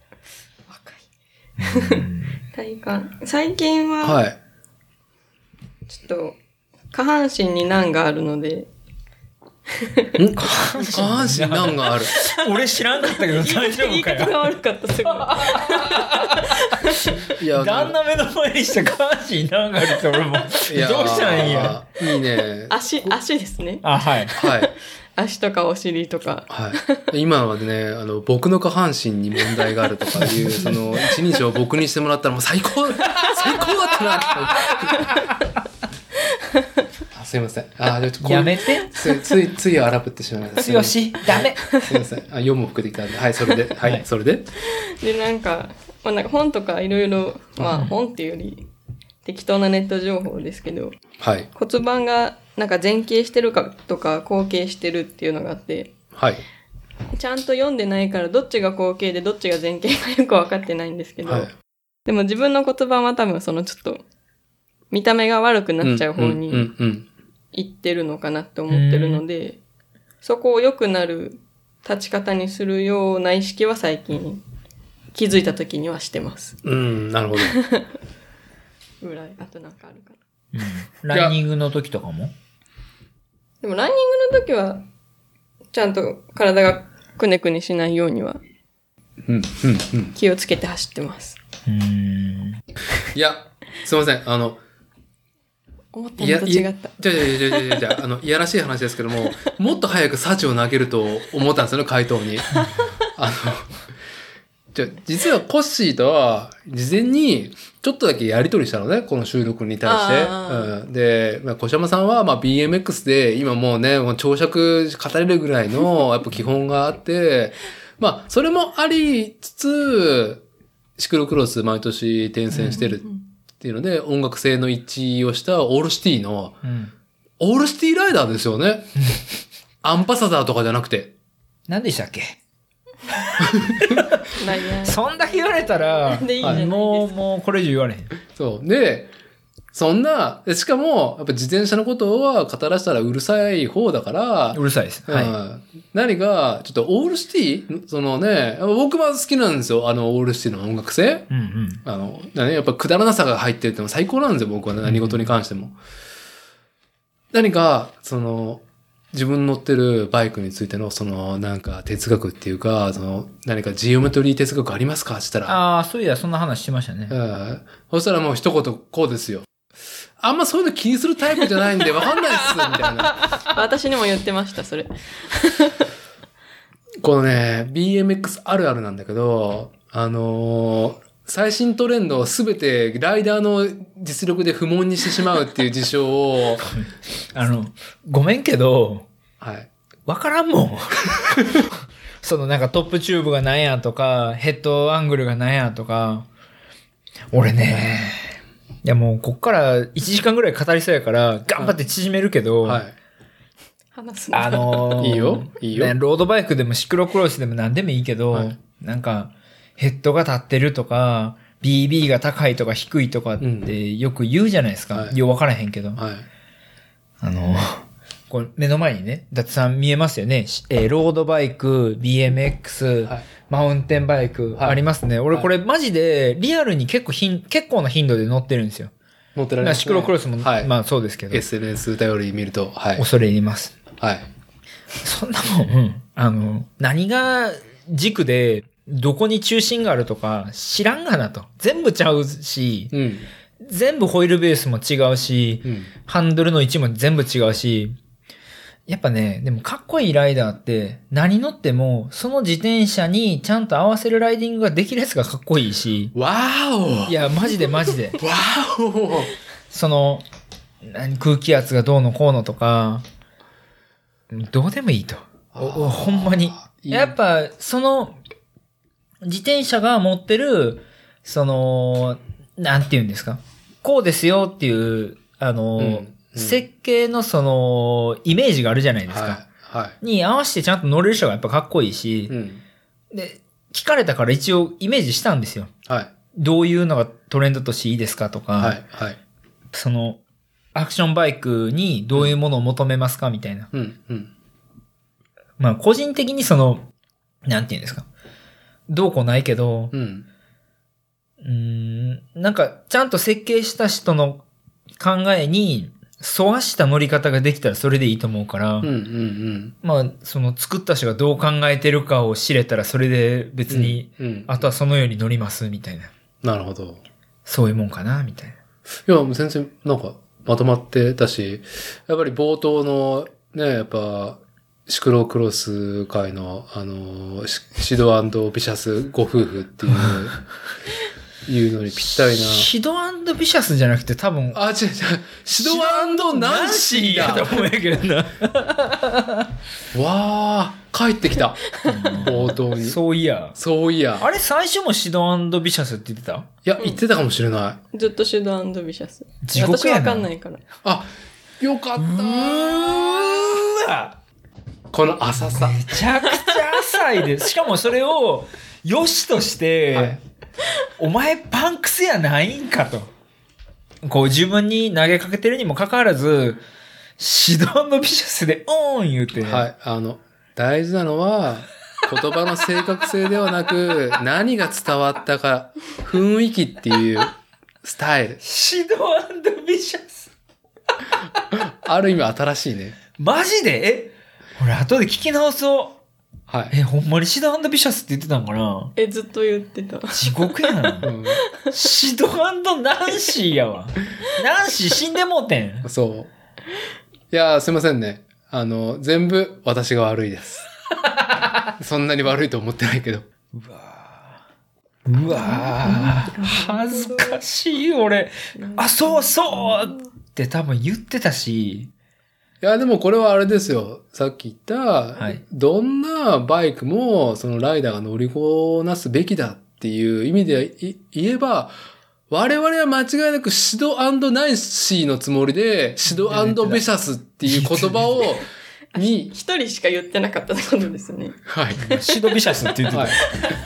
若い。体感。最近は、はい。ちょっと、下半身に難があるので。 下半身難がある。 俺知らんかったけど大丈夫かよ。 言い方が悪かった、すごい。いや、旦那目の前にして下半身難があるって俺も、どうしたらいいんや。 いいね。 足ですね。 はい。 はい。 足とかお尻とか。 はい。今までね、僕の下半身に問題があるとかいう、一人称を僕にしてもらったらもう最高だったなすいません。 やめて。 つい荒ぶってしまいました。 強し、ダメ。 すいません。4も含んできたんで。はい、それで。はい、それで。 で、なんか本とかいろいろ、本っていうより適当なネット情報ですけど、 はい。 骨盤がなんか前傾してるかとか後傾してるっていうのがあって、 はい。 ちゃんと読んでないからどっちが後傾でどっちが前傾かよく分かってないんですけど、はい、でも自分の骨盤は多分ちょっと見た目が悪くなっちゃう方に行ってるのかなって思ってるので、そこを良くなる立ち方にするような意識は最近気づいた時にはしてます。 なるほど。 ぐらい、あとなんかあるかな。ランニングの時とかも？ でもランニングの時はちゃんと体がくねくねしないようには気をつけて走ってます。 いや、すいません。 思ったのと違った。 じゃあ、いやらしい話ですけども、もっと早くサチを投げると思ったんですよね、回答に。実はコッシーとは、事前に、ちょっとだけやり取りしたのね、この収録に対して。で、小山さんは、BMX で、今もうね、長尺語れるぐらいの、やっぱ基本があって、それもありつつ、シクロクロス毎年転戦してるっていうので、音楽性の一致をしたオールシティの、オールシティライダーですよね。アンパサダーとかじゃなくて。 何でしたっけ？そんだけ言われたら、もうこれ以上言われへん。 そう。で、そんな、しかも、やっぱ自転車のことは語らせたらうるさい方だから、 うるさいです。はい。 何か、ちょっとオールシティ僕は好きなんですよ。オールシティの音楽性。やっぱくだらなさが入ってるってのは最高なんですよ、僕は、何事に関しても。何か、自分乗ってるバイクについての、なんか哲学っていうか、何かジオメトリー哲学ありますかって言ったら。 そういや、そんな話してましたね。 そしたらもう一言こうですよ。あんまそういうの気にするタイプじゃないんでわかんないっす、みたいな。 私にも言ってました、それ。 このね、BMX あるあるなんだけど、最新トレンドをすべてライダーの実力で不問にしてしまうっていう事象を。 ごめんけど、 はい。 わからんもん。なんかトップチューブが何やとか、ヘッドアングルが何やとか、俺ね、いやもうこっから1時間ぐらい語りそうやから頑張って縮めるけど、 はい。 話すいいよ。 ね、ロードバイクでもシクロクロスでも何でもいいけど、はい、なんかヘッドが立ってるとか BB が高いとか低いとかってよく言うじゃないですか。よう分からへんけど、 はい、 これ目の前にね、だってさん見えますよね。ロードバイク、BMX、はい、マウンテンバイク、ありますね。俺これマジでリアルに結構な頻度で乗ってるんですよ。 乗ってられますね。 シクロクロスも、そうですけど。 SNS 頼り見ると、はい。 恐れ入ります。 はい。 そんなもん、何が軸で、どこに中心があるとか知らんがなと。全部ちゃうし、全部ホイールベースも違うし、ハンドルの位置も全部違うし、やっぱね、でもかっこいいライダーって何乗ってもその自転車にちゃんと合わせるライディングができるやつがかっこいいし。 わーお！ いや、マジで。わーお！ 空気圧がどうのこうのとか、どうでもいいと。ほんまに。やっぱ、 自転車が持ってる、なんて言うんですか。こうですよっていう、設計のイメージがあるじゃないですか。 はい。 に合わせてちゃんと乗れる人がやっぱかっこいいし、で、聞かれたから一応イメージしたんですよ。 はい。 どういうのがトレンドとしていいですかとか、 はい。はい。 アクションバイクにどういうものを求めますかみたいな。まあ、個人的になんて言うんですか。どうこうないけど、なんか、ちゃんと設計した人の考えに沿わした乗り方ができたらそれでいいと思うから、まあ、作った人がどう考えてるかを知れたらそれで別に、あとはそのように乗りますみたいな。 なるほど。 そういうもんかなみたいな。 いや、全然、なんか、まとまってたし、やっぱり冒頭のね、やっぱ、シクロクロス界の、シド&ビシャスご夫婦っていう、いうのにぴったりな。 シド&ビシャスじゃなくて多分。 あ、違う。シド&ナンシーだと思うんやけどな。 わー、帰ってきた。冒頭に。 そういや。あれ最初もシド&ビシャスって言ってた？ いや、言ってたかもしれない。 ずっとシド&ビシャス。 地獄やな。 私わかんないから。 あ、よかったー。この浅さ。 めちゃくちゃ浅いです。しかもそれを、良しとして、はい、お前パンクスやないんかと。こう自分に投げかけてるにもかかわらず、シド&ビシャスでオーン言うて。 はい。大事なのは、言葉の正確性ではなく、何が伝わったか、雰囲気っていうスタイル。 シド&ビシャス。 ある意味新しいね。 マジで？俺後で聞き直そう。 はい。 ほんまにシド&ビシャスって言ってたんかな？ ずっと言ってた。 地獄やな。シド&ナンシーやわ。ナンシー死んでもうてん。 そう。いやー、すいませんね。全部私が悪いです。そんなに悪いと思ってないけど。 うわー。恥ずかしい、俺。あ、そうって多分言ってたし。 いや、でもこれはあれですよ。さっき言った、 はい、 どんなバイクも、そのライダーが乗りこなすべきだっていう意味で言えば、我々は間違いなくシド&ナンシーのつもりで、シド&ビシャスっていう言葉を、 一人しか言ってなかったってことですね。 はい。 シドビシャスって言ってた。はい、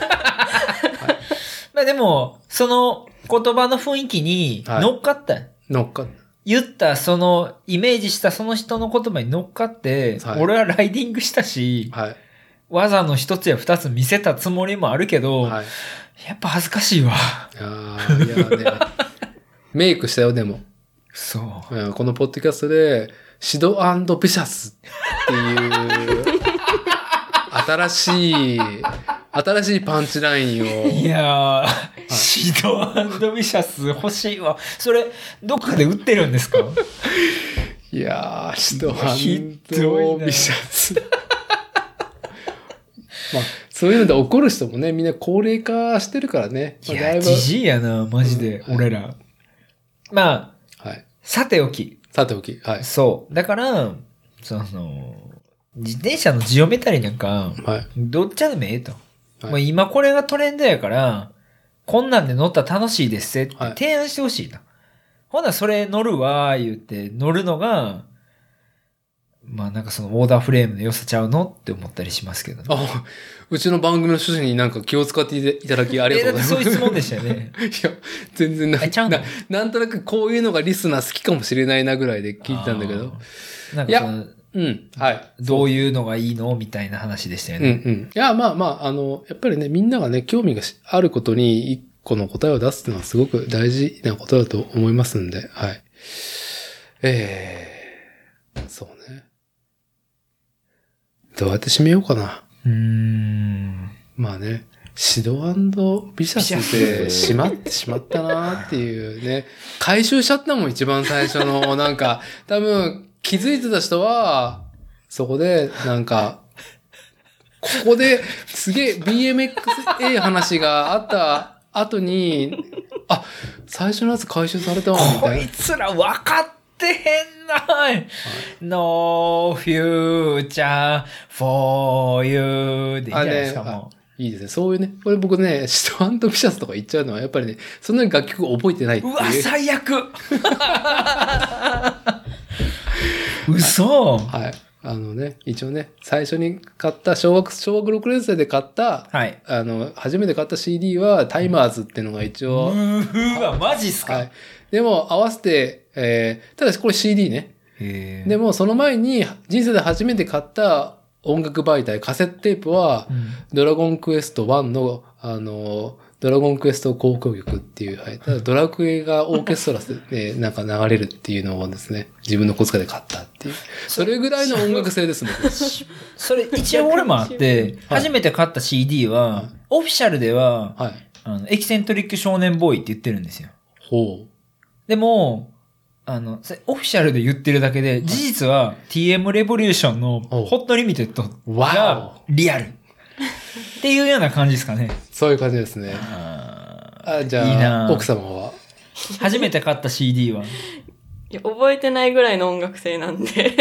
まあでも、その言葉の雰囲気に乗っかった。 乗っかった。 言ったイメージしたその人の言葉に乗っかって、はい、俺はライディングしたし、 はい、 技の一つや二つ見せたつもりもあるけど、はい、やっぱ恥ずかしいわ。 いやね、メイクしたよ、でも。 そう。 このポッドキャストで、シド&ビシャスっていう、新しいパンチラインを。 いやー、シド&ビシャス欲しいわ。それ、どっかで売ってるんですか？ いやー、シド&ビシャス。まあ、そういうので怒る人もね、みんな高齢化してるからね。 いや、じじいやな、マジで、俺ら。まあ、はい。 さておき。 はい。 そう。だから、自転車のジオメタリなんか、 はい、 どっちでもええと。はい、もう今これがトレンドやから、こんなんで乗ったら楽しいですって提案してほしいな。はい、ほな、それ乗るわー言って乗るのが、まあなんかそのオーダーフレームの良さちゃうのって思ったりしますけどね。 あ、うちの番組の趣旨になんか気を使っていただきありがとうございます。 そういう質問でしたよね。 いや、全然なんとなくこういうのがリスナー好きかもしれないなぐらいで聞いてたんだけど。 なんかその、 はい。 どういうのがいいのみたいな話でしたよね。 いや、まあ、やっぱりね、みんながね、興味があることに一個の答えを出すっていうのはすごく大事なことだと思いますんで、はい。そうね。どうやって締めようかな。まあね、シド&ビシャスで閉まってしまったなっていうね。回収しちゃったもん、一番最初の、なんか、多分、気づいてた人は、そこで、なんか、ここですげえ BMX 話があった後に、あ、最初のやつ回収されたわ、みたいな。 こいつら分かってへんな、はい、No future for you でいいじゃないですか、もう。 いいですね。そういうね、これ僕ね、シトアント・ビシャスとか言っちゃうのは、やっぱりね、そんなに楽曲覚えてないっていう。 うわ、最悪嘘。 はい。一応ね、最初に買った小学6年生で買った、 はい。 初めて買った CD は、タイマーズっていうのが一応。 うわ、マジっすか。 はい。でも、合わせて、ただしこれ CD ね。でも、その前に、人生で初めて買った音楽媒体、カセットテープは、ドラゴンクエスト1の、ドラゴンクエスト交響曲っていう、はい。ただドラクエがオーケストラで、なんか流れるっていうのをですね、自分の小遣いで買ったっていう。それぐらいの音楽性ですね。 それ一応俺もあって、初めて買った CD は、オフィシャルでは、はい、エキセントリック少年ボーイって言ってるんですよ。 ほう。 でも、オフィシャルで言ってるだけで、事実は TM レボリューションのホットリミテッドがリアル。っていうような感じですかね。 そういう感じですね。じゃあ、いいな奥様は初めて買った CD は覚えてないぐらいの音楽性なんで。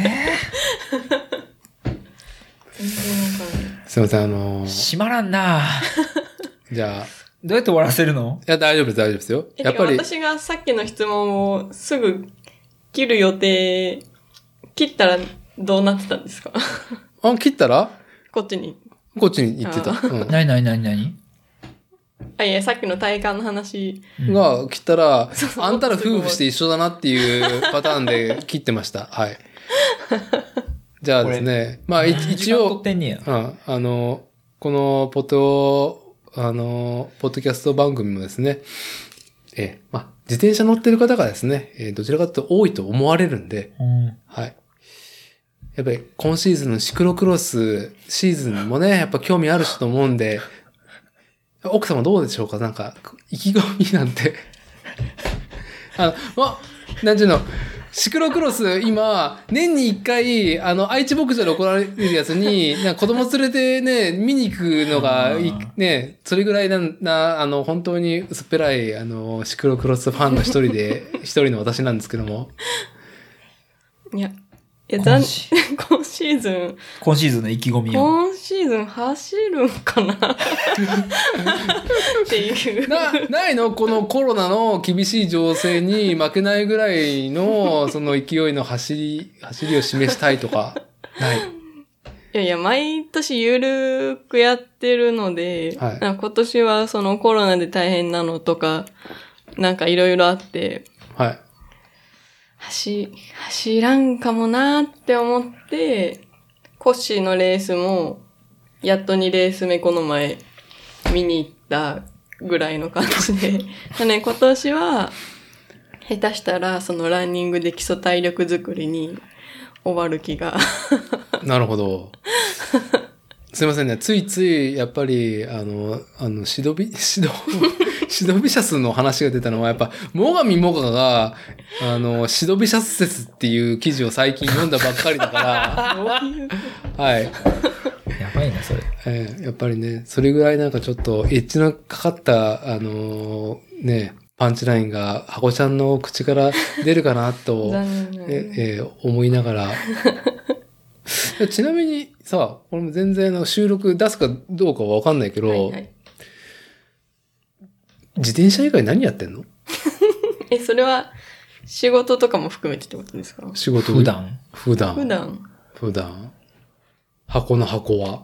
すいません、 閉まらんなじゃあ。 どうやって終わらせるの？ いや、大丈夫です、大丈夫ですよ。 やっぱり。私がさっきの質問をすぐ切る予定、切ったらどうなってたんですか？ 切ったらこっちに行ってた。 何いや、さっきの体感の話が切ったら、あんたら夫婦して一緒だなっていうパターンで切ってました。はい。じゃあですね。まあ、一応、このポッドキャスト番組もですね、自転車乗ってる方がですね、どちらかというと多いと思われるんで、はい。やっぱり今シーズンのシクロクロスシーズンもね、やっぱ興味ある人と思うんで、奥様どうでしょうか？なんか、意気込みなんて。なんていうの、シクロクロス今、年に一回、愛知牧場で行われるやつに、子供連れてね、見に行くのが、ね、それぐらい本当に薄っぺらい、シクロクロスファンの一人の私なんですけども。 今シーズンの意気込みを。 今シーズン走るんかなっていう。 ないの？このコロナの厳しい情勢に負けないぐらいの、その勢いの走りを示したいとか、ない。 いや、毎年ゆるくやってるので、はい、今年はそのコロナで大変なのとか、なんかいろいろあって、 はい。 走らんかもなーって思って、コッシーのレースも、やっと2レース目この前見に行ったぐらいの感じで。今年は、下手したらそのランニングで基礎体力作りに終わる気が。 なるほど。すいませんね。ついつい、やっぱり、シドビシャスの話が出たのは、やっぱ、最上もがが、シドビシャス説っていう記事を最近読んだばっかりだから、はい。 やばいな、それ。 やっぱりね、それぐらいなんかちょっと、エッジのかかった、パンチラインが、ハコちゃんの口から出るかなと、思いながら、ちなみにさ、これも全然収録出すかどうかはわかんないけど、はいはい、自転車以外何やってんの？ それは仕事とかも含めてってことですか？ 仕事普段。 箱の箱は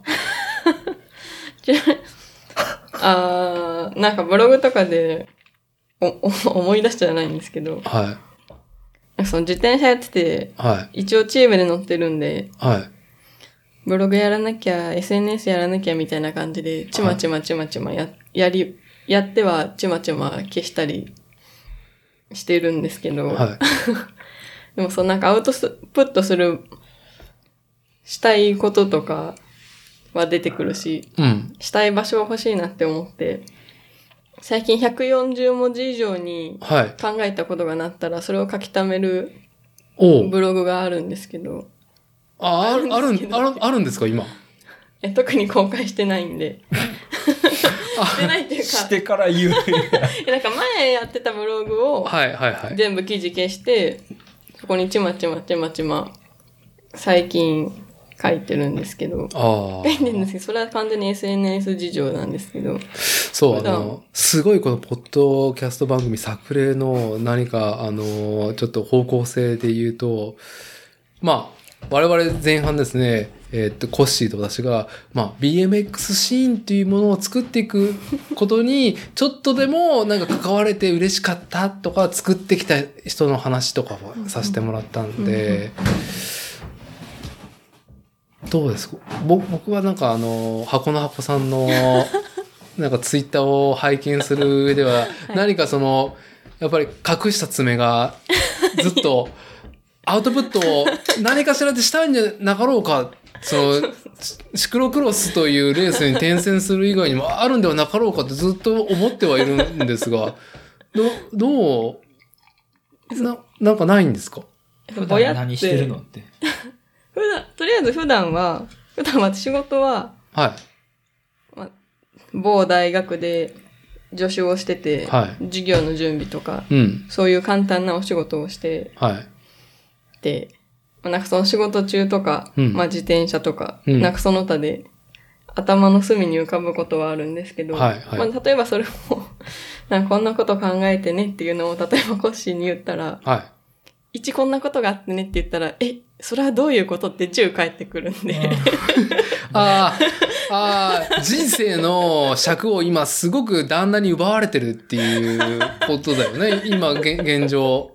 なんかブログとかで思い出しちゃないんですけど、 はい。 その自転車やってて、 はい、 一応チームで乗ってるんで、 はい。 ブログやらなきゃ、SNS やらなきゃみたいな感じで、ちまちまやってはちまちま消したりしてるんですけど、 はい、 でもなんかアウトプットしたいこととかは出てくるし、 うん、 したい場所は欲しいなって思って、最近140文字以上に考えたことがなったら、それを書き溜めるブログがあるんですけど。 あるんですか、今。 特に公開してないんで。してないっていうか。 してから言う。 なんか前やってたブログを、全部記事消して、そこにちまちま、最近書いてるんですけど。書いてるんですけど、それは完全に SNS 事情なんですけど。 そう、すごいこのポッドキャスト番組作例の何か、ちょっと方向性で言うと、まあ、我々前半ですね、コッシーと私が、まあ、BMX シーンっていうものを作っていくことに、ちょっとでもなんか関われて嬉しかったとか、作ってきた人の話とかをさせてもらったんで、どうですか？僕はなんか箱の箱さんの、なんかツイッターを拝見する上では、何かやっぱり隠した爪がずっと、アウトプットを何かしらでしたいんじゃなかろうか、シクロクロスというレースに転戦する以外にもあるんではなかろうかってずっと思ってはいるんですが、なんかないんですか？ 普段何してるのって。 とりあえず普段は仕事は、 はい。 まあ、某大学で助手をしてて、 はい、 授業の準備とか、 うん、 そういう簡単なお仕事をして、 はい。 で、なんかその仕事中とか、 うん、 まあ自転車とか、 うん、 なんかその他で頭の隅に浮かぶことはあるんですけど、 はいはい、 まあ例えばそれをなんかこんなこと考えてねっていうのを例えばコッシーに言ったら、 はい、 1こんなことがあってねって言ったら、それはどういうことって10返ってくるんで。 人生の尺を今すごく旦那に奪われてるっていうことだよね。今、現状。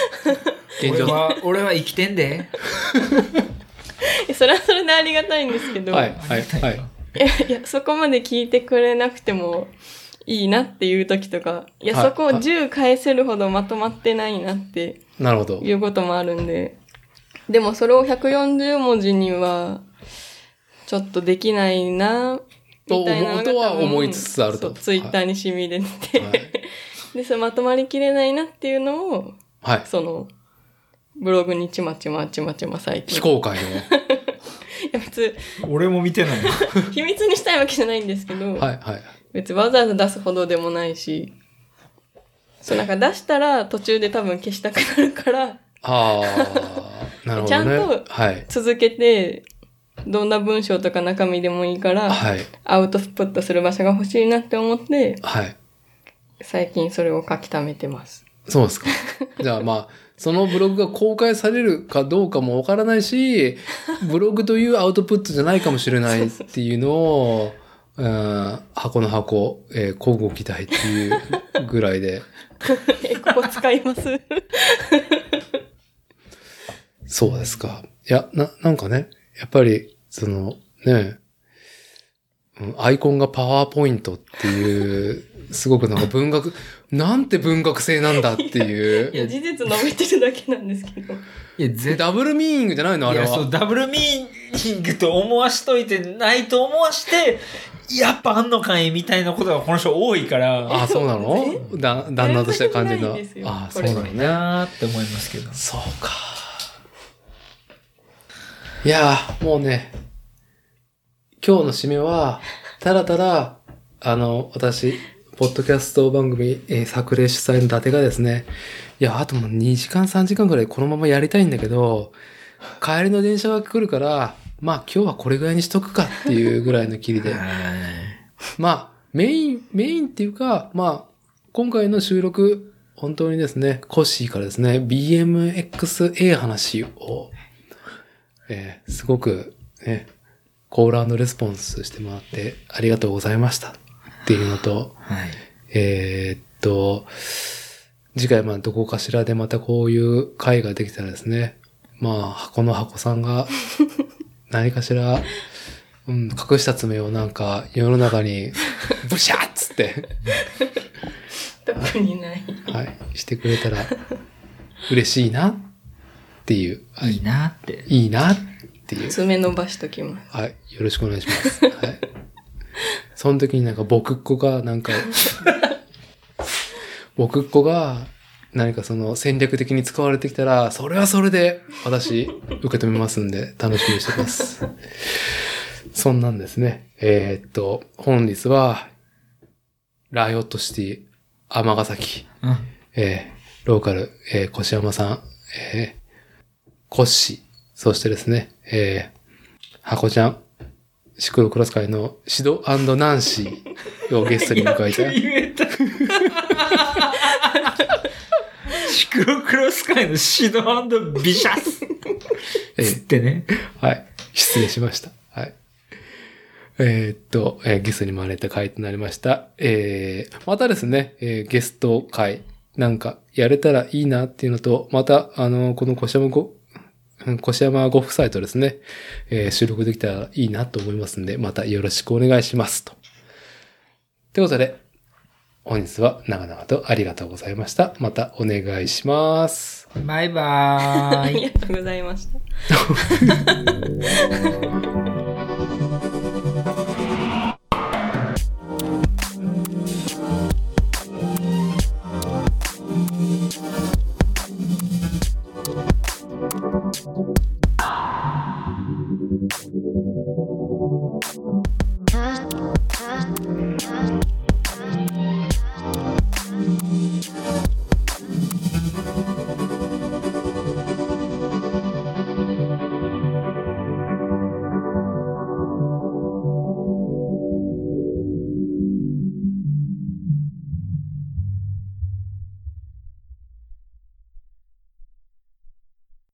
俺は生きてんで。 それはそれでありがたいんですけど。 はい、はい、はい。 いや、そこまで聞いてくれなくてもいいなっていう時とか、いや、そこを10返せるほどまとまってないなってなるほど。 いうこともあるんで。でもそれを140文字には、ちょっとできないな、みたいなのがとは思いつつあると。 そう、ツイッターに染み出て、はい、で、それまとまりきれないなっていうのを、 はい。 ブログにちまちま最近。 非公開の。いや、別に。 俺も見てない。 秘密にしたいわけじゃないんですけど、 はい、はい。 別にわざわざ出すほどでもないし、なんか出したら途中で多分消したくなるから、 なるほどね。 ちゃんと続けて、どんな文章とか中身でもいいから、 はい、 アウトプットする場所が欲しいなって思って、 はい、 最近それを書き溜めてます。 そうですか。じゃあまあ、そのブログが公開されるかどうかもわからないし、ブログというアウトプットじゃないかもしれないっていうのを、箱の箱、交互期待っていうぐらいで。 ここ使いますそうですか。いや、なんかね、やっぱり、アイコンがパワーポイントっていう、すごくなんかなんて文学性なんだっていう。 いや、事実述べてるだけなんですけど。 いや、ダブルミーニングじゃないのあれは。いや、 そう、ダブルミーニングと思わしといてないと思わして、やっぱあんのかいみたいなことがこの人多いから。 あ、そうなの？旦那として感じの。 あ、 そうなのね。 なーって思いますけど。 そうか。いやー、もうね、今日の締めは、ただただ、私、ポッドキャスト番組、作例主催の伊達がですね、いや、あともう2時間3時間くらいこのままやりたいんだけど、帰りの電車が来るから、まあ今日はこれぐらいにしとくかっていうぐらいの切りで。まあ、メインっていうか、まあ、今回の収録、本当にですね、コッシーからですね、BMXA 話を、すごくね、コール&レスポンスしてもらってありがとうございましたっていうのと、 はい、 次回どこかしらでまたこういう会ができたらですね、まあ、箱の箱さんが何かしら、隠した爪をなんか世の中にブシャッつって特にない。 はい、してくれたら嬉しいなっていう。 いいなって。 いいなっていう。 爪伸ばしときます。 はい。よろしくお願いします。はい。その時になんか僕っ子が何か何か戦略的に使われてきたら、それはそれで私受け止めますんで楽しみにしてます。そんなんですね。本日は、ライオットシティ、尼崎、ローカル、越山さん、コッシー、そしてですね、 箱ちゃん、シクロクロス界のシド&ナンシーをゲストに迎えた。 言えた。シクロクロス界のシド&ビシャスつってね。 はい。失礼しました。はい。ゲストに招いた回となりました。またですね、ゲスト回なんかやれたらいいなっていうのと、また、この越山ご夫妻とですね、収録できたらいいなと思いますんで、またよろしくお願いしますと。ということで、本日は長々とありがとうございました。またお願いします。 バイバーイ。 ありがとうございました。